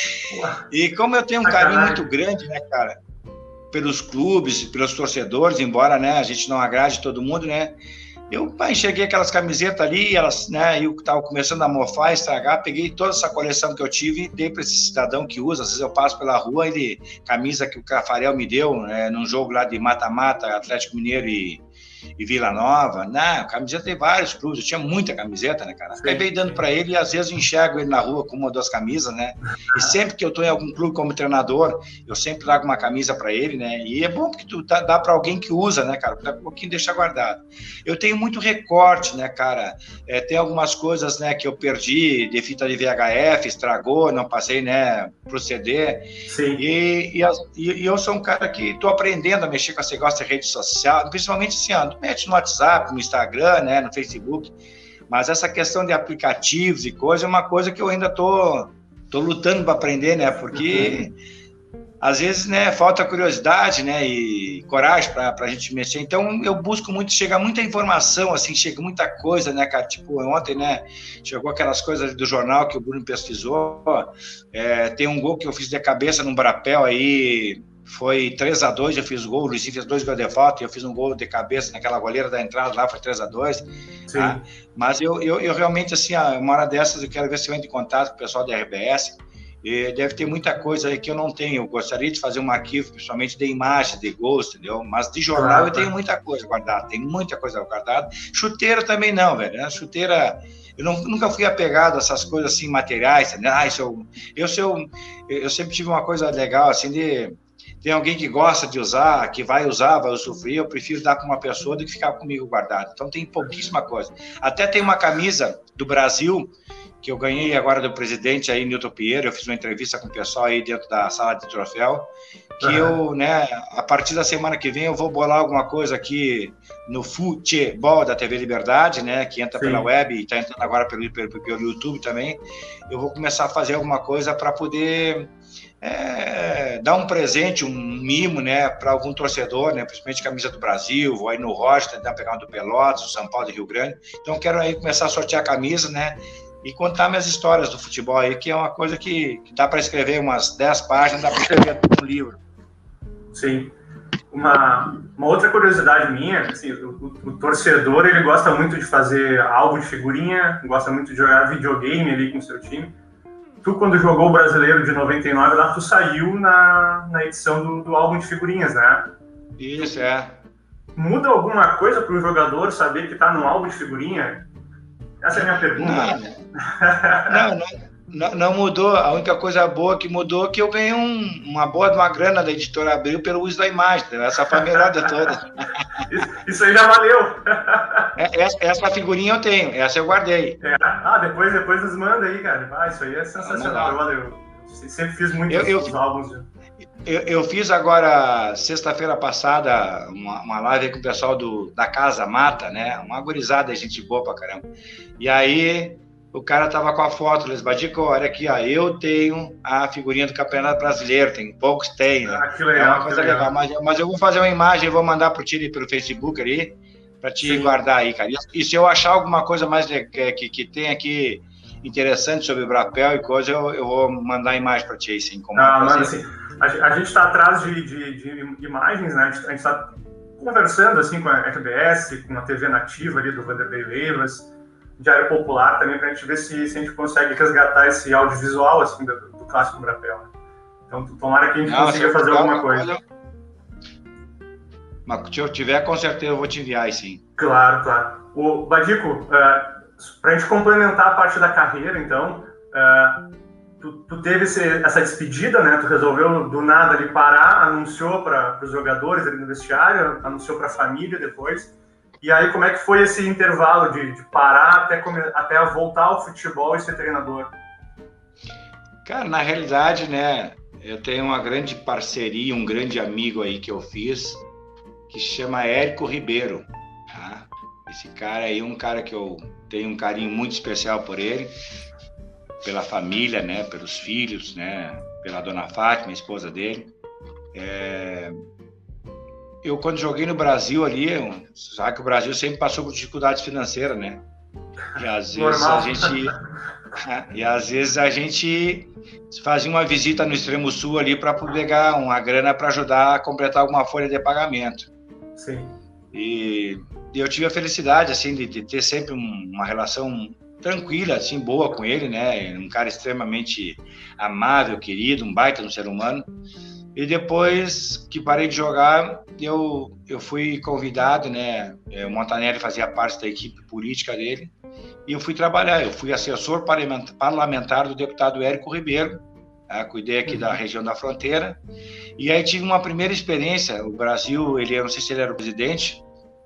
E como eu tenho um carinho muito grande, né, cara, pelos clubes, pelos torcedores, embora, né, a gente não agrade todo mundo, né, eu pá, enxerguei aquelas camisetas ali, elas, né, eu estava começando a mofar, estragar, peguei toda essa coleção que eu tive e dei para esse cidadão que usa. Às vezes eu passo pela rua, ele, camisa que o Cafarel me deu, né, num jogo lá de mata-mata, Atlético Mineiro e, e Vila Nova. Não, camiseta tem vários clubes, eu tinha muita camiseta, né, cara? Acabei dando para ele e às vezes eu enxergo ele na rua com uma ou duas camisas, né? E sempre que eu estou em algum clube como treinador, eu sempre trago uma camisa para ele, né? E é bom porque tu dá, dá para alguém que usa, né, cara? Daqui a pouquinho deixa guardado. Eu tenho muito recorte, né, cara? É, tem algumas coisas, né, que eu perdi de fita de V H F, estragou, não passei, né, pro C D. Sim. E, e, as, e, e eu sou um cara que estou aprendendo a mexer com esse negócio de rede social, principalmente assim, ó, tu mete no WhatsApp, no Instagram, né, no Facebook, mas essa questão de aplicativos e coisa é uma coisa que eu ainda tô, tô lutando para aprender, né, porque às vezes, né, falta curiosidade, né, e coragem para a gente mexer. Então, eu busco muito, chega muita informação, assim, chega muita coisa, né, cara, tipo, ontem, né, chegou aquelas coisas do jornal que o Bruno pesquisou, é, tem um gol que eu fiz de cabeça no Brapel aí, foi três a dois, eu fiz o gol, o Luizinho fez dois gols de falta, eu fiz um gol de cabeça naquela goleira da entrada lá, foi três a dois, tá? Mas eu, eu, eu realmente, assim, uma hora dessas, eu quero ver se eu entro em contato com o pessoal da R B S. E deve ter muita coisa aí que eu não tenho. Eu gostaria de fazer um arquivo, principalmente de imagem, de gols, entendeu? Mas de jornal eu tenho muita coisa guardada, tem muita coisa guardada. Chuteira também não, velho. Né? Chuteira, eu não, nunca fui apegado a essas coisas assim, materiais. Né? Ah, isso eu, eu, eu, eu sempre tive uma coisa legal, assim, de... Tem alguém que gosta de usar, que vai usar, vai usufruir, eu prefiro dar para uma pessoa do que ficar comigo guardado. Então tem pouquíssima coisa. Até tem uma camisa do Brasil, que eu ganhei agora do presidente aí, Nilton Pinheiro, eu fiz uma entrevista com o pessoal aí dentro da sala de troféu, que uhum. eu, né, a partir da semana que vem eu vou bolar alguma coisa aqui no futebol da T V Liberdade, né, que entra Sim. pela web e está entrando agora pelo, pelo, pelo YouTube também. Eu vou começar a fazer alguma coisa para poder é, dar um presente, um mimo, né, para algum torcedor, né, principalmente camisa do Brasil, vou aí no Rocha, tentar pegar uma do Pelotas, do São Paulo, do Rio Grande. Então quero aí começar a sortear a camisa, né, e contar minhas histórias do futebol aí, que é uma coisa que, que dá para escrever umas dez páginas, dá para escrever um livro. Sim. Uma, uma outra curiosidade minha, assim, o, o, o torcedor, ele gosta muito de fazer álbum de figurinha, gosta muito de jogar videogame ali com o seu time. Tu, quando jogou o Brasileiro de noventa e nove, lá tu saiu na, na edição do, do álbum de figurinhas, né? Isso, é. Muda alguma coisa para o jogador saber que tá no álbum de figurinha? Essa é a minha pergunta. Não, não, não, não mudou. A única coisa boa que mudou é que eu ganhei um, uma boa de uma grana da Editora Abril pelo uso da imagem. Essa foi a melhor de todas. Isso, isso aí já valeu. Essa, essa figurinha eu tenho, essa eu guardei. É. Ah, depois, depois nos manda aí, cara. Ah, isso aí é sensacional, valeu. Sempre fiz muitos eu, eu, álbuns. Eu, eu fiz agora, sexta-feira passada, uma, uma live com o pessoal do, da Casa Mata, né? Uma gurizada, gente boa pra caramba. E aí, o cara tava com a foto, eles Badico, olha aqui, ó, eu tenho a figurinha do Campeonato Brasileiro, tem poucos tem, né? Ah, que legal, é uma coisa legal. legal. Mas, mas eu vou fazer uma imagem, eu vou mandar pro Tire pelo Facebook ali, pra te Sim. guardar aí, cara. E, e se eu achar alguma coisa mais que, que, que tem aqui interessante sobre o Brapel e coisa, eu, eu vou mandar a imagem pra ti, assim. Como ah, mano, assim, a, a gente tá atrás de, de, de imagens, né? A gente, a gente tá conversando, assim, com a R B S, com a T V nativa ali do Vanderlei Leivas, Diário Popular também, pra gente ver se, se a gente consegue resgatar esse audiovisual, assim, do, do clássico Brapel, né? Então, tomara que a gente Não, consiga fazer alguma coisa. coisa. Mas se eu tiver, com certeza eu vou te enviar, sim. Claro, claro. O Badico, uh, pra gente complementar a parte da carreira, então, uh, tu, tu teve esse, essa despedida, né? Tu resolveu do nada ali parar, anunciou para os jogadores ali no vestiário, anunciou para a família depois. E aí, como é que foi esse intervalo de, de parar até, até voltar ao futebol e ser treinador? Cara, na realidade, né, eu tenho uma grande parceria, um grande amigo aí que eu fiz, que se chama Érico Ribeiro. Tá? Esse cara aí é um cara que eu tenho um carinho muito especial por ele, pela família, né, pelos filhos, né, pela dona Fátima, esposa dele. É... Eu, quando joguei no Brasil ali, sabe que o Brasil sempre passou por dificuldades financeiras, né? E às vezes Normal. a gente... e às vezes a gente fazia uma visita no extremo sul ali para pegar uma grana para ajudar a completar alguma folha de pagamento. Sim. E eu tive a felicidade, assim, de, de ter sempre um, uma relação tranquila, assim, boa com ele, né? Um cara extremamente amável, querido, um baita de um ser humano. E depois que parei de jogar, eu, eu fui convidado, né? O Montanelli fazia parte da equipe política dele, e eu fui trabalhar. Eu fui assessor parlamentar do deputado Érico Ribeiro, tá? Cuidei aqui da região da fronteira, e aí tive uma primeira experiência. O Brasil, ele, eu não sei se ele era o presidente,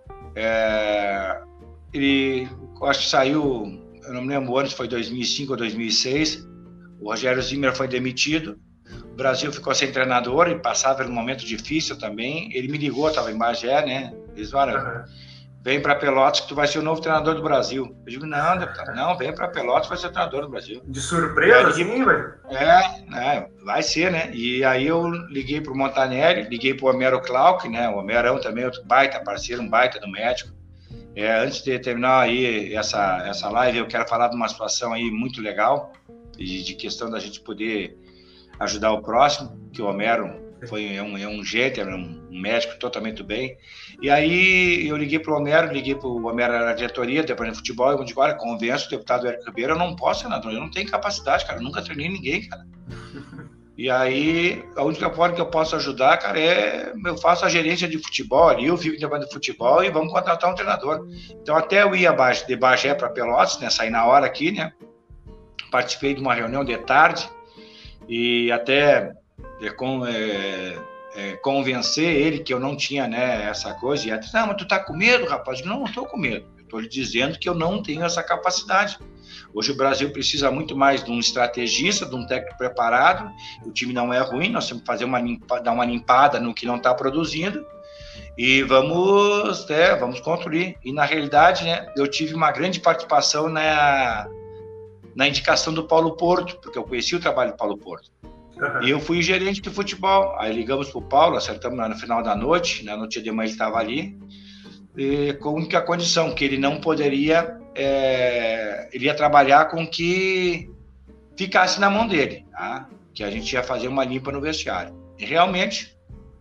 é, ele, eu acho que saiu, eu não me lembro o ano, se foi dois mil e cinco ou dois mil e seis, o Rogério Zimmer foi demitido, o Brasil ficou sem treinador e passava por um momento difícil também. Ele me ligou, estava em Bagé, né? Eles falaram, uhum. Vem para Pelotas que tu vai ser o novo treinador do Brasil. Eu digo, não, deputado, não, vem para Pelotas, vai ser o treinador do Brasil. De surpresa, assim, velho? É, é, vai ser, né? E aí eu liguei pro Montanelli, liguei pro Homero Clark, né? O Homerão também, outro baita parceiro, um baita do médico. É, antes de terminar aí essa, essa live, eu quero falar de uma situação aí muito legal, de, de questão da gente poder ajudar o próximo, que o Homero foi é um, é um jeito, é um médico totalmente do bem. E aí eu liguei para o Homero, liguei para o Homero na diretoria, depois de futebol, eu digo, olha, convenço o deputado Érico Ribeiro, eu não posso, senador, eu não tenho capacidade, cara, eu nunca treinei ninguém, cara. E aí, a única forma que eu posso ajudar, cara, é eu faço a gerência de futebol ali, eu fico trabalhando de futebol e vamos contratar um treinador. Então até eu ia de Bagé para Pelotas, né, saí na hora aqui, né, participei de uma reunião de tarde, e até é, com, é, é, convencer ele que eu não tinha, né, essa coisa, e ele disse, não, mas tu tá com medo, rapaz? Eu, não, não tô com medo, eu tô lhe dizendo que eu não tenho essa capacidade. Hoje o Brasil precisa muito mais de um estrategista, de um técnico preparado, o time não é ruim, nós temos que fazer uma limpa, dar uma limpada no que não está produzindo, e vamos, é, vamos construir. E na realidade, né, eu tive uma grande participação na... na indicação do Paulo Porto, porque eu conheci o trabalho do Paulo Porto. Uhum. E eu fui gerente de futebol. Aí ligamos para o Paulo, acertamos lá no final da noite, na noite de manhã ele estava ali, e com a única condição, que ele não poderia, é, ele ia trabalhar com que ficasse na mão dele, tá? Que a gente ia fazer uma limpa no vestiário. E realmente,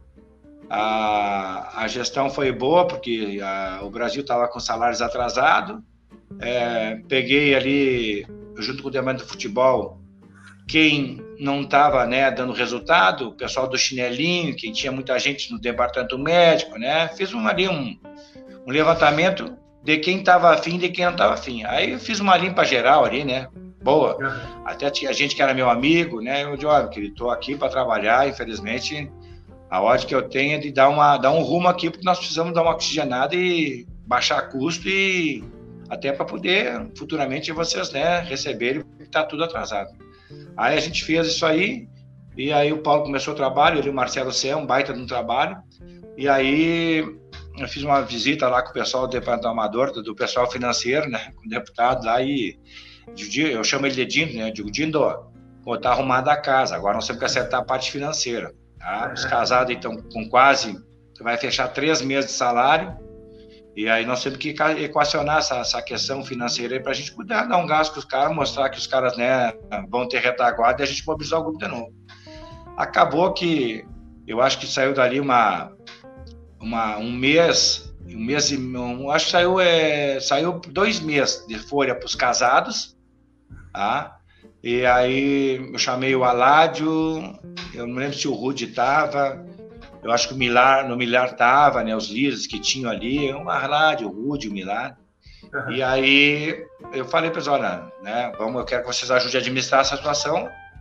a, a gestão foi boa, porque a, o Brasil estava com salários atrasados, é, peguei ali, junto com o demanda do futebol, quem não estava, né, dando resultado, o pessoal do chinelinho, que tinha muita gente no departamento médico, né, fiz um, ali um, um levantamento de quem estava afim e de quem não estava afim. Aí eu fiz uma limpa geral ali, né, boa. Até tinha gente que era meu amigo, né, eu disse, olha, que estou aqui para trabalhar, infelizmente, a ordem que eu tenho é de dar, uma, dar um rumo aqui, porque nós precisamos dar uma oxigenada e baixar custo e até para poder futuramente vocês, né, receberem, porque está tudo atrasado. Aí a gente fez isso aí, e aí o Paulo começou o trabalho, ele e o Marcelo Cé, um baita de um trabalho, e aí eu fiz uma visita lá com o pessoal do departamento amador, do pessoal financeiro, né, com o deputado lá, e eu chamo ele de Dindo, né, eu digo, Dindo, pô, tá arrumada a casa, agora nós temos que acertar a parte financeira, tá? Os casados estão com quase, vai fechar três meses de salário, e aí nós temos que equacionar essa, essa questão financeira aí para a gente cuidar, dar um gasto com os caras, mostrar que os caras, né, vão ter retaguarda e a gente mobilizar o grupo de novo. Acabou que eu acho que saiu dali uma, uma, um mês, um mês e um, acho que saiu, é, saiu dois meses de folha para os casados, tá? E aí eu chamei o Aládio, eu não lembro se o Rude estava. Eu acho que o Milar, no Milar estava, né, os líderes que tinham ali, o Arlade, o Rude, o Milar. Uhum. E aí eu falei para eles, olha, né, vamos, eu quero que vocês ajudem a administrar essa situação,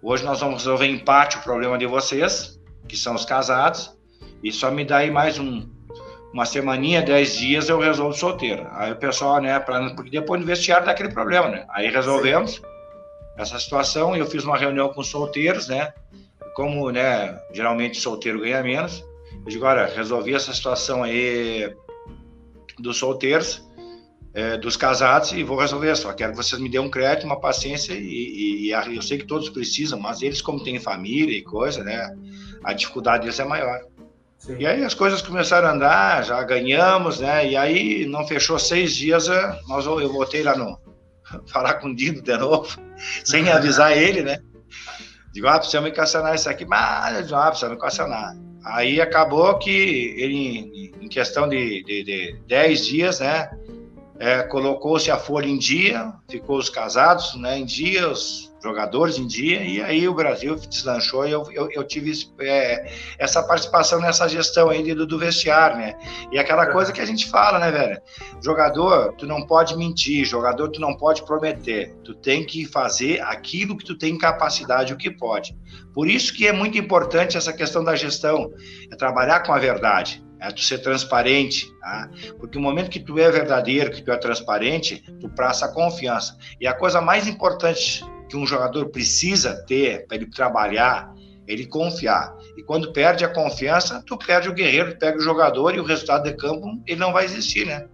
Hoje nós vamos resolver em parte o problema de vocês, que são os casados, e só me dá aí mais um, uma semaninha, dez dias, eu resolvo solteiro. Aí o pessoal, né, pra, porque depois do vestiário dá aquele problema, né? Aí resolvemos Sim. essa situação, e eu fiz uma reunião com os solteiros, né? Como, né, geralmente solteiro ganha menos, eu digo, olha, resolvi essa situação aí dos solteiros, é, dos casados, e vou resolver, só quero que vocês me dêem um crédito, uma paciência, e, e, e eu sei que todos precisam, mas eles, como têm família e coisa, né, a dificuldade deles é maior. Sim. E aí as coisas começaram a andar, já ganhamos, né, e aí não fechou seis dias, nós, eu voltei lá no, falar com o Dino de novo, sem avisar ele, né, digo, ah, precisamos encaçanar isso aqui, mas, ah, precisamos encaçanar. Aí acabou que ele, em questão de, de, de dez dias, né, É, colocou-se a folha em dia, ficou os casados, né, em dia, os jogadores em dia, e aí o Brasil deslanchou, e eu, eu, eu tive é, essa participação nessa gestão aí do, do vestiário, né, e aquela coisa que a gente fala, né, velho, jogador, tu não pode mentir, jogador, tu não pode prometer, tu tem que fazer aquilo que tu tem capacidade, o que pode. Por isso que é muito importante essa questão da gestão, é trabalhar com a verdade. É tu ser transparente, tá? Porque no momento que tu é verdadeiro, que tu é transparente, tu passa a confiança. E a coisa mais importante que um jogador precisa ter para ele trabalhar, ele confiar. E quando perde a confiança, tu perde o guerreiro, tu pega o jogador e o resultado de campo, ele não vai existir, né?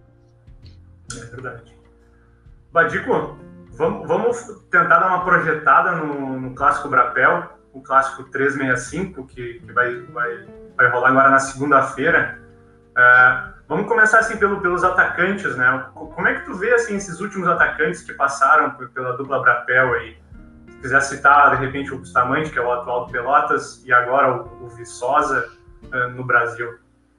É verdade. Badico, vamos, vamos tentar dar uma projetada no, no Clássico Brapel, o Clássico trezentos e sessenta e cinco, que, que vai, vai, vai rolar agora na segunda-feira. Uh, vamos começar assim pelo, pelos atacantes, né? Como é que tu vê assim, esses últimos atacantes que passaram pela dupla Brapel aí? Se quiser citar, de repente, o Bustamante, que é o atual do Pelotas, e agora o, o Viçosa uh, no Brasil.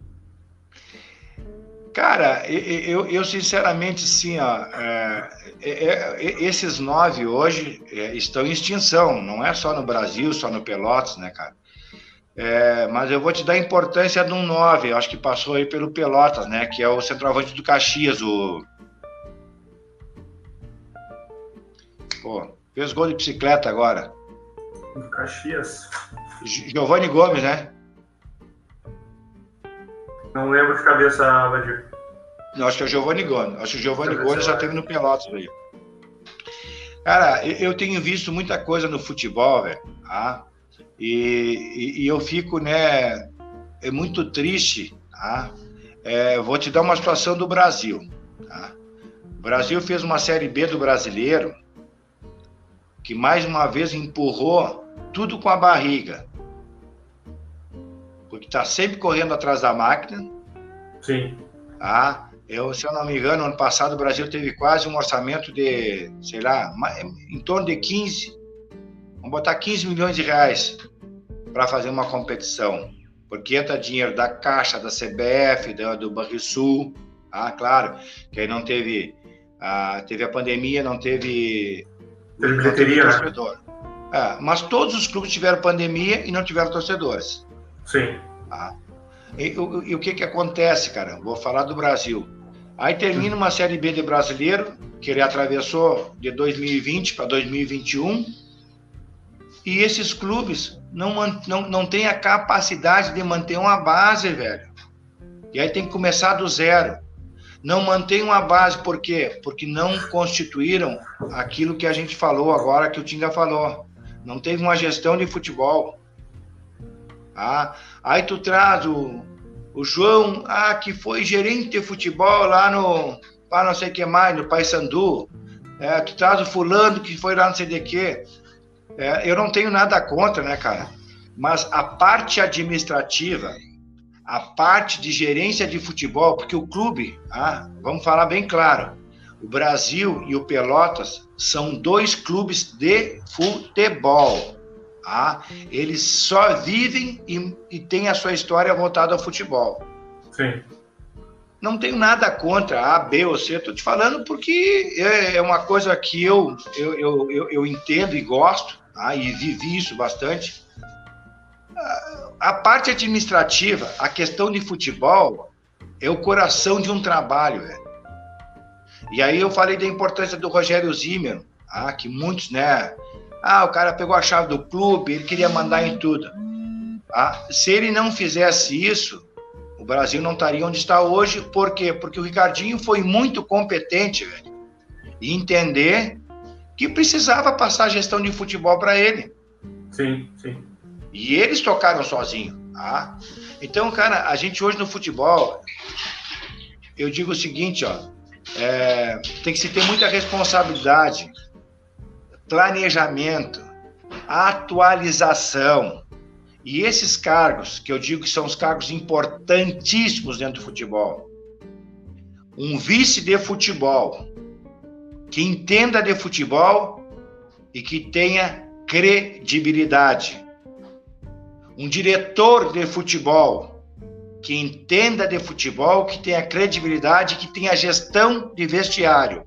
Cara, eu, eu sinceramente, sim, ó, é, é, é, esses nove hoje é, estão em extinção, não é só no Brasil, só no Pelotas, né, cara? É, mas eu vou te dar a importância de um nove, acho que passou aí pelo Pelotas, né, que é o centroavante do Caxias, o... Pô, fez gol de bicicleta agora. Do Caxias. Giovanni Gomes, né? Não lembro de cabeça, Vadir. Não, acho que é o Giovanni Gomes. Acho que o Giovanni Gomes já teve no Pelotas aí. Cara, eu tenho visto muita coisa no futebol, velho, tá? E, e, e eu fico, né, é muito triste, tá? É, vou te dar uma situação do Brasil, tá? O Brasil fez uma Série B do Brasileiro que mais uma vez empurrou tudo com a barriga. Porque tá sempre correndo atrás da máquina. Sim. Tá? Eu, se eu não me engano, ano passado o Brasil teve quase um orçamento de, sei lá, em torno de quinze, vamos botar quinze milhões de reais para fazer uma competição. Porque entra dinheiro da Caixa, da C B F, do, do Banrisul, ah, claro, que aí não teve, ah, teve a pandemia, não teve... Teve bilheteria, né? Torcedor. É, mas todos os clubes tiveram pandemia e não tiveram torcedores. Sim. Ah. E, e, e o que que acontece, cara? Vou falar do Brasil. Aí termina uma Série B de brasileiro, que ele atravessou de dois mil e vinte para dois mil e vinte e um, e esses clubes não, não, não têm a capacidade de manter uma base, velho. E aí tem que começar do zero. Não mantém uma base, por quê? Porque não constituíram aquilo que a gente falou agora, que o Tinga falou. Não teve uma gestão de futebol. Ah, aí tu traz o, o João, ah, que foi gerente de futebol lá no, lá não sei o que mais, no Paysandu. É, tu traz o fulano que foi lá não sei de quê. É, eu não tenho nada contra, né, cara? Mas a parte administrativa, a parte de gerência de futebol, porque o clube, ah, vamos falar bem claro, o Brasil e o Pelotas são dois clubes de futebol. Ah, eles só vivem e, e têm a sua história voltada ao futebol. Sim. Não tenho nada contra A, B ou C, estou te falando porque é, é uma coisa que eu, eu, eu, eu, eu entendo e gosto, ah, e vivi isso bastante. A parte administrativa, a questão de futebol, é o coração de um trabalho, velho. E aí eu falei da importância do Rogério Zimmer, ah, que muitos, né, Ah, o cara pegou a chave do clube, ele queria mandar em tudo. Ah, se ele não fizesse isso, o Brasil não estaria onde está hoje. Por quê? Porque o Ricardinho foi muito competente, velho, em entender que precisava passar a gestão de futebol para ele. Sim, sim. E eles tocaram sozinho. Tá? Então, cara, a gente hoje no futebol, eu digo o seguinte, ó, é, tem que se ter muita responsabilidade, planejamento, atualização. E esses cargos, que eu digo que são os cargos importantíssimos dentro do futebol. Um vice de futebol, que entenda de futebol e que tenha credibilidade. Um diretor de futebol, que entenda de futebol, que tenha credibilidade, que tenha gestão de vestiário.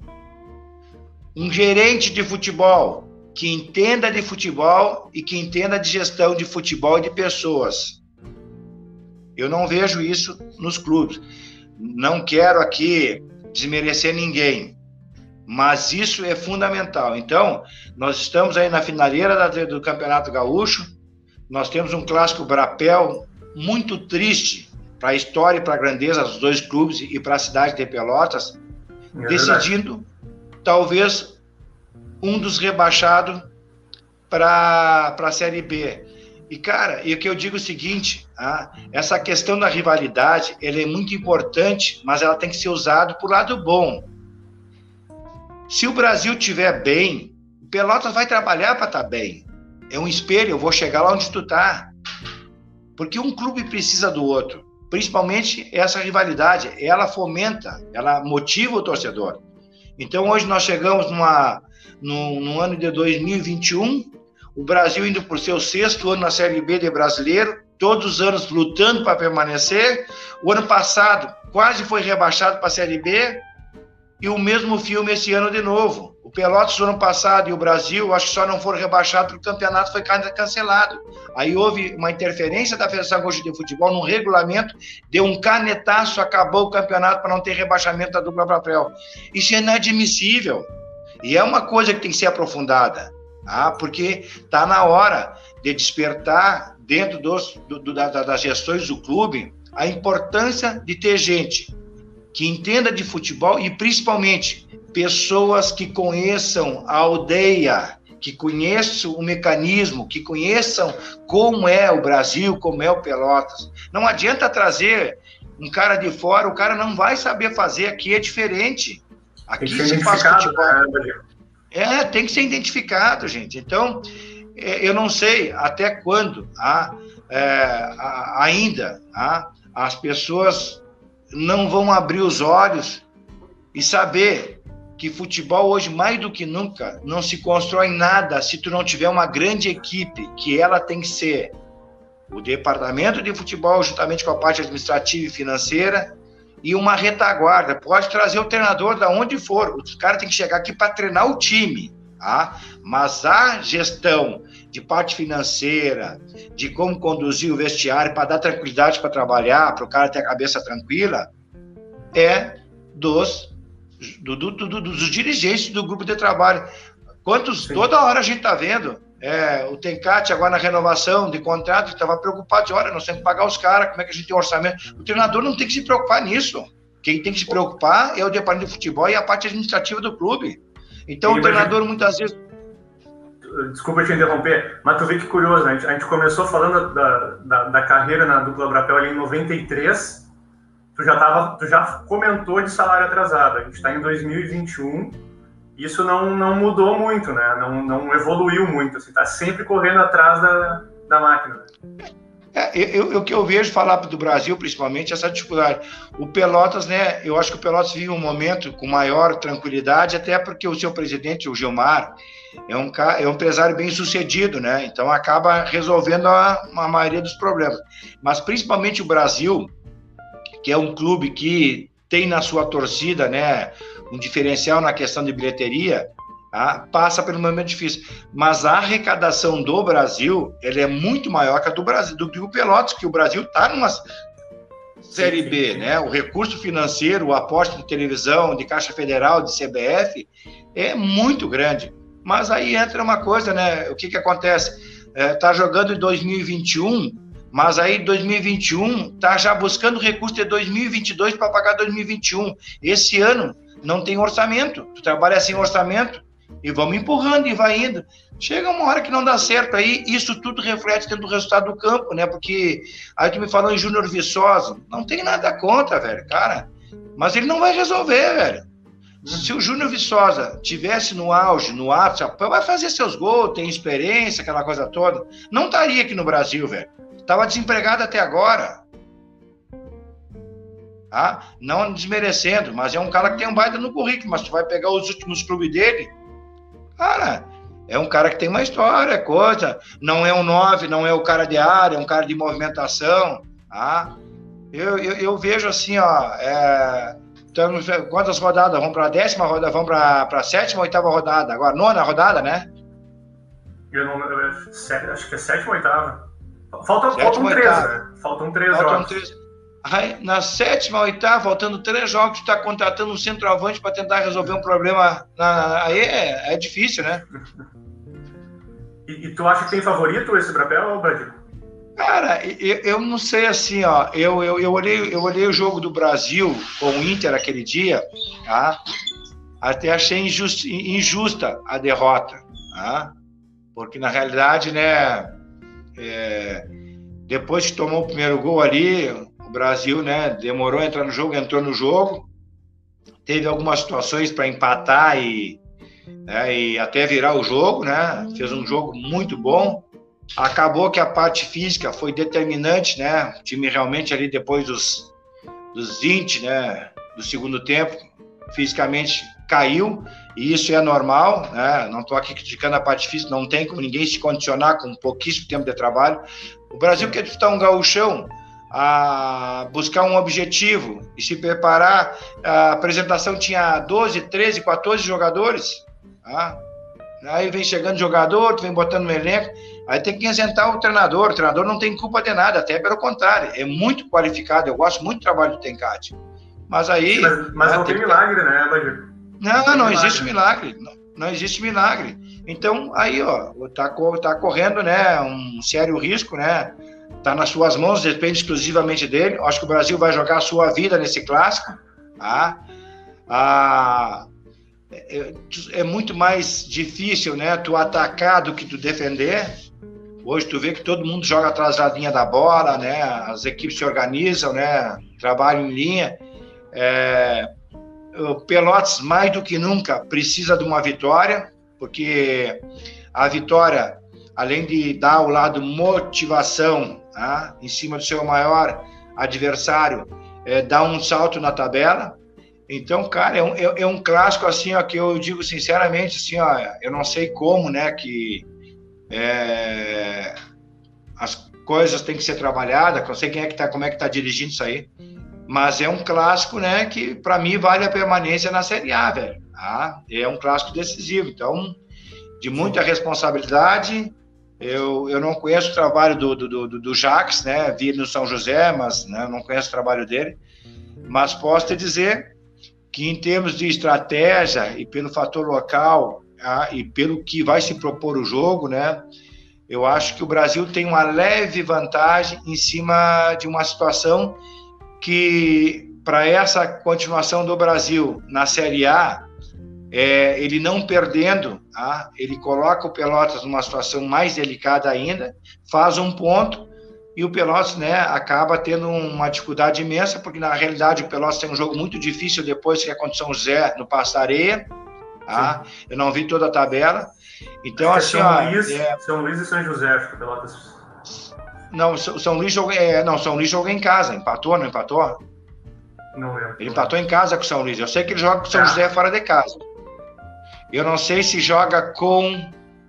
Um gerente de futebol, que entenda de futebol e que entenda de gestão de futebol e de pessoas. Eu não vejo isso nos clubes. Não quero aqui desmerecer ninguém, mas isso é fundamental. Então, nós estamos aí na finaleira do Campeonato Gaúcho, nós temos um clássico Brapel muito triste para a história e para a grandeza dos dois clubes e para a cidade de Pelotas, é decidindo verdade. Talvez um dos rebaixados para a Série B. E, cara, e o que eu digo é o seguinte, ah, essa questão da rivalidade, ela é muito importante, mas ela tem que ser usada por lado bom. Se o Brasil estiver bem, o Pelotas vai trabalhar para estar bem. É um espelho, eu vou chegar lá onde tu tá. Porque um clube precisa do outro. Principalmente essa rivalidade, ela fomenta, ela motiva o torcedor. Então hoje nós chegamos numa, no, no ano de dois mil e vinte e um, o Brasil indo por seu sexto ano na Série B de brasileiro, todos os anos lutando para permanecer. O ano passado quase foi rebaixado para a Série B, e o mesmo filme esse ano de novo. O Pelotas no ano passado e o Brasil, acho que só não foram rebaixados porque o campeonato foi cancelado. Aí houve uma interferência da Federação Gaúcha de Futebol no regulamento, deu um canetaço, acabou o campeonato para não ter rebaixamento da dupla Brapel. Isso é inadmissível. E é uma coisa que tem que ser aprofundada, tá? Porque está na hora de despertar dentro dos, do, do, da, das gestões do clube a importância de ter gente que entenda de futebol e, principalmente, pessoas que conheçam a aldeia, que conheçam o mecanismo, que conheçam como é o Brasil, como é o Pelotas. Não adianta trazer um cara de fora, o cara não vai saber fazer, aqui é diferente. Aqui se faz futebol. Né? É, tem que ser identificado, gente. Então, eu não sei até quando ah, é, ainda ah, as pessoas não vão abrir os olhos e saber que futebol hoje, mais do que nunca, não se constrói nada se tu não tiver uma grande equipe, que ela tem que ser o departamento de futebol, juntamente com a parte administrativa e financeira, e uma retaguarda. Pode trazer o treinador da onde for, os caras têm que chegar aqui para treinar o time, tá? Mas a gestão de parte financeira, de como conduzir o vestiário para dar tranquilidade para trabalhar, para o cara ter a cabeça tranquila, é dos, do, do, do, dos dirigentes do grupo de trabalho. Quantos, toda hora a gente está vendo, é, o Tencate agora na renovação de contrato, estava preocupado, de olha, nós temos que pagar os caras, como é que a gente tem um orçamento? O treinador não tem que se preocupar nisso. Quem tem que se preocupar é o departamento de futebol e a parte administrativa do clube. Então, e o treinador, gente... muitas vezes... Desculpa te interromper, mas tu vê que curioso, né? A gente, a gente começou falando da, da, da carreira na dupla Brapel ali em noventa e três, tu já, tava, tu já comentou de salário atrasado, a gente está em dois mil e vinte e um, isso não, não mudou muito, né? Não, não evoluiu muito, assim, tá sempre correndo atrás da, da máquina. É, eu, o que eu vejo falar do Brasil, principalmente, essa dificuldade. O Pelotas, né? Eu acho que o Pelotas vive um momento com maior tranquilidade, até porque o seu presidente, o Gilmar, é um, é um empresário bem sucedido, né? Então acaba resolvendo a, a maioria dos problemas. Mas principalmente o Brasil, que é um clube que tem na sua torcida, né, um diferencial na questão de bilheteria, tá? Passa por um momento difícil. Mas a arrecadação do Brasil, ela é muito maior que a do Brasil, do que o Pelotas, que o Brasil está numa Série B, né? O recurso financeiro, o aporte de televisão, de Caixa Federal, de C B F, é muito grande. Mas aí entra uma coisa, né? O que que acontece? É, tá jogando em dois mil e vinte e um, mas aí dois mil e vinte e um tá já buscando recurso de dois mil e vinte e dois para pagar dois mil e vinte e um. Esse ano não tem orçamento. Tu trabalha sem orçamento e vamos empurrando e vai indo. Chega uma hora que não dá certo, aí isso tudo reflete dentro do resultado do campo, né? Porque aí tu me falou em Júnior Viçosa, não tem nada contra, velho, cara, mas ele não vai resolver, velho. Se o Júnior Viçosa tivesse no auge, no ápice, vai fazer seus gols, tem experiência, aquela coisa toda, não estaria aqui no Brasil, velho. Tava desempregado até agora. Tá? Não desmerecendo, mas é um cara que tem um baita no currículo, mas tu vai pegar os últimos clubes dele, cara, é um cara que tem uma história, coisa, não é um nove, não é o cara de área, é um cara de movimentação, tá? Eu, eu, eu vejo assim, ó, é, estamos, quantas rodadas? Vamos para a décima rodada, vamos para a sétima, oitava rodada, agora nona rodada, né? Eu não, eu, acho que é sétima, oitava. Faltam, faltam três, né? Faltam três faltam jogos. Três. Aí, na sétima, oitava, faltando três jogos, tu está contratando um centroavante para tentar resolver um problema. Na, aí é, é difícil, né? E, e tu acha que tem favorito esse Brapel, Brad? Cara, eu, eu não sei assim, ó. Eu, eu, eu, olhei, eu olhei o jogo do Brasil com o Inter aquele dia, tá? Até achei injusta, injusta a derrota, tá? Porque na realidade, né? É, depois que tomou o primeiro gol ali, o Brasil, né, demorou a entrar no jogo, entrou no jogo, teve algumas situações para empatar e, né, e até virar o jogo, né, fez um jogo muito bom. Acabou que a parte física foi determinante, né, o time realmente ali depois dos, dos vinte, né, do segundo tempo, fisicamente caiu, e isso é normal, né? Não estou aqui criticando a parte física, não tem como ninguém se condicionar com pouquíssimo tempo de trabalho. O Brasil quer disputar um gauchão, a buscar um objetivo e se preparar. A apresentação tinha doze, treze, quatorze jogadores, tá? Aí vem chegando jogador, tu vem botando no elenco, aí tem que isentar o treinador. O treinador não tem culpa de nada, até pelo contrário, é muito qualificado. Eu gosto muito do trabalho do Tencate. Mas aí... Mas, mas né, não tem, tem milagre, que... né, Bandido? Não, não, não existe milagre. Não, não existe milagre. Então, aí, ó, tá, tá correndo, né, um sério risco, né? Tá nas suas mãos, depende exclusivamente dele. Acho que o Brasil vai jogar a sua vida nesse clássico, tá? Ah, é, é muito mais difícil, né, tu atacar do que tu defender. Hoje tu vê que todo mundo joga atrás da linha da bola, né? As equipes se organizam, né? Trabalham em linha. É... O Pelotas, mais do que nunca, precisa de uma vitória, porque a vitória, além de dar o lado motivação, tá, em cima do seu maior adversário, é, dá um salto na tabela. Então, cara, é um, é, é um clássico, assim, ó, que eu digo sinceramente, assim, ó, eu não sei como, né, que é, as coisas têm que ser trabalhadas, não sei quem é que tá, como é que tá dirigindo isso aí, mas é um clássico, né, que para mim vale a permanência na Série A, velho. Tá? É um clássico decisivo, então, de muita responsabilidade. Eu, eu não conheço o trabalho do, do, do, do Jacques, né, vi no São José, mas, né, não conheço o trabalho dele, mas posso te dizer que em termos de estratégia e pelo fator local, tá, e pelo que vai se propor o jogo, né, eu acho que o Brasil tem uma leve vantagem em cima de uma situação que, para essa continuação do Brasil na Série A, é, ele não perdendo, tá? Ele coloca o Pelotas numa situação mais delicada ainda, faz um ponto, e o Pelotas, né, acaba tendo uma dificuldade imensa, porque na realidade o Pelotas tem um jogo muito difícil depois que é contra São José no Passo da Areia, tá? Eu não vi toda a tabela. Então, assim, São, ó, Luís, é... São Luís e São José, acho que o Pelotas... Não, São Luís jogou, é, não, São Luís jogou em casa, empatou, não empatou? Não lembro. Ele empatou em casa com o São Luís. Eu sei que ele joga com o São ah. José fora de casa. Eu não sei se joga com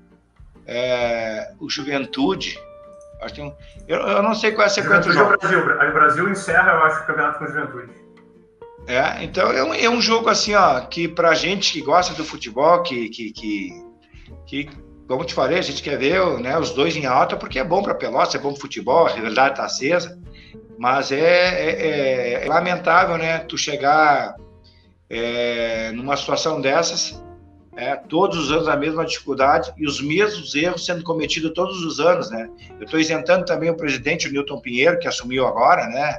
é, o Juventude. Acho que tem um, eu, eu não sei qual é a sequência do jogo. Brasil. O Brasil encerra, eu acho, o campeonato com o Juventude. É, então é um, é um jogo assim, ó, que pra gente que gosta do futebol, que, que, que, que como te falei, a gente quer ver, né, os dois em alta, porque é bom para Pelotas, é bom para futebol, a rivalidade está acesa, mas é, é, é lamentável, né, tu chegar é, numa situação dessas É, todos os anos a mesma dificuldade e os mesmos erros sendo cometidos todos os anos, né? Eu estou isentando também o presidente, o Newton Pinheiro, que assumiu agora, né?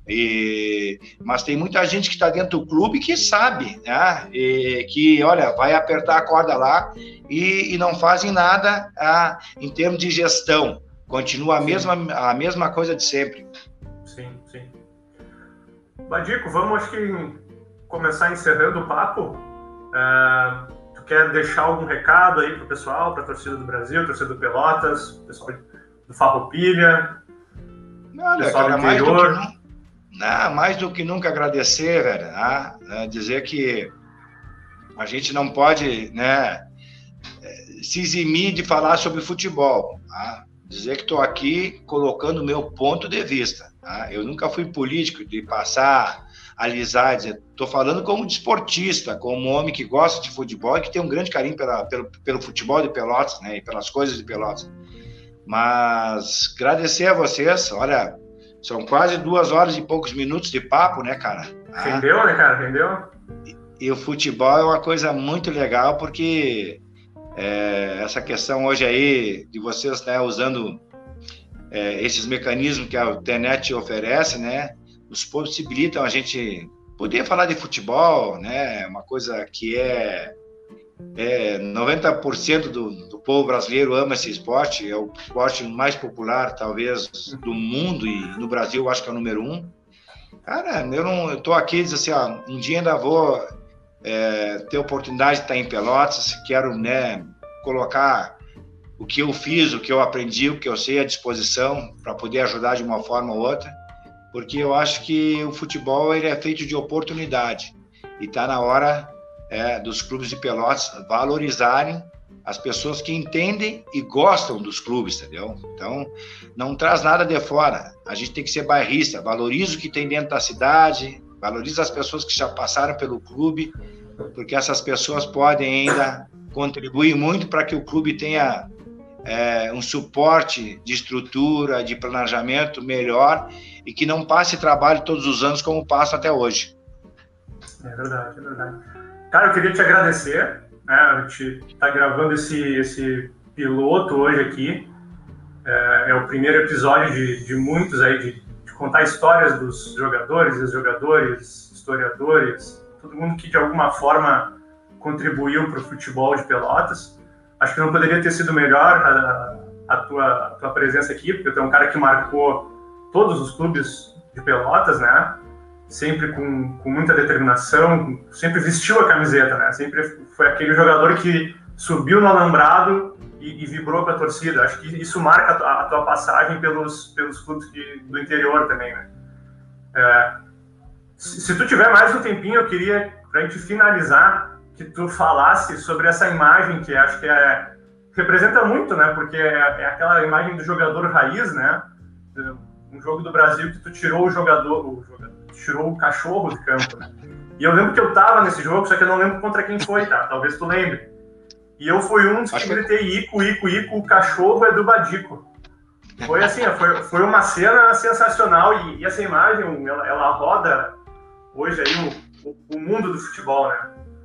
E, mas tem muita gente que está dentro do clube que sabe, né? E, que, olha, vai apertar a corda lá e, e não fazem nada ah, em termos de gestão. Continua a mesma, a mesma coisa de sempre. Sim, sim. Badico, vamos, acho que, começar encerrando o papo. Uh... Quer deixar algum recado aí pro pessoal, pra torcida do Brasil, torcida do Pelotas, pessoal do Farroupilha, Olha, pessoal cara, do mais do, interior? que, não, mais do que nunca agradecer, velho, né? Dizer que a gente não pode, né, se eximir de falar sobre futebol, tá? Dizer que estou aqui colocando o meu ponto de vista, tá? Eu nunca fui político de passar, alisar, dizer, estou falando como desportista, como homem que gosta de futebol e que tem um grande carinho pela, pelo, pelo futebol de Pelotas, né, e pelas coisas de Pelotas. Mas agradecer a vocês, olha, são quase duas horas e poucos minutos de papo, né, cara? Rendeu, né, cara? Rendeu? E, e o futebol é uma coisa muito legal, porque é, essa questão hoje aí de vocês, né, usando é, esses mecanismos que a internet oferece, né, nos possibilitam a gente poder falar de futebol, né? Uma coisa que é, é noventa por cento do, do povo brasileiro ama esse esporte, é o esporte mais popular, talvez, do mundo, e no Brasil eu acho que é o número um. Cara, eu não, eu tô aqui dizendo assim, ó, um dia ainda vou é, ter a oportunidade de estar em Pelotas, quero, né, colocar o que eu fiz, o que eu aprendi, o que eu sei à disposição para poder ajudar de uma forma ou outra. Porque eu acho que o futebol ele é feito de oportunidade e está na hora é, dos clubes de Pelotas valorizarem as pessoas que entendem e gostam dos clubes, entendeu? Então, não traz nada de fora. A gente tem que ser bairrista, valoriza o que tem dentro da cidade, valoriza as pessoas que já passaram pelo clube, porque essas pessoas podem ainda contribuir muito para que o clube tenha é, um suporte de estrutura, de planejamento melhor e que não passe trabalho todos os anos como passa até hoje. É verdade, é verdade. Cara, eu queria te agradecer, né? A gente está gravando esse, esse piloto hoje aqui. É, é o primeiro episódio de, de muitos aí, de, de contar histórias dos jogadores, ex-jogadores, historiadores, todo mundo que de alguma forma contribuiu para o futebol de Pelotas. Acho que não poderia ter sido melhor a, a, tua, a tua presença aqui, porque tu é um cara que marcou todos os clubes de Pelotas, né? Sempre com, com muita determinação, sempre vestiu a camiseta, né? Sempre foi aquele jogador que subiu no alambrado e, e vibrou com a torcida. Acho que isso marca a, a tua passagem pelos, pelos clubes de, do interior também, né? É, se, se tu tiver mais um tempinho, eu queria, pra gente finalizar, que tu falasse sobre essa imagem que acho que é, representa muito, né? Porque é, é aquela imagem do jogador raiz, né? Um jogo do Brasil que tu tirou o jogador, o jogador, tirou o cachorro de campo, né? E eu lembro que eu tava nesse jogo, só que eu não lembro contra quem foi, tá? Talvez tu lembre. E eu fui um dos que gritei Ico, Ico, Ico, o cachorro é do Badico. Foi assim, foi, foi uma cena sensacional e, e essa imagem, ela, ela roda hoje aí o, o mundo do futebol, né?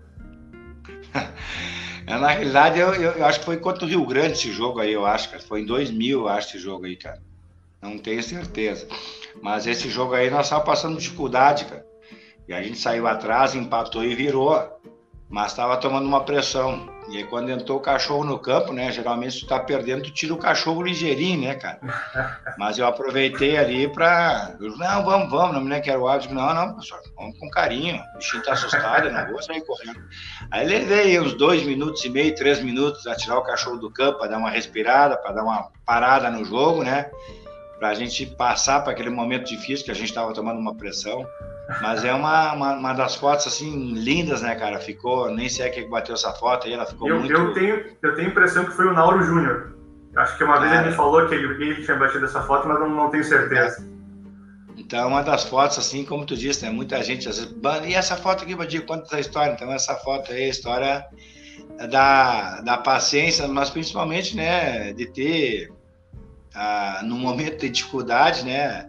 Na realidade, eu, eu, eu acho que foi contra o Rio Grande esse jogo aí, eu acho, cara. Foi em dois mil, eu acho, esse jogo aí, cara. Não tenho certeza. Mas esse jogo aí nós estávamos passando dificuldade, cara. E a gente saiu atrás, empatou e virou. Mas estava tomando uma pressão. E aí quando entrou o cachorro no campo, né? Geralmente se tu tá perdendo, tu tira o cachorro ligeirinho, né, cara? Mas eu aproveitei ali pra... Eu, não, vamos, vamos. Na mulher que era o árbitro, não, não, professor, vamos com carinho. O bichinho tá assustado, eu não vou sair correndo. Aí levei uns dois minutos e meio, três minutos a tirar o cachorro do campo, pra dar uma respirada, pra dar uma parada no jogo, né? Pra gente passar para aquele momento difícil que a gente estava tomando uma pressão. Mas é uma, uma, uma das fotos, assim, lindas, né, cara? Ficou, nem sei quem bateu essa foto aí, ela ficou eu, muito... Eu tenho, eu tenho a impressão que foi o Nauro Júnior. Acho que uma cara, vez ele me falou que ele, ele tinha batido essa foto, mas não, não tenho certeza. É. Então, uma das fotos, assim, como tu disse, né? Muita gente, às vezes, e essa foto aqui, Badico, conta essa história. Então, essa foto aí, a história da, da paciência, mas principalmente, né, de ter... Ah, num momento de dificuldade, né,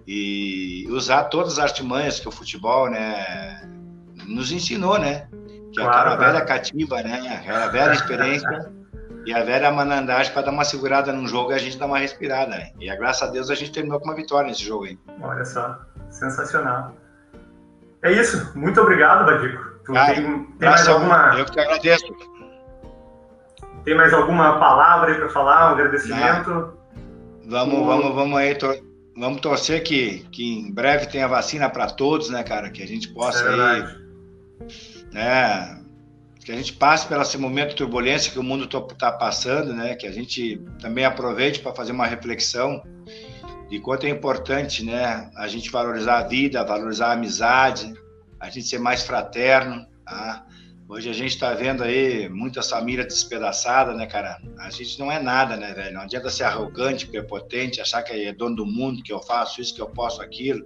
e usar todas as artimanhas que o futebol, né, nos ensinou, né, que é aquela velha catimba, né? Aquela velha experiência e a velha manandagem para dar uma segurada num jogo e a gente dar uma respirada, né? E graças a Deus a gente terminou com uma vitória nesse jogo aí. Olha só, sensacional. É isso, muito obrigado, Badico. Tu Cara, tem, tem mais alguma... Eu que te agradeço. Tem mais alguma palavra aí para falar, um agradecimento? Não. Vamos, o... vamos, vamos aí, tor... vamos torcer que, que em breve tenha vacina para todos, né, cara? Que a gente possa é aí, né, que a gente passe pelo esse momento de turbulência que o mundo está passando, né? Que a gente também aproveite para fazer uma reflexão de quanto é importante, né? A gente valorizar a vida, valorizar a amizade, a gente ser mais fraterno, tá? Hoje a gente está vendo aí muitas famílias despedaçadas, né, cara? A gente não é nada, né, velho? Não adianta ser arrogante, prepotente, achar que é dono do mundo, que eu faço isso, que eu posso aquilo.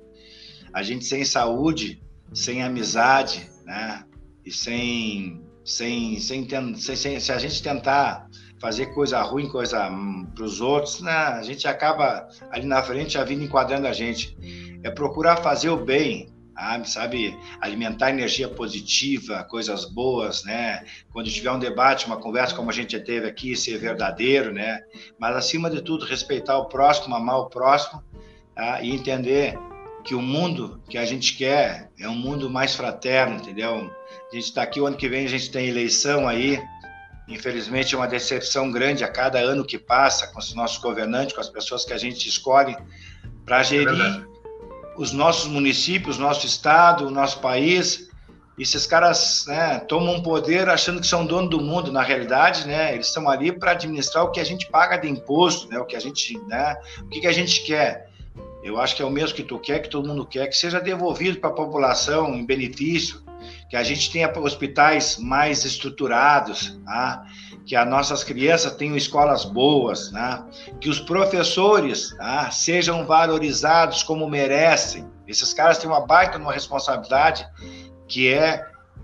A gente sem saúde, sem amizade, né? E sem... sem, sem, sem, sem se a gente tentar fazer coisa ruim, coisa para os outros, né? A gente acaba ali na frente a vida enquadrando a gente. É procurar fazer o bem, sabe, alimentar energia positiva, coisas boas, né? Quando tiver um debate, uma conversa como a gente já teve aqui, ser verdadeiro, né? Mas acima de tudo, respeitar o próximo, amar o próximo, tá? E entender que o mundo que a gente quer é um mundo mais fraterno, entendeu? A gente está aqui, o ano que vem a gente tem eleição aí, infelizmente é uma decepção grande a cada ano que passa com os nossos governantes, com as pessoas que a gente escolhe para gerir os nossos municípios, nosso estado, o nosso país. E esses caras, né, tomam poder achando que são dono do mundo. Na realidade, né, eles estão ali para administrar o que a gente paga de imposto, né, o que a gente, né, o que, que a gente quer. Eu acho que é o mesmo que tu quer, que todo mundo quer, que seja devolvido para a população em benefício, que a gente tenha hospitais mais estruturados, tá? Que as nossas crianças tenham escolas boas, né? Que os professores, tá, sejam valorizados como merecem. Esses caras têm uma baita uma responsabilidade, que é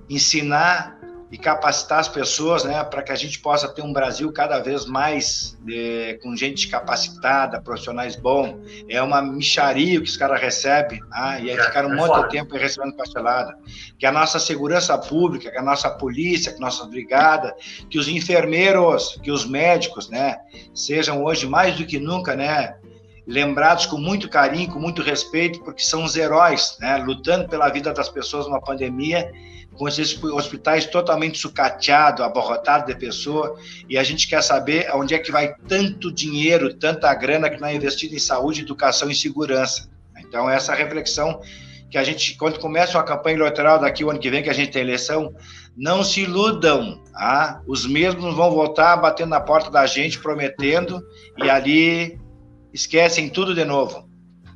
ensinar e capacitar as pessoas, né, para que a gente possa ter um Brasil cada vez mais é, com gente capacitada, profissionais bons. É uma mixaria que os caras recebem, tá? E aí é, ficaram um é monte foda. de tempo recebendo pastelada. Que a nossa segurança pública, que a nossa polícia, que a nossa brigada, que os enfermeiros, que os médicos, né, sejam hoje mais do que nunca, né, lembrados com muito carinho, com muito respeito, porque são os heróis, né, lutando pela vida das pessoas numa pandemia, com esses hospitais totalmente sucateados, abarrotados de pessoas, e a gente quer saber onde é que vai tanto dinheiro, tanta grana que não é investido em saúde, educação e segurança. Então, essa reflexão que a gente, quando começa uma campanha eleitoral daqui o ano que vem, que a gente tem eleição, não se iludam, tá? Os mesmos vão voltar batendo na porta da gente, prometendo, e ali esquecem tudo de novo.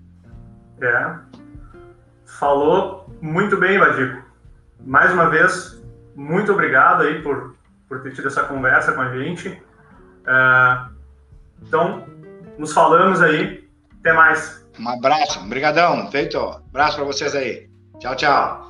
É. Falou muito bem, Badico. Mais uma vez, muito obrigado aí por, por ter tido essa conversa com a gente. Uh, então, nos falamos aí. Até mais. Um abraço. Obrigadão. Feito. Um abraço para vocês aí. Tchau, tchau.